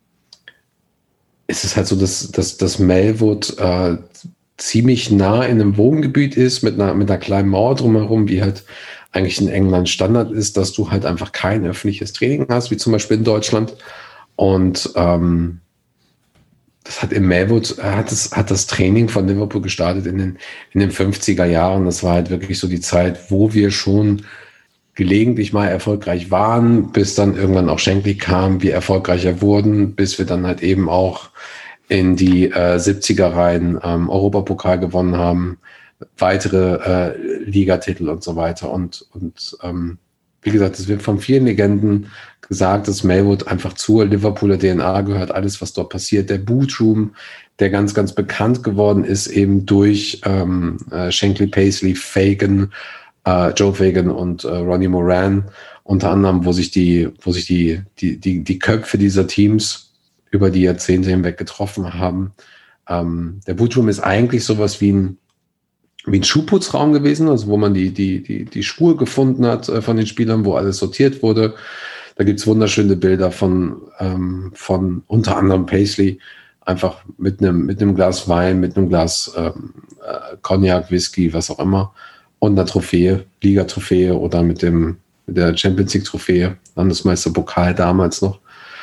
ist es halt so, dass, dass, dass Melwood äh, ziemlich nah in einem Wohngebiet ist, mit einer, mit einer kleinen Mauer drumherum, wie halt eigentlich in England Standard ist, dass du halt einfach kein öffentliches Training hast, wie zum Beispiel in Deutschland. Und ähm, das hat in Melwood, hat das, hat das Training von Liverpool gestartet in den, in den fünfziger Jahren. Das war halt wirklich so die Zeit, wo wir schon gelegentlich mal erfolgreich waren, bis dann irgendwann auch Shankly kam, wir erfolgreicher wurden, bis wir dann halt eben auch in die äh, siebziger Reihen ähm, Europapokal gewonnen haben, weitere äh, Ligatitel und so weiter. Und, und ähm, wie gesagt, es wird von vielen Legenden gesagt, dass Melwood einfach zur Liverpooler D N A gehört, alles, was dort passiert. Der Bootroom, der ganz, ganz bekannt geworden ist, eben durch ähm, äh, Shankly, Paisley, Fagan, äh, Joe Fagan und äh, Ronnie Moran, unter anderem, wo sich die, wo sich die, die, die, die Köpfe dieser Teams über die Jahrzehnte hinweg getroffen haben. Ähm, der Bootroom ist eigentlich sowas wie ein wie ein Schuhputzraum gewesen, also wo man die, die, die, die Schuhe gefunden hat äh, von den Spielern, wo alles sortiert wurde. Da gibt's wunderschöne Bilder von, ähm, von unter anderem Paisley, einfach mit einem, mit einem Glas Wein, mit einem Glas ähm, äh, Cognac, Whisky, was auch immer, und einer Trophäe, Liga-Trophäe oder mit dem, mit der Champions League-Trophäe, Landesmeisterpokal damals noch.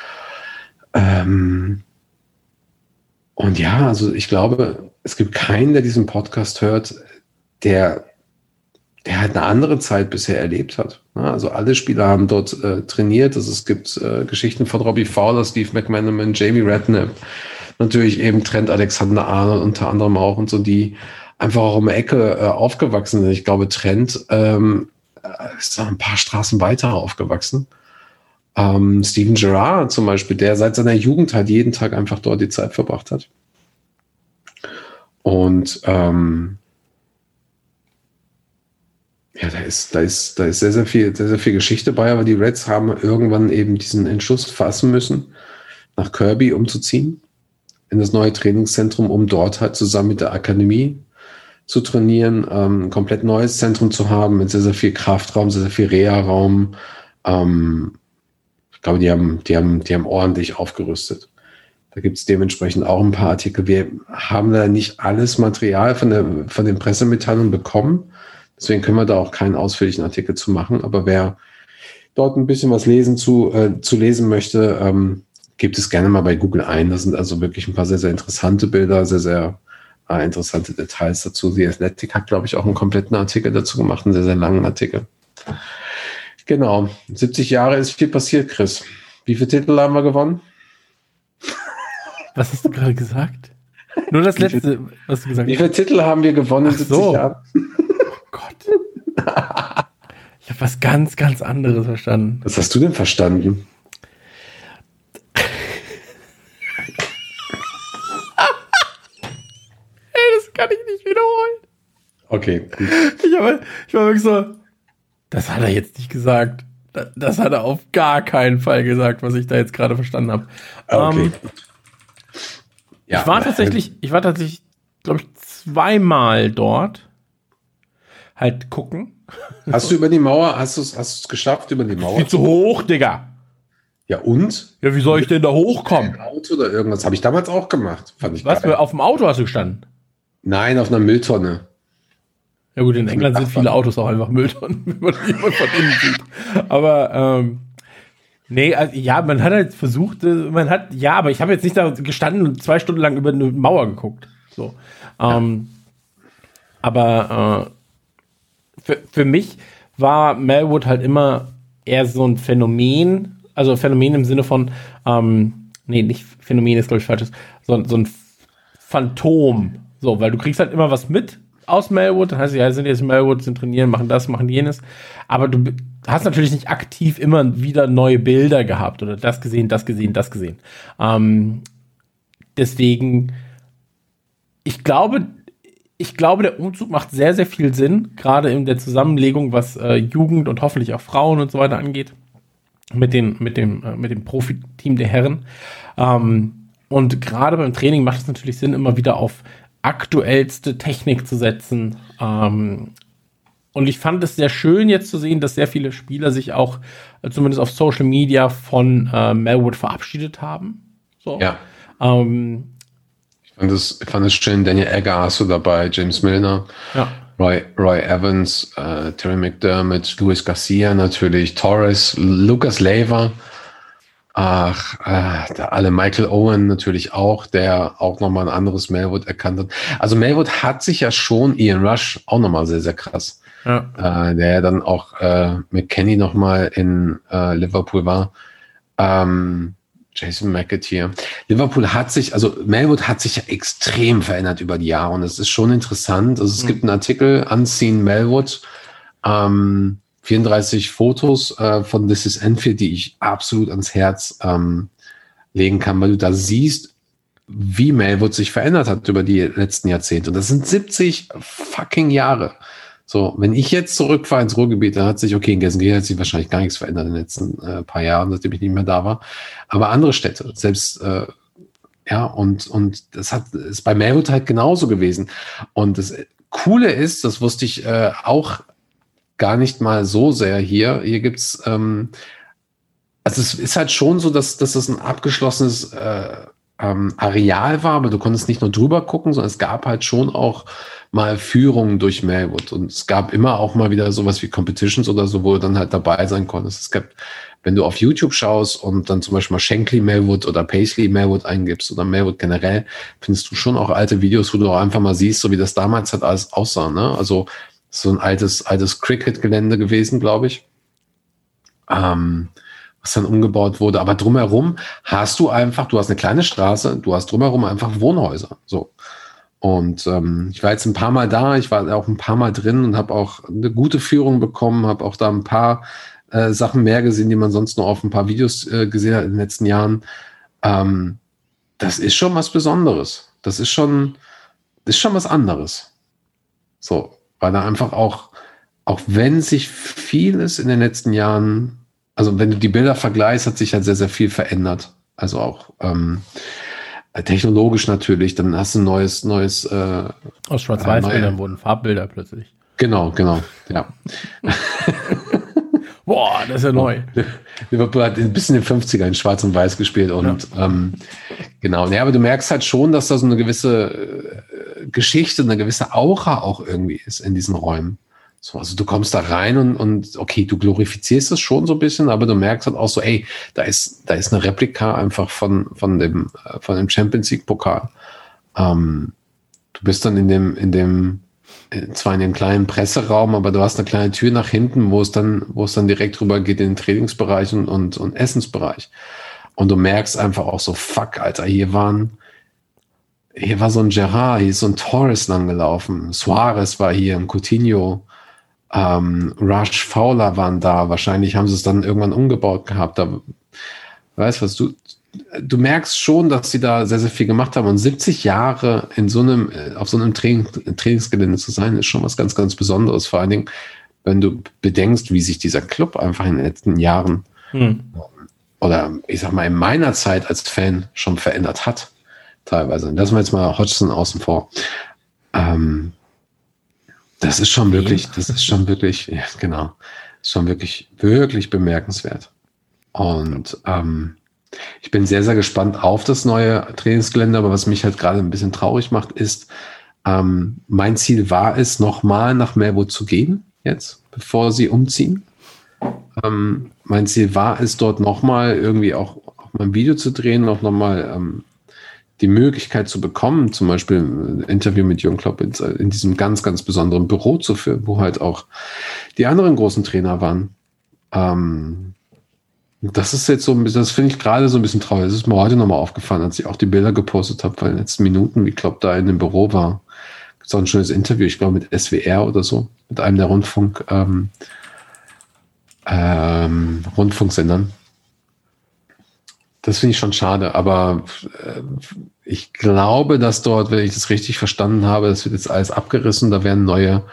Ähm, und ja, also ich glaube, es gibt keinen, der diesen Podcast hört, der, der halt eine andere Zeit bisher erlebt hat. Also alle Spieler haben dort äh, trainiert. Also es gibt äh, Geschichten von Robbie Fowler, Steve McManaman, Jamie Redknapp, natürlich eben Trent Alexander-Arnold unter anderem auch und so, die einfach auch um die Ecke äh, aufgewachsen sind. Ich glaube, Trent ähm, ist da ein paar Straßen weiter aufgewachsen. Ähm, Steven Gerrard zum Beispiel, der seit seiner Jugend halt jeden Tag einfach dort die Zeit verbracht hat. Und ähm, Ja, da ist, da ist, da ist sehr, sehr viel, sehr, sehr viel Geschichte bei, aber die Reds haben irgendwann eben diesen Entschluss fassen müssen, nach Kirby umzuziehen, in das neue Trainingszentrum, um dort halt zusammen mit der Akademie zu trainieren, ähm, ein komplett neues Zentrum zu haben, mit sehr, sehr viel Kraftraum, sehr, sehr viel Reha-Raum. Ähm, ich glaube, die haben, die haben, die haben ordentlich aufgerüstet. Da gibt es dementsprechend auch ein paar Artikel. Wir haben da nicht alles Material von der, von den Pressemitteilungen bekommen. Deswegen können wir da auch keinen ausführlichen Artikel zu machen. Aber wer dort ein bisschen was lesen zu, äh, zu lesen möchte, ähm, gibt es gerne mal bei Google ein. Das sind also wirklich ein paar sehr, sehr interessante Bilder, sehr, sehr äh, interessante Details dazu. The Athletic hat, glaube ich, auch einen kompletten Artikel dazu gemacht, einen sehr, sehr langen Artikel. Genau. siebzig Jahre ist viel passiert, Chris. Wie viele Titel haben wir gewonnen? Was hast du gerade gesagt? Nur das letzte, was du gesagt hast. Wie viele Titel haben wir gewonnen in siebzig so. Jahren? Ich habe was ganz, ganz anderes verstanden. Was hast du denn verstanden? Ey, das kann ich nicht wiederholen. Okay, gut. Ich, habe, ich war wirklich so, das hat er jetzt nicht gesagt. Das, das hat er auf gar keinen Fall gesagt, was ich da jetzt gerade verstanden habe. Okay. Ähm, Ja, ich war tatsächlich, ich war tatsächlich, glaube ich, zweimal dort. Halt gucken. Hast du über die Mauer, hast du es hast geschafft über die Mauer? Viel zu hoch, Digga. Ja, und? Ja, wie soll ich denn da hochkommen? Ein Auto oder irgendwas. Habe ich damals auch gemacht. Fand ich Was, geil. für, auf dem Auto hast du gestanden? Nein, auf einer Mülltonne. Ja gut, in England sind viele Autos auch einfach Mülltonnen, wenn man die mal von innen sieht. Aber, ähm, nee, also, ja, man hat halt versucht, man hat, ja, aber ich habe jetzt nicht da gestanden und zwei Stunden lang über eine Mauer geguckt. So. Ähm, aber äh, für, für mich war Melwood halt immer eher so ein Phänomen, also Phänomen im Sinne von, ähm, nee, nicht Phänomen ist, glaube ich, falsches, so, so ein Phantom. So, weil du kriegst halt immer was mit aus Melwood, dann heißt es, ja, sind jetzt in Melwood, sind trainieren, machen das, machen jenes. Aber du hast natürlich nicht aktiv immer wieder neue Bilder gehabt oder das gesehen, das gesehen, das gesehen. Ähm, deswegen, ich glaube, ich glaube, der Umzug macht sehr, sehr viel Sinn, gerade in der Zusammenlegung, was äh, Jugend und hoffentlich auch Frauen und so weiter angeht, mit, den, mit dem, äh, mit dem Profiteam der Herren. Ähm, und gerade beim Training macht es natürlich Sinn, immer wieder auf aktuellste Technik zu setzen. Ähm, und ich fand es sehr schön jetzt zu sehen, dass sehr viele Spieler sich auch äh, zumindest auf Social Media von äh, Melwood verabschiedet haben. So. Ja. Ähm, Ich fand es, ich fand es schön, Daniel Egger hast du dabei, James Milner, ja. Roy, Roy Evans, äh, Terry McDermott, Luis Garcia natürlich, Torres, Lucas Leiva, ach, äh, da alle, Michael Owen natürlich auch, der auch nochmal ein anderes Melwood erkannt hat. Also Melwood hat sich ja schon, Ian Rush auch nochmal sehr, sehr krass, Ja. äh, der ja dann auch äh, mit Kenny nochmal in äh, Liverpool war. Ähm, Jason McAteer. Liverpool hat sich, also Melwood hat sich ja extrem verändert über die Jahre und es ist schon interessant. Also es mhm. gibt einen Artikel, Unseen Melwood, ähm, vierunddreißig Fotos äh, von This is Anfield, die ich absolut ans Herz ähm, legen kann, weil du da siehst, wie Melwood sich verändert hat über die letzten Jahrzehnte. Und das sind siebzig fucking Jahre. So, wenn ich jetzt zurückfahre ins Ruhrgebiet, dann hat sich, okay, in Gelsenkirchen hat sich wahrscheinlich gar nichts verändert in den letzten äh, paar Jahren, seitdem ich nicht mehr da war. Aber andere Städte, selbst, äh, ja, und, und das hat, ist bei Melwood halt genauso gewesen. Und das Coole ist, das wusste ich äh, auch gar nicht mal so sehr hier. Hier gibt's, ähm, also es ist halt schon so, dass, dass das ein abgeschlossenes äh, ähm, Areal war, aber du konntest nicht nur drüber gucken, sondern es gab halt schon auch mal Führungen durch Melwood und es gab immer auch mal wieder sowas wie Competitions oder so, wo du dann halt dabei sein konntest. Es gab, wenn du auf YouTube schaust und dann zum Beispiel mal Shankly Melwood oder Paisley Melwood eingibst oder Melwood generell, findest du schon auch alte Videos, wo du auch einfach mal siehst, so wie das damals halt alles aussah, ne? Also so ein altes, altes Cricket-Gelände gewesen, glaube ich, ähm, was dann umgebaut wurde. Aber drumherum hast du einfach, du hast eine kleine Straße, du hast drumherum einfach Wohnhäuser, so. Und ähm, ich war jetzt ein paar Mal da, ich war auch ein paar Mal drin und habe auch eine gute Führung bekommen, habe auch da ein paar äh, Sachen mehr gesehen, die man sonst nur auf ein paar Videos äh, gesehen hat in den letzten Jahren. Ähm, das ist schon was Besonderes. Das ist schon, das ist schon was anderes. So, weil da einfach auch auch wenn sich vieles in den letzten Jahren, also wenn du die Bilder vergleichst, hat sich halt sehr, sehr viel verändert. Also auch ähm, technologisch natürlich, dann hast du ein neues, neues äh, aus Schwarz-Weiß-Bildern äh, wurden Farbbilder plötzlich. Genau, genau, ja. Boah, das ist ja neu. Liverpool hat ein bisschen in den fünfziger in Schwarz und Weiß gespielt und ja. ähm, genau. Ja, aber du merkst halt schon, dass da so eine gewisse äh, Geschichte, eine gewisse Aura auch irgendwie ist in diesen Räumen. So, also du kommst da rein und, und okay, du glorifizierst es schon so ein bisschen, aber du merkst halt auch so, ey, da ist, da ist eine Replika einfach von, von dem, von dem Champions League Pokal. Ähm, du bist dann in dem, in dem, zwar in dem kleinen Presseraum, aber du hast eine kleine Tür nach hinten, wo es dann, wo es dann direkt rüber geht in den Trainingsbereich und, und, und Essensbereich. Und du merkst einfach auch so, fuck, Alter, hier waren, hier war so ein Gerrard, hier ist so ein Torres langgelaufen, Suarez war hier, ein Coutinho, ähm, Rush, Fowler waren da, wahrscheinlich haben sie es dann irgendwann umgebaut gehabt, da, weißt was, du, du merkst schon, dass sie da sehr, sehr viel gemacht haben und siebzig Jahre in so einem, auf so einem Training, Trainingsgelände zu sein, ist schon was ganz, ganz Besonderes, vor allen Dingen, wenn du bedenkst, wie sich dieser Club einfach in den letzten Jahren hm. oder ich sag mal in meiner Zeit als Fan schon verändert hat, teilweise. Lassen wir jetzt mal Hodgson außen vor. Ähm, das ist schon wirklich, das ist schon wirklich, ja, genau, schon wirklich, wirklich bemerkenswert. Und ähm, ich bin sehr, sehr gespannt auf das neue Trainingsgelände, aber was mich halt gerade ein bisschen traurig macht, ist, ähm, mein Ziel war es, nochmal nach Melwood zu gehen, jetzt, bevor sie umziehen. Ähm, mein Ziel war es, dort nochmal irgendwie auch, auch mal ein Video zu drehen, auch nochmal ähm, die Möglichkeit zu bekommen, zum Beispiel ein Interview mit Jürgen Klopp in, in diesem ganz, ganz besonderen Büro zu führen, wo halt auch die anderen großen Trainer waren. Ähm, das ist jetzt so ein bisschen, das finde ich gerade so ein bisschen traurig. Das ist mir heute nochmal aufgefallen, als ich auch die Bilder gepostet habe, weil in den letzten Minuten, wie Klopp da in dem Büro war. Gibt es auch ein schönes Interview, ich glaube mit S W R oder so, mit einem der Rundfunk, ähm, ähm, Rundfunksendern. Das finde ich schon schade, aber äh, ich glaube, dass dort, wenn ich das richtig verstanden habe, das wird jetzt alles abgerissen, da werden neue,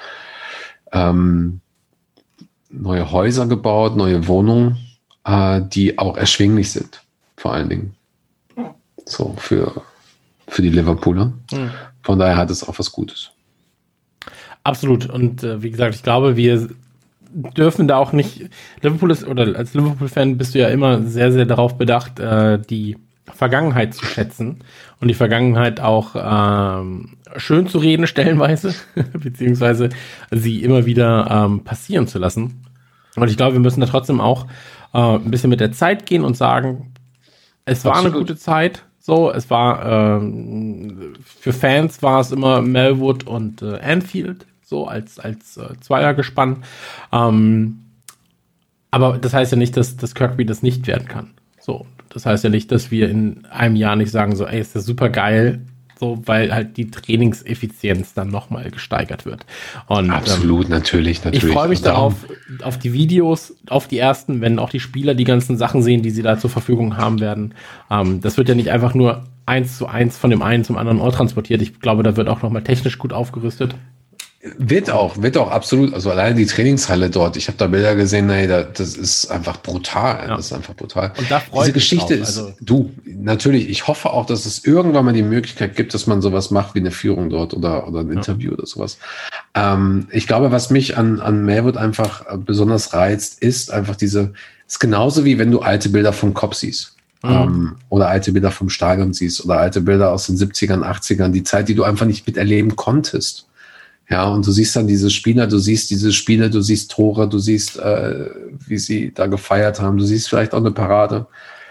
ähm, neue Häuser gebaut, neue Wohnungen, äh, die auch erschwinglich sind, vor allen Dingen. So, für, für die Liverpooler. Mhm. Von daher hat es auch was Gutes. Absolut. Und äh, wie gesagt, ich glaube, wir dürfen da auch nicht, Liverpool ist, oder als Liverpool-Fan bist du ja immer sehr, sehr darauf bedacht, äh, die Vergangenheit zu schätzen und die Vergangenheit auch ähm, schön zu reden stellenweise, beziehungsweise sie immer wieder ähm, passieren zu lassen. Und ich glaube, wir müssen da trotzdem auch äh, ein bisschen mit der Zeit gehen und sagen, es war Absolut. Eine gute Zeit. So, es war ähm, für Fans war es immer Melwood und äh, Anfield, so als als äh, Zweiergespann. Ähm, aber das heißt ja nicht, dass, dass Kirkby das nicht werden kann. So, das heißt ja nicht, dass wir in einem Jahr nicht sagen, so, ey, ist das super geil, so, weil halt die Trainingseffizienz dann nochmal gesteigert wird. Und, Absolut, ähm, natürlich, natürlich. Ich freue mich darauf, auf die Videos, auf die ersten, wenn auch die Spieler die ganzen Sachen sehen, die sie da zur Verfügung haben werden. Ähm, das wird ja nicht einfach nur eins zu eins von dem einen zum anderen Ort transportiert. Ich glaube, da wird auch nochmal technisch gut aufgerüstet. Wird auch, wird auch absolut. Also alleine die Trainingshalle dort. Ich habe da Bilder gesehen, ey, das ist einfach brutal. Ja. Das ist einfach brutal. Und da freut Diese Geschichte drauf, also. ist, du, natürlich, ich hoffe auch, dass es irgendwann mal die Möglichkeit gibt, dass man sowas macht wie eine Führung dort oder, oder ein Interview ja. oder sowas. Ähm, ich glaube, was mich an, an Melwood einfach besonders reizt, ist einfach diese, ist genauso wie wenn du alte Bilder vom Kopf siehst. Mhm. Ähm, oder alte Bilder vom Stadion siehst oder alte Bilder aus den siebzigern, achtzigern, die Zeit, die du einfach nicht miterleben konntest. Ja, und du siehst dann diese Spieler, du siehst diese Spiele, du siehst Tore, du siehst, äh, wie sie da gefeiert haben, du siehst vielleicht auch eine Parade.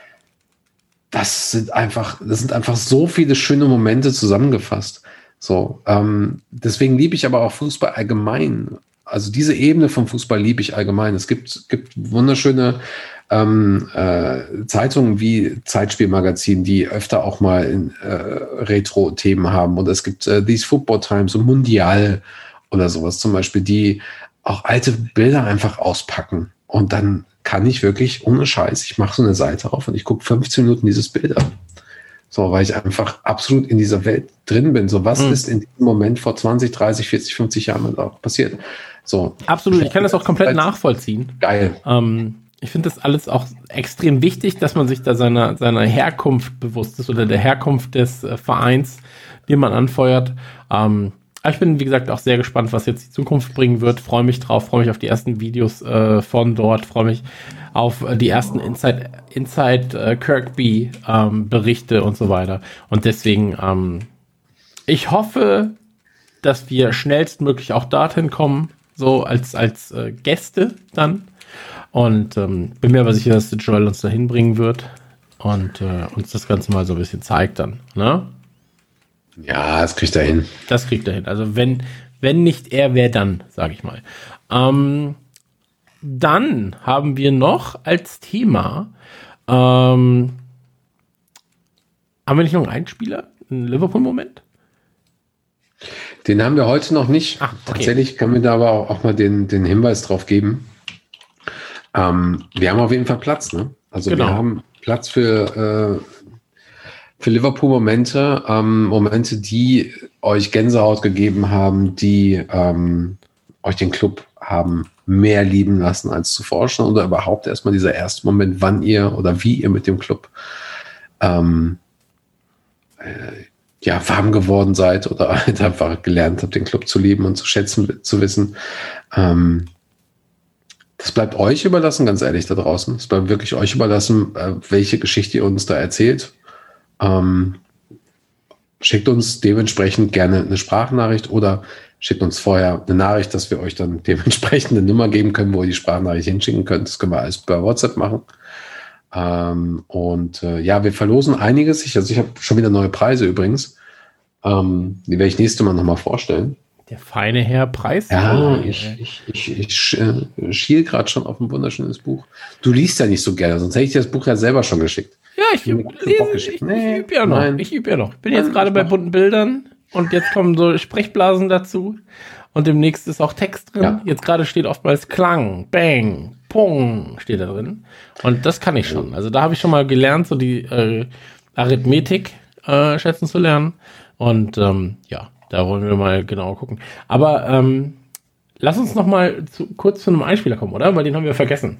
Das sind einfach, das sind einfach so viele schöne Momente zusammengefasst. So, ähm, deswegen liebe ich aber auch Fußball allgemein. Also diese Ebene vom Fußball liebe ich allgemein. Es gibt, gibt wunderschöne ähm, äh, Zeitungen wie Zeitspielmagazin, die öfter auch mal in, äh, Retro-Themen haben. Und es gibt äh, These Football Times und Mundial oder sowas zum Beispiel, die auch alte Bilder einfach auspacken. Und dann kann ich wirklich, ohne Scheiß, ich mache so eine Seite auf und ich gucke fünfzehn Minuten dieses Bild an. So, weil ich einfach absolut in dieser Welt drin bin. So, was mhm. ist in diesem Moment vor zwanzig, dreißig, vierzig, fünfzig Jahren auch passiert? So. Absolut, ich kann das auch komplett nachvollziehen. Geil. Ähm, ich finde das alles auch extrem wichtig, dass man sich da seiner, seiner Herkunft bewusst ist oder der Herkunft des äh, Vereins, den man anfeuert. Ähm, aber ich bin, wie gesagt, auch sehr gespannt, was jetzt die Zukunft bringen wird. Freue mich drauf, freue mich auf die ersten Videos äh, von dort, freue mich auf äh, die ersten Inside, Inside äh, Kirkby ähm, Berichte und so weiter. Und deswegen, ähm, ich hoffe, dass wir schnellstmöglich auch dorthin kommen, so als, als äh, Gäste dann. Und ähm, bin mir aber sicher, dass der Joel uns dahin bringen wird und äh, uns das Ganze mal so ein bisschen zeigt dann. Ne? Ja, das kriegt er hin. Das kriegt er hin. Also wenn, wenn nicht er, wer dann, sage ich mal. Ähm, dann haben wir noch als Thema, ähm, haben wir nicht noch einen Einspieler? Einen Liverpool-Moment? Den haben wir heute noch nicht. Ach, okay. Tatsächlich können wir da aber auch, auch mal den, den Hinweis drauf geben. Ähm, wir haben auf jeden Fall Platz, ne? Also Genau. wir haben Platz für, äh, für Liverpool-Momente, ähm, Momente, die euch Gänsehaut gegeben haben, die ähm, euch den Club haben mehr lieben lassen als zuvor schon, oder überhaupt erstmal dieser erste Moment, wann ihr oder wie ihr mit dem Club ähm, äh, ja, warm geworden seid oder halt einfach gelernt habt, den Club zu lieben und zu schätzen, zu wissen. Ähm, das bleibt euch überlassen, ganz ehrlich, da draußen. Es bleibt wirklich euch überlassen, äh, welche Geschichte ihr uns da erzählt. Ähm, schickt uns dementsprechend gerne eine Sprachnachricht oder schickt uns vorher eine Nachricht, dass wir euch dann dementsprechend eine Nummer geben können, wo ihr die Sprachnachricht hinschicken könnt. Das können wir alles per WhatsApp machen. Ähm, und äh, ja, wir verlosen einiges. Ich, also ich habe schon wieder neue Preise übrigens. Ähm, die werde ich nächstes Mal nochmal vorstellen. Der feine Herr Preis. Ja, ich, ich, ich, ich äh, schiel gerade schon auf ein wunderschönes Buch. Du liest ja nicht so gerne, sonst hätte ich dir das Buch ja selber schon geschickt. Ja, ich, Ich hab lese, mir den Bock ich, geschickt. ich, Nee, übe ja noch. nein. Ich übe ja noch. Ich bin jetzt Nein, gerade ich bei mach- bunten Bildern und jetzt kommen so Sprechblasen dazu und demnächst ist auch Text drin. Ja. Jetzt gerade steht oftmals Klang, Bang, Pung steht da drin und das kann ich schon. Also da habe ich schon mal gelernt, so die äh, Arithmetik äh, schätzen zu lernen und ähm, ja, da wollen wir mal genau gucken. Aber ähm, lass uns noch mal zu, kurz zu einem Einspieler kommen, oder? Weil den haben wir vergessen.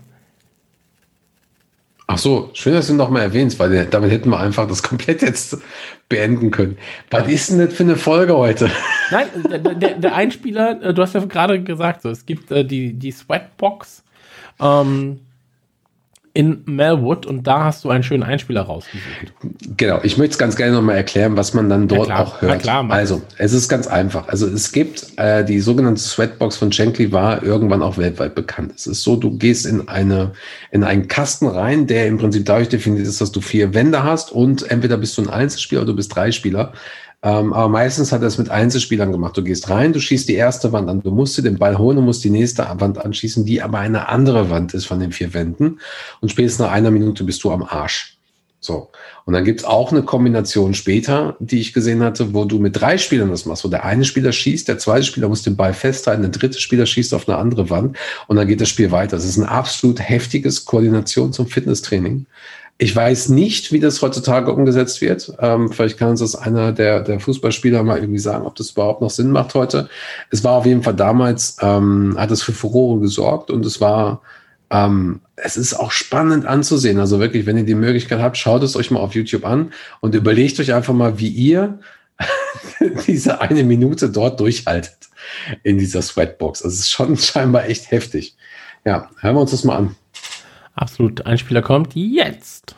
Ach so, schön, dass du ihn noch mal erwähnst, weil der, damit hätten wir einfach das komplett jetzt beenden können. Was ist denn das für eine Folge heute? Nein, der, der, der Einspieler, äh, du hast ja gerade gesagt, so, es gibt äh, die, die Sweatbox ähm, in Melwood und da hast du einen schönen Einspieler rausgesucht. Genau, ich möchte es ganz gerne noch mal erklären, was man dann dort klar, auch hört. na klar, mach also, es ist ganz einfach. Also es gibt äh, die sogenannte Sweatbox von Shankly, war irgendwann auch weltweit bekannt. Es ist so, du gehst in eine in einen Kasten rein, der im Prinzip dadurch definiert ist, dass du vier Wände hast und entweder bist du ein Einzelspieler oder du bist drei Spieler. Ähm, aber meistens hat er es mit Einzelspielern gemacht. Du gehst rein, du schießt die erste Wand an, du musst dir den Ball holen und musst die nächste Wand anschießen, die aber eine andere Wand ist von den vier Wänden. Und spätestens nach einer Minute bist du am Arsch. So. Und dann gibt's auch eine Kombination später, die ich gesehen hatte, wo du mit drei Spielern das machst, wo der eine Spieler schießt, der zweite Spieler muss den Ball festhalten, der dritte Spieler schießt auf eine andere Wand und dann geht das Spiel weiter. Das ist ein absolut heftiges Koordinations- und Fitnesstraining. Ich weiß nicht, wie das heutzutage umgesetzt wird. Ähm, vielleicht kann uns das einer der, der Fußballspieler mal irgendwie sagen, ob das überhaupt noch Sinn macht heute. Es war auf jeden Fall damals, ähm, hat es für Furore gesorgt und es war, ähm, es ist auch spannend anzusehen. Also wirklich, wenn ihr die Möglichkeit habt, schaut es euch mal auf YouTube an und überlegt euch einfach mal, wie ihr diese eine Minute dort durchhaltet in dieser Sweatbox. Das ist schon scheinbar echt heftig. Ja, hören wir uns das mal an. Absolut, Einspieler kommt jetzt.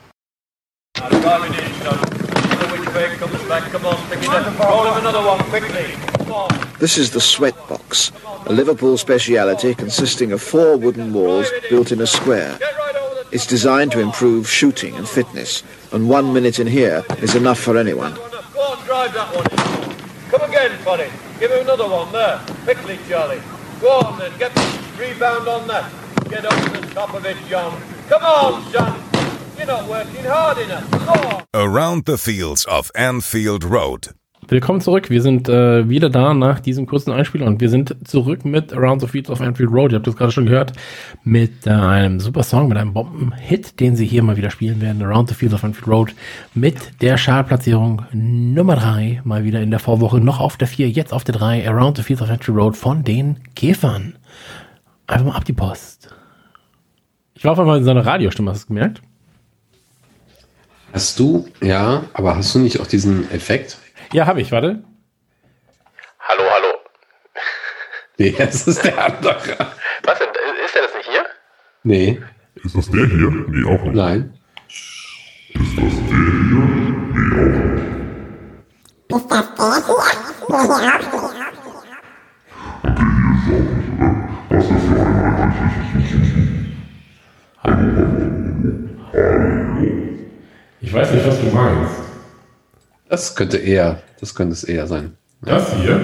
This is the Sweatbox, a Liverpool speciality consisting of four wooden walls built in a square. It's designed to improve shooting and fitness, and one minute in here is enough for anyone. Go on, drive that one. Come again, Connie. Give him another one there. Quickly, Charlie. Go on then. Get the rebound on that. Get up to the top of it, John. Come on, son. You're not working hard enough. Go on. Around the fields of Anfield Road. willkommen zurück. Wir sind äh, wieder da nach diesem kurzen Einspieler und wir sind zurück mit Around the Fields of Anfield Road. Ihr habt das gerade schon gehört, mit äh, einem super Song, mit einem Bomben-Hit, den sie hier mal wieder spielen werden. Around the Fields of Anfield Road mit der Chartplatzierung Nummer drei, mal wieder in der Vorwoche, noch auf der vier, jetzt auf der drei. Around the Fields of Anfield Road von den Käfern. Einfach mal ab die Post. Ich war auf einmal in seiner Radiostimme, hast du es gemerkt? Hast du, ja, aber hast du nicht auch diesen Effekt? Ja, habe ich, warte. Hallo, hallo. Nee, das ist der andere. Was denn? Ist der das nicht hier? Nee. Ist das der hier? Nee, auch nicht. Nein. Ist das der hier? Nee, auch nicht. Ist das der hier? Nee, auch nicht. Was ist für ein Hallo. Ich weiß nicht, was du meinst. Das könnte eher, das könnte es eher sein. Das hier?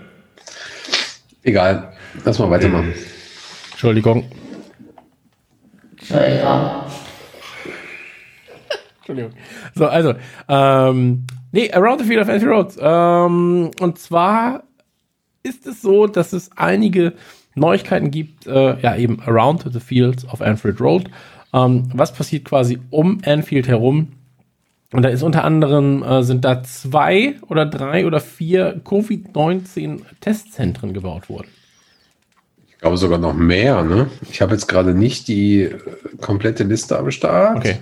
Egal, lass mal weitermachen. Entschuldigung. Entschuldigung. Entschuldigung. So, also, ähm, nee, Around the Field of Anfield Road. Ähm, und zwar ist es so, dass es einige Neuigkeiten gibt, äh, ja eben Around the Fields of Anfield Road. Ähm, was passiert quasi um Anfield herum? Und da ist unter anderem, äh, sind da zwei oder drei oder vier Covid neunzehn Testzentren gebaut worden. Ich glaube sogar noch mehr, ne? Ich habe jetzt gerade nicht die äh, komplette Liste am Start. Okay.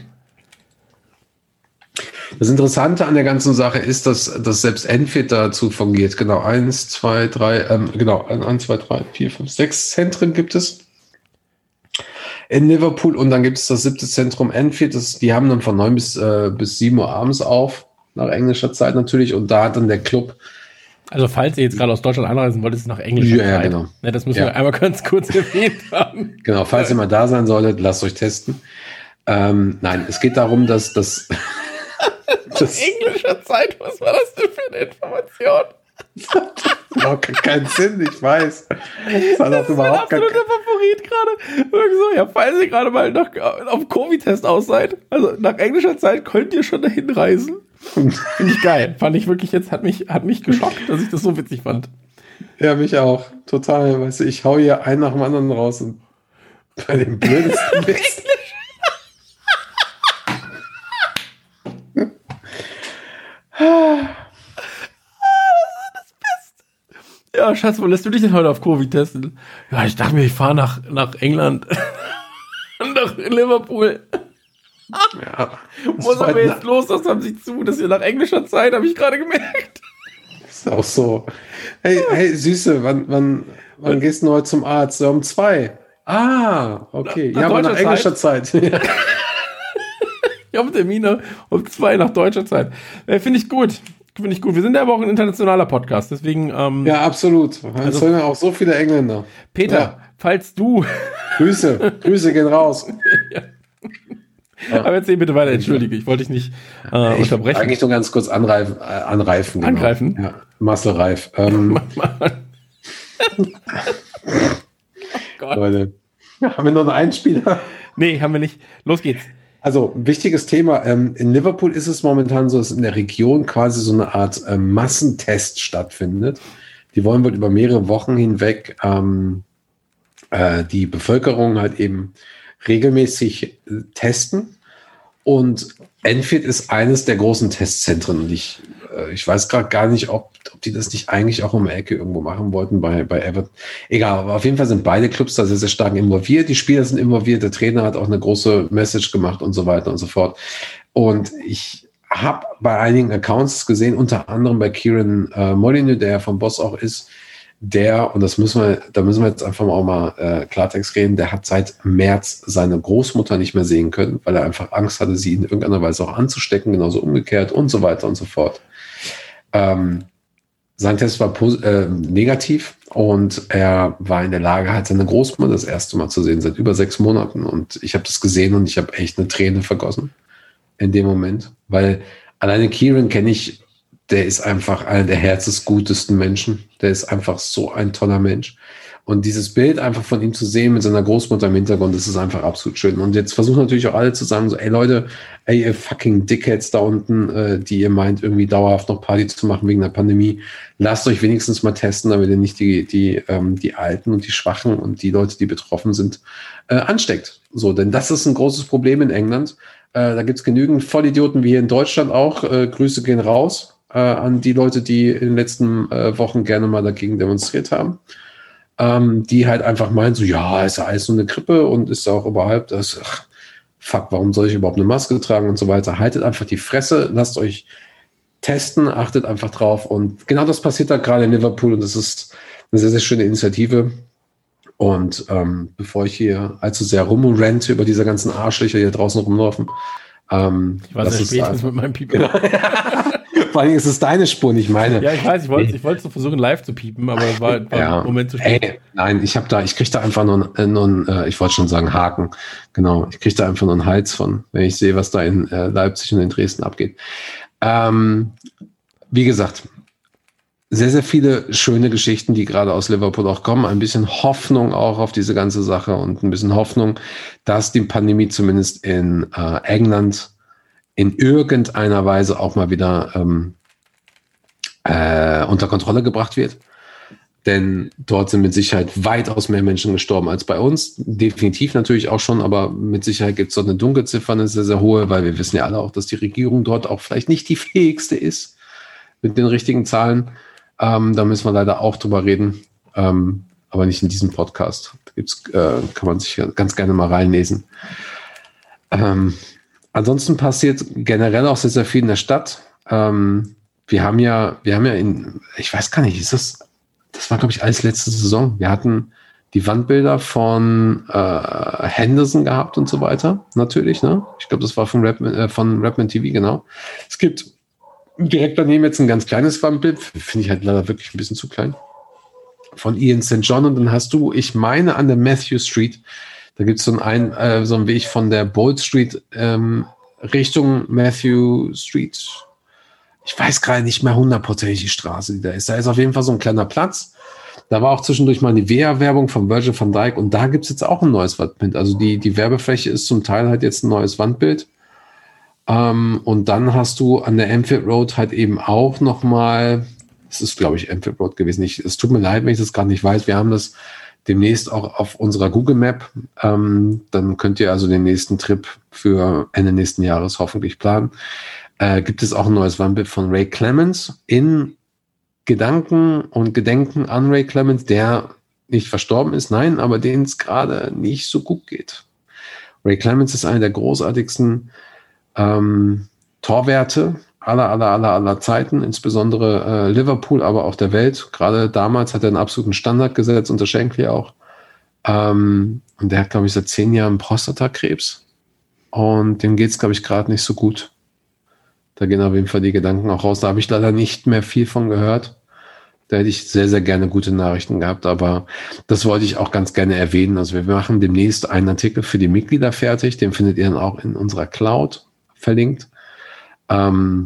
Das Interessante an der ganzen Sache ist, dass, dass selbst Anfield dazu fungiert. Genau, eins, zwei, drei, ähm, genau, eins, zwei, drei, vier, fünf, sechs Zentren gibt es in Liverpool und dann gibt es das siebte Zentrum Anfield. Das, die haben dann von neun bis, äh, bis sieben Uhr abends auf, nach englischer Zeit natürlich. Und da hat dann der Club. Also falls ihr jetzt gerade aus Deutschland anreisen wollt, ist es nach englischer ja, Zeit. Ja, genau. Ja, das müssen ja. wir einmal ganz kurz erwähnt haben. Genau, falls ihr mal da sein solltet, lasst euch testen. Ähm, nein, es geht darum, dass das... das englischer Zeit, was war das denn für eine Information? Das hat keinen Sinn, ich weiß. Das, hat das ist mein absoluter Favorit gerade. So, ja, falls ihr gerade mal nach, auf Covid-Test aus seid, also nach englischer Zeit könnt ihr schon dahin reisen. Finde ich geil. Fand ich wirklich jetzt, hat mich, hat mich geschockt, dass ich das so witzig fand. Ja, mich auch. Total. Weißt du, ich hau hier einen nach dem anderen raus und bei dem blödesten Witz. Ja, Schatz, wo lässt du dich denn heute auf Covid testen? Ja, ich dachte mir, ich fahre nach, nach England. nach Liverpool. Ja, muss aber jetzt los, das haben sie zu. Das ist ja nach englischer Zeit, habe ich gerade gemerkt. Ist auch so. Hey, hey, Süße, wann, wann, wann gehst du heute zum Arzt? Ja, um zwei. Ah, okay. Nach, nach ja, aber nach englischer Zeit. Zeit. Ich habe Termine um zwei nach deutscher Zeit. Äh, Finde ich gut. Finde ich gut. Wir sind ja aber auch ein internationaler Podcast, deswegen. Ähm, ja, absolut. Es also, sind ja auch so viele Engländer. Peter, ja. falls du. Grüße, Grüße gehen raus. ja. Ja. Aber erzähl bitte weiter, entschuldige, ich wollte dich nicht äh, ich unterbrechen. Eigentlich nur ganz kurz anreifen. Äh, anreifen genau. Angreifen? Ja, Marcel Reif. Ähm, oh Gott. Leute, haben wir noch einen Einspieler? Nee, haben wir nicht. Los geht's. Also, wichtiges Thema. Ähm, in Liverpool ist es momentan so, dass in der Region quasi so eine Art äh, Massentest stattfindet. Die wollen wohl über mehrere Wochen hinweg ähm, äh, die Bevölkerung halt eben regelmäßig äh, testen. Und Anfield ist eines der großen Testzentren. Und ich, äh, ich weiß gerade gar nicht, ob, ob die das nicht eigentlich auch um die Ecke irgendwo machen wollten bei, bei Everton. Egal, aber auf jeden Fall sind beide Clubs da sehr, sehr stark involviert. Die Spieler sind involviert. Der Trainer hat auch eine große Message gemacht und so weiter und so fort. Und ich habe bei einigen Accounts gesehen, unter anderem bei Kieran äh, Molyneux, der ja vom Boss auch ist, der, und das müssen wir, da müssen wir jetzt einfach mal auch mal äh, Klartext reden, der hat seit März seine Großmutter nicht mehr sehen können, weil er einfach Angst hatte, sie in irgendeiner Weise auch anzustecken, genauso umgekehrt und so weiter und so fort. Ähm, sein Test war äh, negativ und er war in der Lage, halt seine Großmutter das erste Mal zu sehen, seit über sechs Monaten. Und ich habe das gesehen und ich habe echt eine Träne vergossen in dem Moment, weil alleine Kieran kenne ich. Der ist einfach einer der herzensgutesten Menschen. Der ist einfach so ein toller Mensch. Und dieses Bild einfach von ihm zu sehen mit seiner Großmutter im Hintergrund, das ist einfach absolut schön. Und jetzt versuchen natürlich auch alle zu sagen, so, ey Leute, ey ihr fucking Dickheads da unten, äh, die ihr meint, irgendwie dauerhaft noch Party zu machen wegen der Pandemie, lasst euch wenigstens mal testen, damit ihr nicht die, die, ähm, die Alten und die Schwachen und die Leute, die betroffen sind, äh, ansteckt. So, denn das ist ein großes Problem in England. Äh, da gibt's genügend Vollidioten wie hier in Deutschland auch. Äh, Grüße gehen raus äh, an die Leute, die in den letzten äh, Wochen gerne mal dagegen demonstriert haben. Ähm, die halt einfach meinen, so, ja, ist ja alles nur eine Grippe und ist auch überhaupt das, ach, fuck, warum soll ich überhaupt eine Maske tragen und so weiter. Haltet einfach die Fresse, lasst euch testen, achtet einfach drauf. Und genau das passiert da gerade in Liverpool und das ist eine sehr, sehr schöne Initiative. Und ähm, bevor ich hier allzu sehr rumrente über diese ganzen Arschlöcher, die hier draußen rumlaufen, ähm, ich war sehr spät mit meinem Piepen. Vor allem ist es deine Spur, nicht meine. Ja, ich weiß, ich wollte ich wollte so versuchen, live zu piepen, aber das war, war ja. ein Moment zu spät. Ey, nein, ich habe da, ich kriege da einfach nur, äh, nur einen, äh, ich wollte schon sagen Haken, genau, ich kriege da einfach nur einen Hals von, wenn ich sehe, was da in äh, Leipzig und in Dresden abgeht. Ähm, wie gesagt, sehr, sehr viele schöne Geschichten, die gerade aus Liverpool auch kommen. Ein bisschen Hoffnung auch auf diese ganze Sache und ein bisschen Hoffnung, dass die Pandemie zumindest in äh, England in irgendeiner Weise auch mal wieder ähm, äh, unter Kontrolle gebracht wird. Denn dort sind mit Sicherheit weitaus mehr Menschen gestorben als bei uns. Definitiv natürlich auch schon, aber mit Sicherheit gibt es dort eine Dunkelziffer, eine sehr, sehr hohe, weil wir wissen ja alle auch, dass die Regierung dort auch vielleicht nicht die fähigste ist mit den richtigen Zahlen. Ähm, da müssen wir leider auch drüber reden, ähm, aber nicht in diesem Podcast. Da gibt's, äh, kann man sich ganz gerne mal reinlesen. Ähm, ansonsten passiert generell auch sehr, sehr viel in der Stadt. Ähm, wir haben ja, wir haben ja in, ich weiß gar nicht, ist das, das war glaube ich alles letzte Saison. Wir hatten die Wandbilder von äh, Henderson gehabt und so weiter, natürlich, ne? Ich glaube, das war von Rapman, äh, von Rapman T V, genau. Es gibt direkt daneben jetzt ein ganz kleines Wandbild, finde ich halt leider wirklich ein bisschen zu klein, von Ian Sankt John. Und dann hast du, ich meine, an der Matthew Street, da gibt es so einen, äh, so einen Weg von der Bold Street ähm, Richtung Matthew Street. Ich weiß gerade nicht mehr hundertprozentig die Straße, die da ist. Da ist auf jeden Fall so ein kleiner Platz. Da war auch zwischendurch mal die Nivea-Werbung von Virgil van Dijk und da gibt es jetzt auch ein neues Wandbild. Also die, die Werbefläche ist zum Teil halt jetzt ein neues Wandbild. Um, und dann hast du an der Enfield Road halt eben auch nochmal, es ist glaube ich Enfield Road gewesen, ich, es tut mir leid, wenn ich das gerade nicht weiß, wir haben das demnächst auch auf unserer Google Map, um, dann könnt ihr also den nächsten Trip für Ende nächsten Jahres hoffentlich planen, äh, gibt es auch ein neues Wandbild von Ray Clemens in Gedanken und Gedenken an Ray Clemens, der nicht verstorben ist, nein, aber denen es gerade nicht so gut geht. Ray Clemens ist einer der großartigsten Ähm, Torwerte aller, aller, aller, aller Zeiten, insbesondere äh, Liverpool, aber auch der Welt. Gerade damals hat er einen absoluten Standard gesetzt, unter Shankly auch. Ähm, und der hat, glaube ich, seit zehn Jahren Prostatakrebs. Und dem geht es, glaube ich, gerade nicht so gut. Da gehen auf jeden Fall die Gedanken auch raus. Da habe ich leider nicht mehr viel von gehört. Da hätte ich sehr, sehr gerne gute Nachrichten gehabt, aber das wollte ich auch ganz gerne erwähnen. Also wir machen demnächst einen Artikel für die Mitglieder fertig. Den findet ihr dann auch in unserer Cloud verlinkt. Ähm,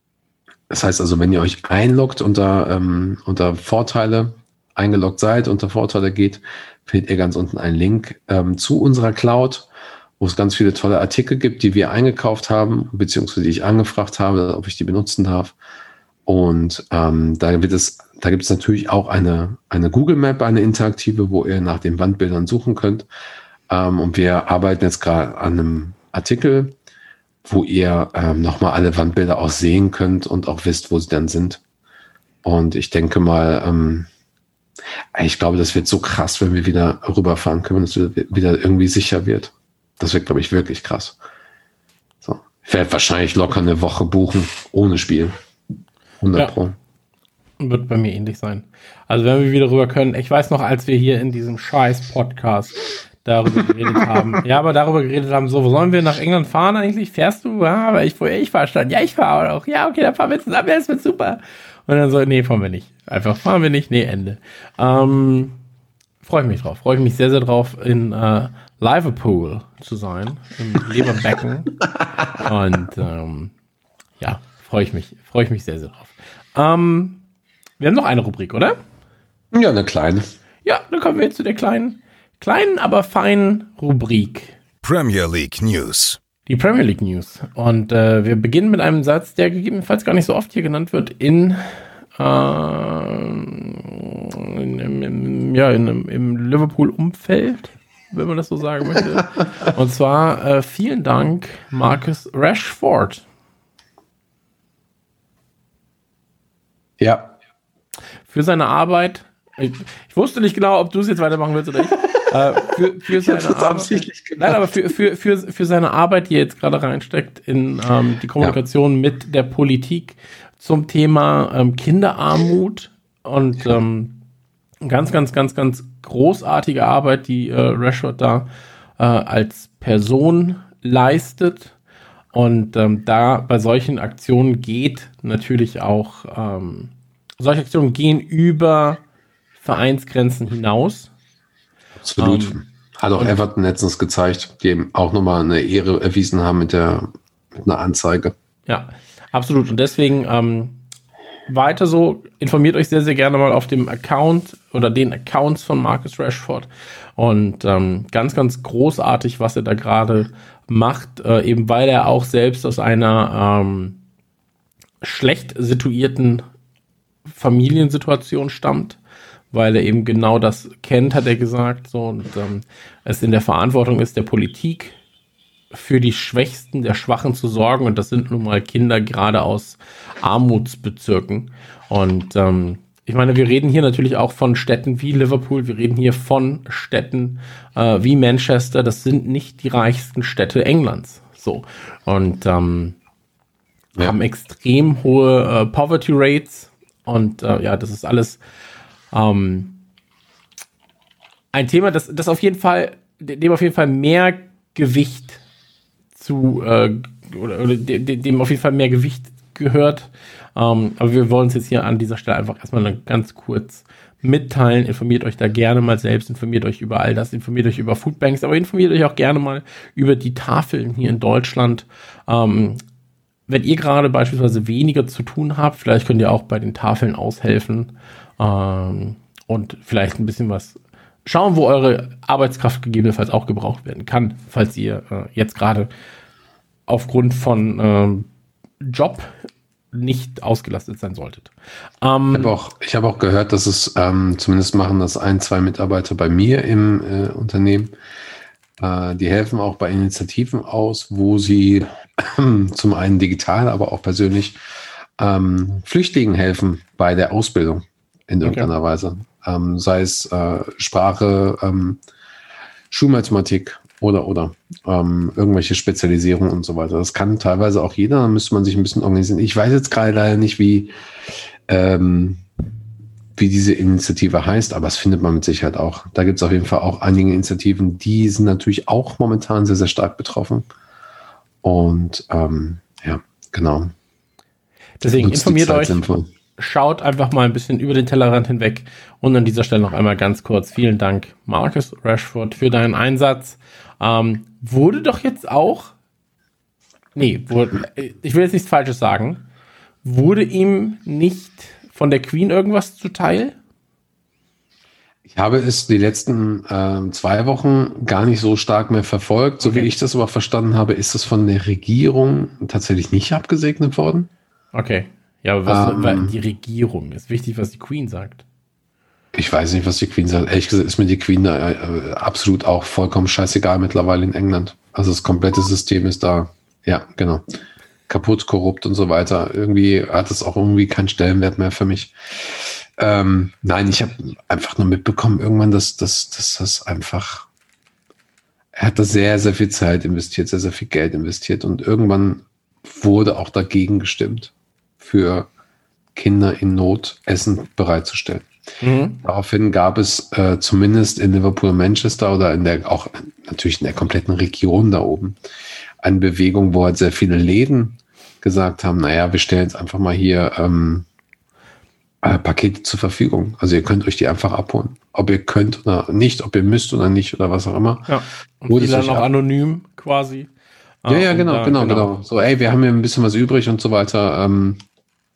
das heißt also, wenn ihr euch einloggt unter, ähm, unter Vorteile, eingeloggt seid, unter Vorteile geht, findet ihr ganz unten einen Link ähm, zu unserer Cloud, wo es ganz viele tolle Artikel gibt, die wir eingekauft haben, beziehungsweise die ich angefragt habe, ob ich die benutzen darf. Und ähm, da wird es, da gibt es natürlich auch eine, eine Google Map, eine interaktive, wo ihr nach den Wandbildern suchen könnt. Ähm, und wir arbeiten jetzt gerade an einem Artikel, wo ihr ähm, nochmal alle Wandbilder auch sehen könnt und auch wisst, wo sie dann sind. Und ich denke mal, ähm, ich glaube, das wird so krass, wenn wir wieder rüberfahren können, dass es wieder irgendwie sicher wird. Das wird, glaube ich, wirklich krass. So. Ich werde wahrscheinlich locker eine Woche buchen, ohne Spiel. hundert Pro. Ja, wird bei mir ähnlich sein. Also wenn wir wieder rüber können, ich weiß noch, als wir hier in diesem scheiß Podcast darüber geredet haben. Ja, aber darüber geredet haben, so, wo sollen wir nach England fahren eigentlich? Fährst du? Ja, aber ich, ich fahre schon. Ja, ich fahre auch. Ja, okay, dann fahren wir zusammen. Ja, das wird super. Und dann so, nee, fahren wir nicht. Einfach fahren wir nicht. Nee, Ende. Ähm, freue ich mich drauf. Freue ich mich sehr, sehr drauf, in äh, Liverpool zu sein. Im Leverbecken. Und ähm, ja, freue ich mich. Freue ich mich sehr, sehr drauf. Ähm, wir haben noch eine Rubrik, oder? Ja, eine kleine. Ja, dann kommen wir jetzt zu der kleinen, kleinen, aber feinen Rubrik. Premier League News. Die Premier League News. Und äh, wir beginnen mit einem Satz, der gegebenenfalls gar nicht so oft hier genannt wird, in, äh, in, im, im, ja, in, im Liverpool-Umfeld, wenn man das so sagen möchte. Und zwar äh, vielen Dank, Marcus Rashford. Ja. Für seine Arbeit. Ich, ich wusste nicht genau, ob du es jetzt weitermachen willst oder nicht. äh, für, für seine Arbeit. Nein, aber für, für, für, für seine Arbeit, die er jetzt gerade reinsteckt in ähm, die Kommunikation ja. mit der Politik zum Thema ähm, Kinderarmut und ähm, ganz, ganz, ganz, ganz großartige Arbeit, die äh, Rashford da äh, als Person leistet. Und ähm, da bei solchen Aktionen geht natürlich auch, ähm, solche Aktionen gehen über Vereinsgrenzen hinaus. Absolut. Ähm, Hat auch Everton letztens gezeigt, die eben auch nochmal eine Ehre erwiesen haben mit der mit einer Anzeige. Ja, absolut. Und deswegen ähm, weiter so, informiert euch sehr, sehr gerne mal auf dem Account oder den Accounts von Marcus Rashford. Und ähm, ganz, ganz großartig, was er da gerade macht, äh, eben weil er auch selbst aus einer ähm, schlecht situierten Familiensituation stammt, weil er eben genau das kennt, hat er gesagt, so, und ähm, es in der Verantwortung ist, der Politik für die Schwächsten, der Schwachen zu sorgen, und das sind nun mal Kinder gerade aus Armutsbezirken. Und ähm, ich meine, wir reden hier natürlich auch von Städten wie Liverpool, wir reden hier von Städten äh, wie Manchester, das sind nicht die reichsten Städte Englands. So. Und ähm, ja. haben extrem hohe äh, Poverty Rates, und äh, ja, das ist alles ähm, ein Thema, das, das auf jeden Fall, dem auf jeden Fall mehr Gewicht zu, äh, oder, oder dem auf jeden Fall mehr Gewicht gehört. Um, aber wir wollen uns jetzt hier an dieser Stelle einfach erstmal ganz kurz mitteilen. Informiert euch da gerne mal selbst, informiert euch über all das, informiert euch über Foodbanks, aber informiert euch auch gerne mal über die Tafeln hier in Deutschland. Um, wenn ihr gerade beispielsweise weniger zu tun habt, vielleicht könnt ihr auch bei den Tafeln aushelfen um, und vielleicht ein bisschen was schauen, wo eure Arbeitskraft gegebenenfalls auch gebraucht werden kann, falls ihr uh, jetzt gerade aufgrund von uh, Job nicht ausgelastet sein solltet. Ähm, ich habe auch, ich hab auch gehört, dass es, ähm, zumindest machen das ein, zwei Mitarbeiter bei mir im äh, Unternehmen, äh, die helfen auch bei Initiativen aus, wo sie äh, zum einen digital, aber auch persönlich ähm, Flüchtlingen helfen bei der Ausbildung in irgendeiner okay. Weise. Ähm, sei es äh, Sprache, ähm, Schulmathematik, Oder, oder. Ähm, irgendwelche Spezialisierungen und so weiter. Das kann teilweise auch jeder, da müsste man sich ein bisschen organisieren. Ich weiß jetzt gerade leider nicht, wie, ähm, wie diese Initiative heißt, aber das findet man mit Sicherheit auch. Da gibt es auf jeden Fall auch einige Initiativen, die sind natürlich auch momentan sehr, sehr stark betroffen. Und ähm, ja, genau. Deswegen informiert euch, sinnvoll. Schaut einfach mal ein bisschen über den Tellerrand hinweg, und an dieser Stelle noch einmal ganz kurz vielen Dank, Marcus Rashford, für deinen Einsatz. Ähm, wurde doch jetzt auch, nee, wurde, ich will jetzt nichts Falsches sagen, wurde ihm nicht von der Queen irgendwas zuteil? Ich habe es die letzten äh, zwei Wochen gar nicht so stark mehr verfolgt. So okay. wie ich das aber verstanden habe, ist es von der Regierung tatsächlich nicht abgesegnet worden. Okay, ja, aber was, ähm, weil die Regierung, ist wichtig, was die Queen sagt. Ich weiß nicht, was die Queen sagt. Ehrlich gesagt ist mir die Queen da äh, absolut auch vollkommen scheißegal mittlerweile in England. Also das komplette System ist da, ja, genau, kaputt, korrupt und so weiter. Irgendwie hat es auch irgendwie keinen Stellenwert mehr für mich. Ähm, nein, ich habe einfach nur mitbekommen irgendwann, dass, dass, dass das einfach, er hat da sehr, sehr viel Zeit investiert, sehr, sehr viel Geld investiert, und irgendwann wurde auch dagegen gestimmt, für Kinder in Not Essen bereitzustellen. Mhm. Daraufhin gab es äh, zumindest in Liverpool und Manchester oder in der, auch natürlich in der kompletten Region da oben, eine Bewegung, wo halt sehr viele Läden gesagt haben, naja, wir stellen jetzt einfach mal hier ähm, äh, Pakete zur Verfügung. Also ihr könnt euch die einfach abholen. Ob ihr könnt oder nicht, ob ihr müsst oder nicht oder was auch immer. Ja. Und die dann noch ab- anonym quasi. Ja, ja, genau, genau, genau, genau. So, ey, wir haben hier ein bisschen was übrig und so weiter. Ähm,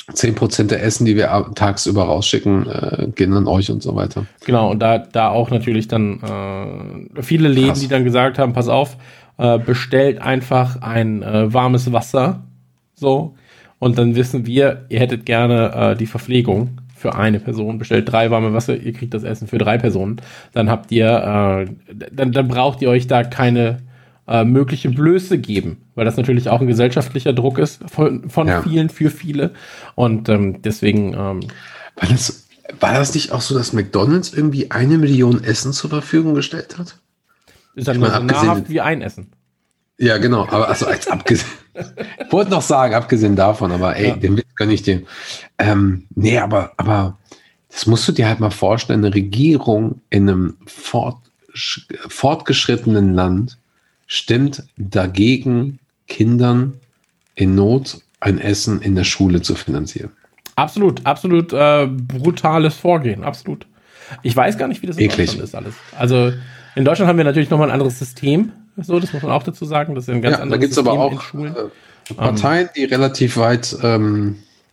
zehn Prozent der Essen, die wir ab- tagsüber rausschicken, äh, gehen an euch und so weiter. Genau, und da, da auch natürlich dann äh, viele Läden, Krass. die dann gesagt haben, pass auf, äh, bestellt einfach ein äh, warmes Wasser, so, und dann wissen wir, ihr hättet gerne äh, die Verpflegung für eine Person, bestellt drei warme Wasser, ihr kriegt das Essen für drei Personen, dann habt ihr, äh, dann, dann braucht ihr euch da keine äh, mögliche Blöße geben, weil das natürlich auch ein gesellschaftlicher Druck ist von, von Ja. vielen für viele und ähm, deswegen ähm, War das, war das nicht auch so, dass McDonald's irgendwie eine Million Essen zur Verfügung gestellt hat? ist dann Ich nur meine, so abgesehen- nahrhaft wie ein Essen. Ja, genau, aber also als abgesehen, ich wollte noch sagen, abgesehen davon, aber ey, Ja. den Witz gönn ich dir. Ähm, nee, aber, aber das musst du dir halt mal vorstellen, eine Regierung in einem fortsch- fortgeschrittenen Land stimmt dagegen, Kindern in Not ein Essen in der Schule zu finanzieren. Absolut, absolut äh, brutales Vorgehen, absolut. Ich weiß gar nicht, wie das in Eklig. Deutschland ist alles. Also in Deutschland haben wir natürlich nochmal ein anderes System, so, das muss man auch dazu sagen, das ist ein ganz Ja, da anderes gibt es System aber in auch Schulen. äh, Parteien, die relativ weit ähm,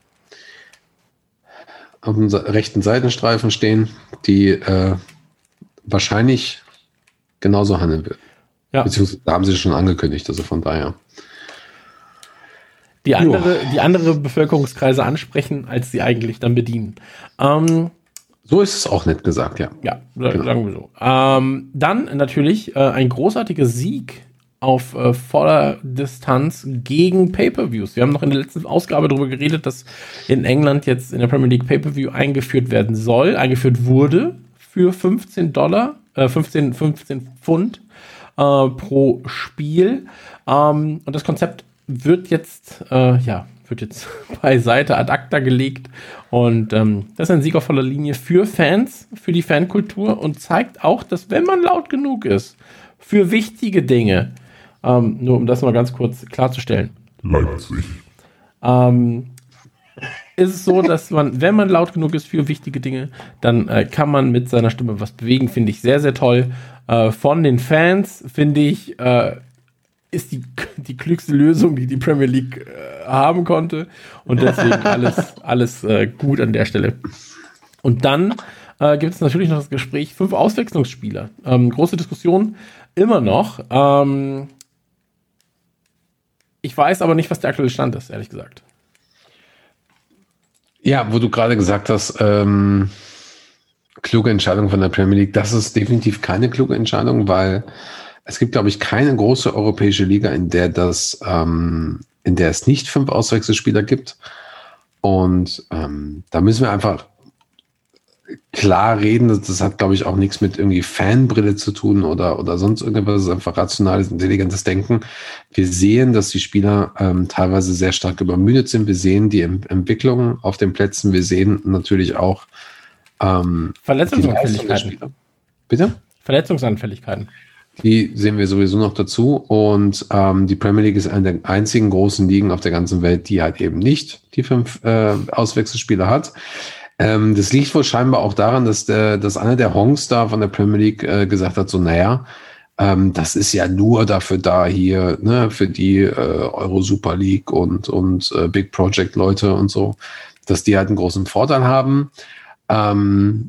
auf dem se- rechten Seitenstreifen stehen, die äh, wahrscheinlich genauso handeln würden. Ja. Beziehungsweise haben sie schon angekündigt, also von daher. Die andere, die andere Bevölkerungskreise ansprechen, als sie eigentlich dann bedienen. Ähm, So ist es auch nett gesagt, ja. Ja, sa- sagen wir so. Ähm, dann natürlich äh, ein großartiger Sieg auf äh, voller Distanz gegen Pay-Per-Views. Wir haben noch in der letzten Ausgabe darüber geredet, dass in England jetzt in der Premier League Pay-Per-View eingeführt werden soll, eingeführt wurde für fünfzehn Dollar, äh, fünfzehn, fünfzehn Pfund äh, pro Spiel. Ähm, und das Konzept wird jetzt, äh, ja, wird jetzt beiseite ad acta gelegt. Und ähm, das ist ein Sieg auf voller Linie für Fans, für die Fankultur und zeigt auch, dass wenn man laut genug ist, für wichtige Dinge, ähm, nur um das mal ganz kurz klarzustellen, Leipzig. ähm, ist es so, dass man, wenn man laut genug ist für wichtige Dinge, dann äh, kann man mit seiner Stimme was bewegen, finde ich sehr, sehr toll. Äh, von den Fans, finde ich, äh, ist die, die klügste Lösung, die die Premier League äh, haben konnte. Und deswegen alles, alles äh, gut an der Stelle. Und dann äh, gibt es natürlich noch das Gespräch, fünf Auswechslungsspieler. Ähm, große Diskussion, immer noch. Ähm, ich weiß aber nicht, was der aktuelle Stand ist, ehrlich gesagt. Ja, wo du gerade gesagt hast, ähm, kluge Entscheidung von der Premier League, das ist definitiv keine kluge Entscheidung, weil es gibt, glaube ich, keine große europäische Liga, in der das, ähm, in der es nicht fünf Auswechselspieler gibt. Und ähm, da müssen wir einfach klar reden. Das, das hat, glaube ich, auch nichts mit irgendwie Fanbrille zu tun oder, oder sonst irgendwas. Das ist einfach rationales, intelligentes Denken. Wir sehen, dass die Spieler ähm, teilweise sehr stark übermüdet sind. Wir sehen die Em- Entwicklung auf den Plätzen. Wir sehen natürlich auch ähm, Verletzungsanfälligkeiten. die Leistung der Spieler. Bitte? Verletzungsanfälligkeiten. Die sehen wir sowieso noch dazu. Und ähm, die Premier League ist eine der einzigen großen Ligen auf der ganzen Welt, die halt eben nicht die fünf äh, Auswechselspieler hat. Ähm, das liegt wohl scheinbar auch daran, dass, der, dass einer der Honks da von der Premier League äh, gesagt hat, so naja, ähm, das ist ja nur dafür da hier, ne, für die äh, Euro Super League und, und äh, Big Project Leute und so, dass die halt einen großen Vorteil haben. Ähm,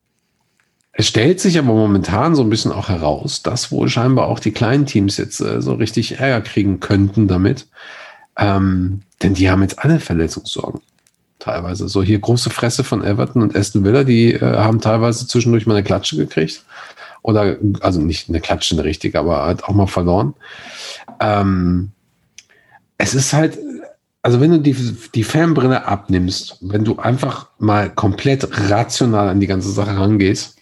Es stellt sich aber momentan so ein bisschen auch heraus, dass wohl scheinbar auch die kleinen Teams jetzt äh, so richtig Ärger kriegen könnten damit. Ähm, denn die haben jetzt alle Verletzungssorgen. Teilweise. So hier große Fresse von Everton und Aston Villa, die äh, haben teilweise zwischendurch mal eine Klatsche gekriegt. Oder, also nicht eine Klatsche, eine richtige, aber halt auch mal verloren. Ähm, es ist halt, also wenn du die, die Fanbrille abnimmst, wenn du einfach mal komplett rational an die ganze Sache rangehst,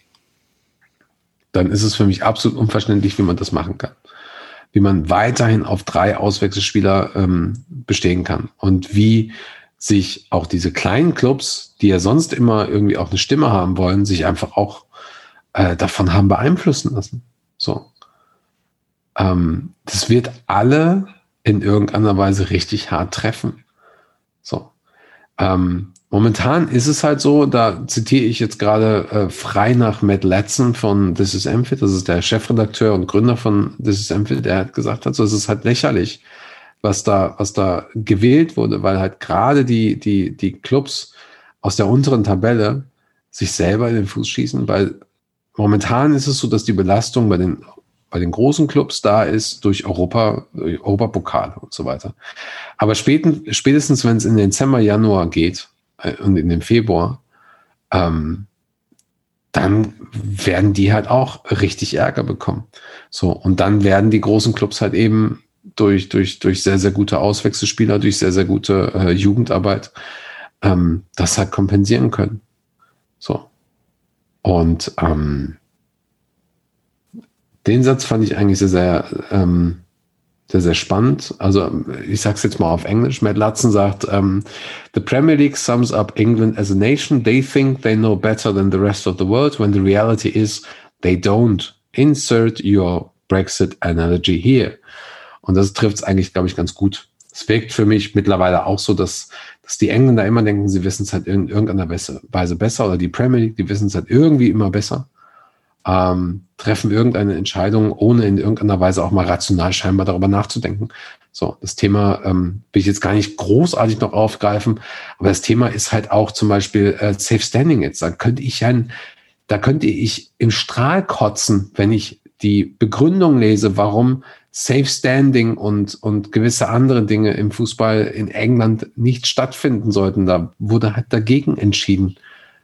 dann ist es für mich absolut unverständlich, wie man das machen kann. Wie man weiterhin auf drei Auswechselspieler ähm, bestehen kann. Und wie sich auch diese kleinen Clubs, die ja sonst immer irgendwie auch eine Stimme haben wollen, sich einfach auch äh, davon haben beeinflussen lassen. So. Ähm, das wird alle in irgendeiner Weise richtig hart treffen. So. Ähm, momentan ist es halt so, da zitiere ich jetzt gerade äh, frei nach Matt Latson von This is Anfield, das ist der Chefredakteur und Gründer von This is Anfield, der hat gesagt hat, so, es ist halt lächerlich, was da, was da gewählt wurde, weil halt gerade die, die, die Clubs aus der unteren Tabelle sich selber in den Fuß schießen, weil momentan ist es so, dass die Belastung bei den, bei den großen Clubs da ist durch Europa, durch Europapokale und so weiter. Aber späten, spätestens, wenn es in den Dezember, Januar geht äh, und in den Februar, ähm, dann werden die halt auch richtig Ärger bekommen. So, und dann werden die großen Clubs halt eben durch, durch, durch sehr, sehr gute Auswechselspieler, durch sehr, sehr gute äh, Jugendarbeit ähm, das halt kompensieren können. So. Und ähm, den Satz fand ich eigentlich sehr, sehr, ähm, sehr, sehr spannend. Also ich sag's jetzt mal auf Englisch. Matt Lutson sagt, ähm, The Premier League sums up England as a nation. They think they know better than the rest of the world, when the reality is they don't. Insert your Brexit analogy here. Und das trifft es eigentlich, glaube ich, ganz gut. Es wirkt für mich mittlerweile auch so, dass, dass die Engländer immer denken, sie wissen es halt in irgendeiner Weise besser, oder die Premier League, die wissen es halt irgendwie immer besser, ähm, treffen irgendeine Entscheidung, ohne in irgendeiner Weise auch mal rational scheinbar darüber nachzudenken. So, das Thema ähm, will ich jetzt gar nicht großartig noch aufgreifen, aber das Thema ist halt auch zum Beispiel äh, Safe Standing jetzt. Da könnte ich ein, da könnte ich im Strahl kotzen, wenn ich die Begründung lese, warum Safe Standing und, und gewisse andere Dinge im Fußball in England nicht stattfinden sollten. Da wurde halt dagegen entschieden.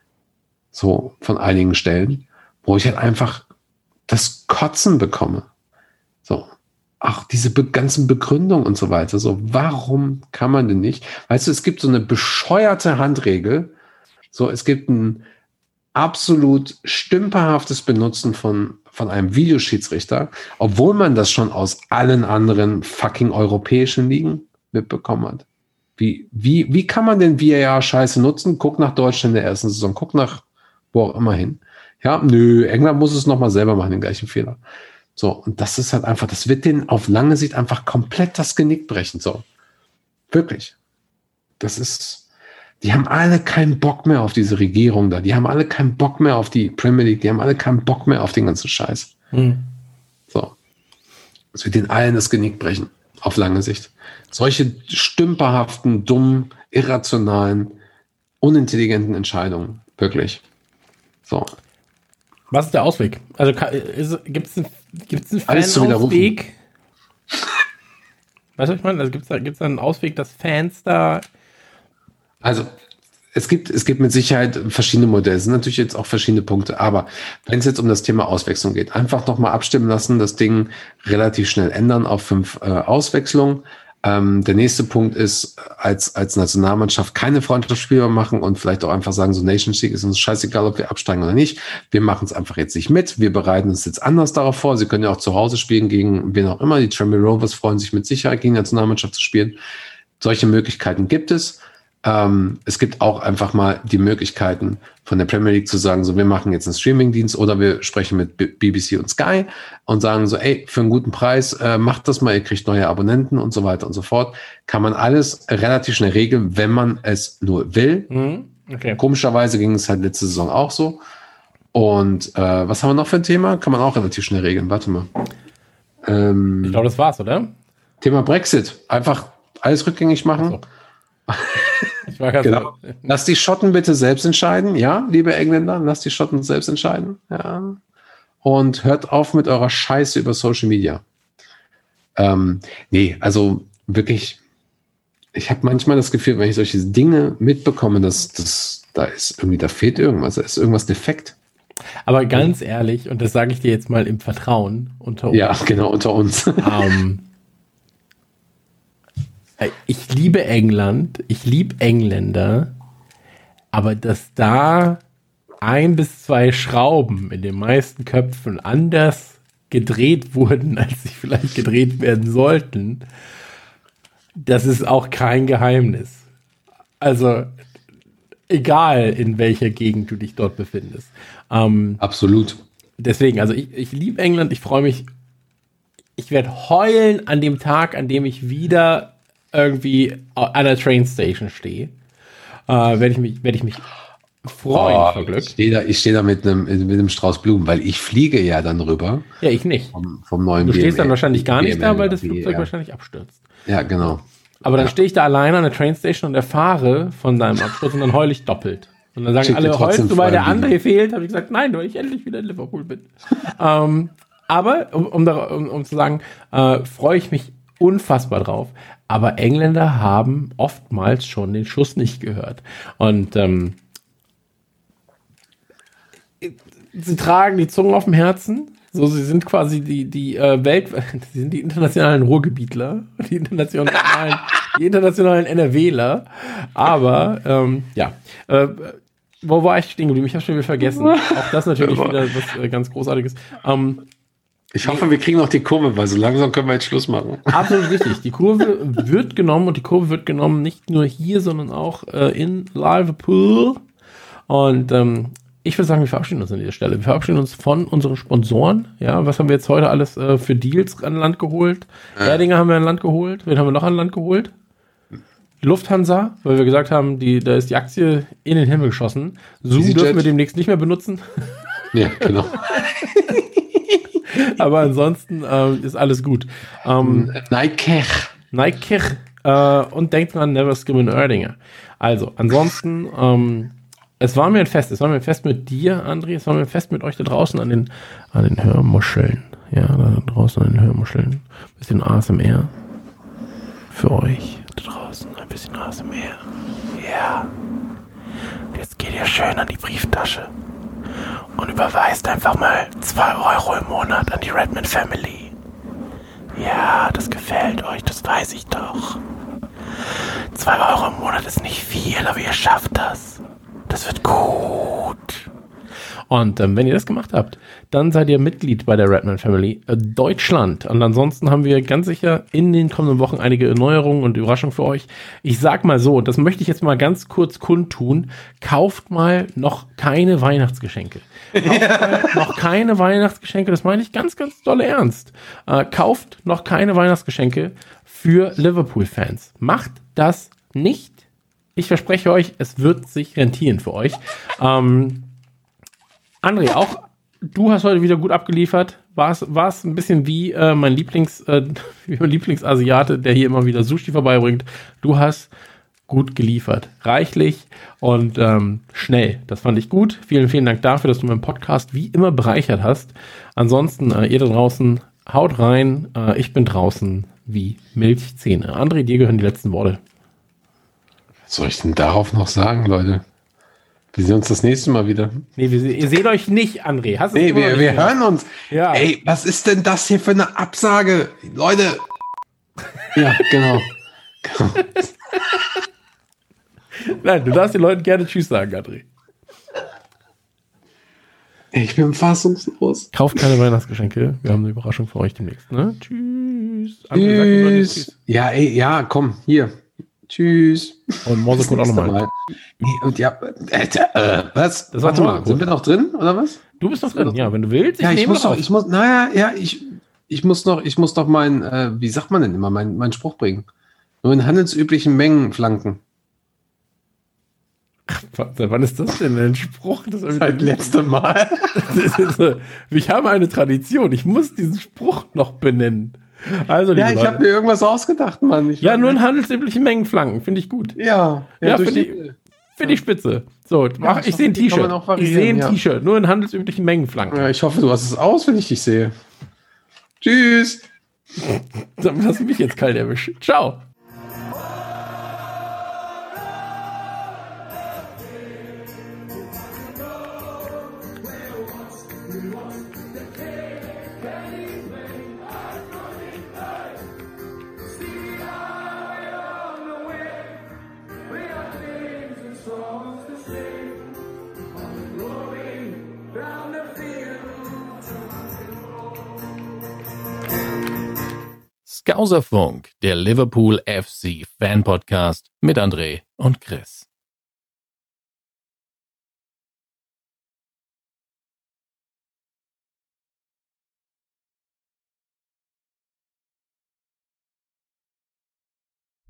So von einigen Stellen, wo ich halt einfach das Kotzen bekomme. So. Auch diese be- ganzen Begründungen und so weiter. So, warum kann man denn nicht? Weißt du, es gibt so eine bescheuerte Handregel. So, es gibt ein absolut stümperhaftes Benutzen von, von einem Videoschiedsrichter, obwohl man das schon aus allen anderen fucking europäischen Ligen mitbekommen hat. Wie, wie, wie kann man denn V A R-Scheiße nutzen? Guck nach Deutschland in der ersten Saison, guck nach wo auch immer hin. Ja, nö, England muss es nochmal selber machen, den gleichen Fehler. So, und das ist halt einfach, das wird denen auf lange Sicht einfach komplett das Genick brechen. So, wirklich. Das ist... Die haben alle keinen Bock mehr auf diese Regierung da. Die haben alle keinen Bock mehr auf die Premier League. Die haben alle keinen Bock mehr auf den ganzen Scheiß. Mhm. So. Es wird den allen das Genick brechen. Auf lange Sicht. Solche stümperhaften, dummen, irrationalen, unintelligenten Entscheidungen. Wirklich. So. Was ist der Ausweg? Also gibt es einen, gibt's einen Fan-Ausweg? Weißt du, was ich meine? Also gibt es da, gibt's da einen Ausweg, dass Fans da... Also es gibt, es gibt mit Sicherheit verschiedene Modelle. Es sind natürlich jetzt auch verschiedene Punkte. Aber wenn es jetzt um das Thema Auswechslung geht, einfach nochmal abstimmen lassen, das Ding relativ schnell ändern auf fünf äh, Auswechslungen. Ähm, der nächste Punkt ist, als, als Nationalmannschaft keine Freundschaftsspiele machen und vielleicht auch einfach sagen, so Nations League ist uns scheißegal, ob wir absteigen oder nicht. Wir machen es einfach jetzt nicht mit. Wir bereiten uns jetzt anders darauf vor. Sie können ja auch zu Hause spielen gegen wen auch immer. Die Tranmere Rovers freuen sich mit Sicherheit, gegen die Nationalmannschaft zu spielen. Solche Möglichkeiten gibt es. Ähm, es gibt auch einfach mal die Möglichkeiten von der Premier League zu sagen, so wir machen jetzt einen Streamingdienst oder wir sprechen mit B B C und Sky und sagen so, ey, für einen guten Preis, äh, macht das mal, ihr kriegt neue Abonnenten und so weiter und so fort. Kann man alles relativ schnell regeln, wenn man es nur will. Mhm. Okay. Komischerweise ging es halt letzte Saison auch so. Und äh, was haben wir noch für ein Thema? Kann man auch relativ schnell regeln. Warte mal. Ähm, ich glaube, das war's, oder? Thema Brexit. Einfach alles rückgängig machen. So. Ich war ganz genau. Lass die Schotten bitte selbst entscheiden, ja, liebe Engländer, lass die Schotten selbst entscheiden, ja. Und hört auf mit eurer Scheiße über Social Media. Ähm, nee, also wirklich, ich habe manchmal das Gefühl, wenn ich solche Dinge mitbekomme, dass das, da ist irgendwie, da fehlt irgendwas, da ist irgendwas defekt. Aber ganz ja. ehrlich, und das sage ich dir jetzt mal im Vertrauen unter uns. Ja, genau, unter uns. Ähm, Ich liebe England, ich liebe Engländer, aber dass da ein bis zwei Schrauben in den meisten Köpfen anders gedreht wurden, als sie vielleicht gedreht werden sollten, das ist auch kein Geheimnis. Also egal, in welcher Gegend du dich dort befindest. Ähm, Absolut. Deswegen, also ich, ich liebe England, ich freue mich, ich werde heulen an dem Tag, an dem ich wieder irgendwie an der Trainstation stehe, äh, werde ich mich, werde ich mich freuen oh, vor Glück. Ich stehe da, ich stehe da mit einem, mit einem Strauß Blumen, weil ich fliege ja dann rüber. Ja, ich nicht. Vom, vom neuen Du B M W. stehst dann wahrscheinlich gar nicht B M W, da, weil das B M W, Flugzeug ja. wahrscheinlich abstürzt. Ja, genau. Aber dann ja. stehe ich da alleine an der Trainstation und erfahre von deinem Absturz und dann heule ich doppelt. Und dann sagen Schick alle, heulst du, weil der André Video. fehlt? Habe ich gesagt, nein, weil ich endlich wieder in Liverpool bin. ähm, aber, um, um, um, um zu sagen, äh, freue ich mich unfassbar drauf. Aber Engländer haben oftmals schon den Schuss nicht gehört. Und ähm, sie tragen die Zunge auf dem Herzen. So, sie sind quasi die, die äh, Welt, sie sind die internationalen Ruhrgebietler, die internationalen, die internationalen NRWler. Aber, ähm, ja, äh, wo war ich stehen geblieben? Ich habe schon wieder vergessen. Auch das natürlich wieder was äh, ganz Großartiges. Ähm, ich hoffe, wir kriegen noch die Kurve, weil so langsam können wir jetzt Schluss machen. Absolut richtig. Die Kurve wird genommen und die Kurve wird genommen nicht nur hier, sondern auch äh, in Liverpool. Und ähm, ich würde sagen, wir verabschieden uns an dieser Stelle. Wir verabschieden uns von unseren Sponsoren. Ja, was haben wir jetzt heute alles äh, für Deals an Land geholt? Ja. Erdinger haben wir an Land geholt. Wen haben wir noch an Land geholt? Lufthansa, weil wir gesagt haben, die, da ist die Aktie in den Himmel geschossen. Zoom EasyJet. dürfen wir demnächst nicht mehr benutzen. Ja, genau. Aber ansonsten äh, ist alles gut. Ähm, Nike. Nike. Äh, und denkt dran, never skim an Erdinger. Also, ansonsten, ähm, es war mir ein Fest. Es war mir ein Fest mit dir, André. Es war mir ein Fest mit euch da draußen an den, an den Hörmuscheln. Ja, da draußen an den Hörmuscheln. Ein bisschen A S M R. Für euch da draußen. Ein bisschen A S M R. Ja. Und jetzt geht ihr schön an die Brieftasche und überweist einfach mal zwei Euro im Monat an die Redman Family. Ja, das gefällt euch, das weiß ich doch. zwei Euro im Monat ist nicht viel, aber ihr schafft das. Das wird gut. Und ähm, wenn ihr das gemacht habt, dann seid ihr Mitglied bei der Redman Family äh, Deutschland. Und ansonsten haben wir ganz sicher in den kommenden Wochen einige Neuerungen und Überraschungen für euch. Ich sag mal so, das möchte ich jetzt mal ganz kurz kundtun. Kauft mal noch keine Weihnachtsgeschenke. Kauft mal noch keine Weihnachtsgeschenke, das meine ich ganz, ganz dolle ernst. Äh, kauft noch keine Weihnachtsgeschenke für Liverpool-Fans. Macht das nicht. Ich verspreche euch, es wird sich rentieren für euch. Ähm, André, auch du hast heute wieder gut abgeliefert. War es ein bisschen wie äh, mein Lieblings, äh, wie mein Lieblingsasiate, der hier immer wieder Sushi vorbeibringt. Du hast gut geliefert. Reichlich und ähm, schnell. Das fand ich gut. Vielen, vielen Dank dafür, dass du meinen Podcast wie immer bereichert hast. Ansonsten, äh, ihr da draußen, haut rein. Äh, ich bin draußen wie Milchzähne. André, dir gehören die letzten Worte. Was soll ich denn darauf noch sagen, Leute? Wir sehen uns das nächste Mal wieder. Nee, wir, ihr seht euch nicht, André. Hast nee, wir, wir hören uns. Ja. Ey, was ist denn das hier für eine Absage? Leute. Ja, genau. Nein, du darfst den Leuten gerne Tschüss sagen, André. Ich bin fassungslos. Kauft keine Weihnachtsgeschenke. Wir haben eine Überraschung für euch demnächst. Ne? Tschüss. André, tschüss. tschüss. Ja, ey, ja, komm, hier. Tschüss. Und Morse kommt auch nochmal. Nee, und ja, äh, äh, was? Das Warte mal, sind wir noch drin, oder was? Du bist noch drin, noch ja, wenn du willst. Ich ja, ich muss doch, ich muss, naja, ja, ich, ich muss noch, ich muss doch mein, äh, wie sagt man denn immer, mein, mein Spruch bringen. Nur in handelsüblichen Mengen flanken. Seit wann ist das denn ein Spruch? Das Seit letztem Mal. Ich habe eine Tradition. Ich muss diesen Spruch noch benennen. Also, ja, ich habe mir irgendwas ausgedacht, Mann. Ich ja, nur in handelsüblichen Mengen flanken. Finde ich gut. Ja, ja, ja finde ich, find ich spitze. So, ja, mach, ich, ich sehe ein T-Shirt. Ich sehe ein ja. T-Shirt. Nur in handelsüblichen Mengen flanken. Ja, ich hoffe, du hast es aus, wenn ich dich sehe. Tschüss. Dann hast du mich jetzt kalt erwischt. Ciao. Skauserfunk, der Liverpool F C Fan Podcast mit André und Chris.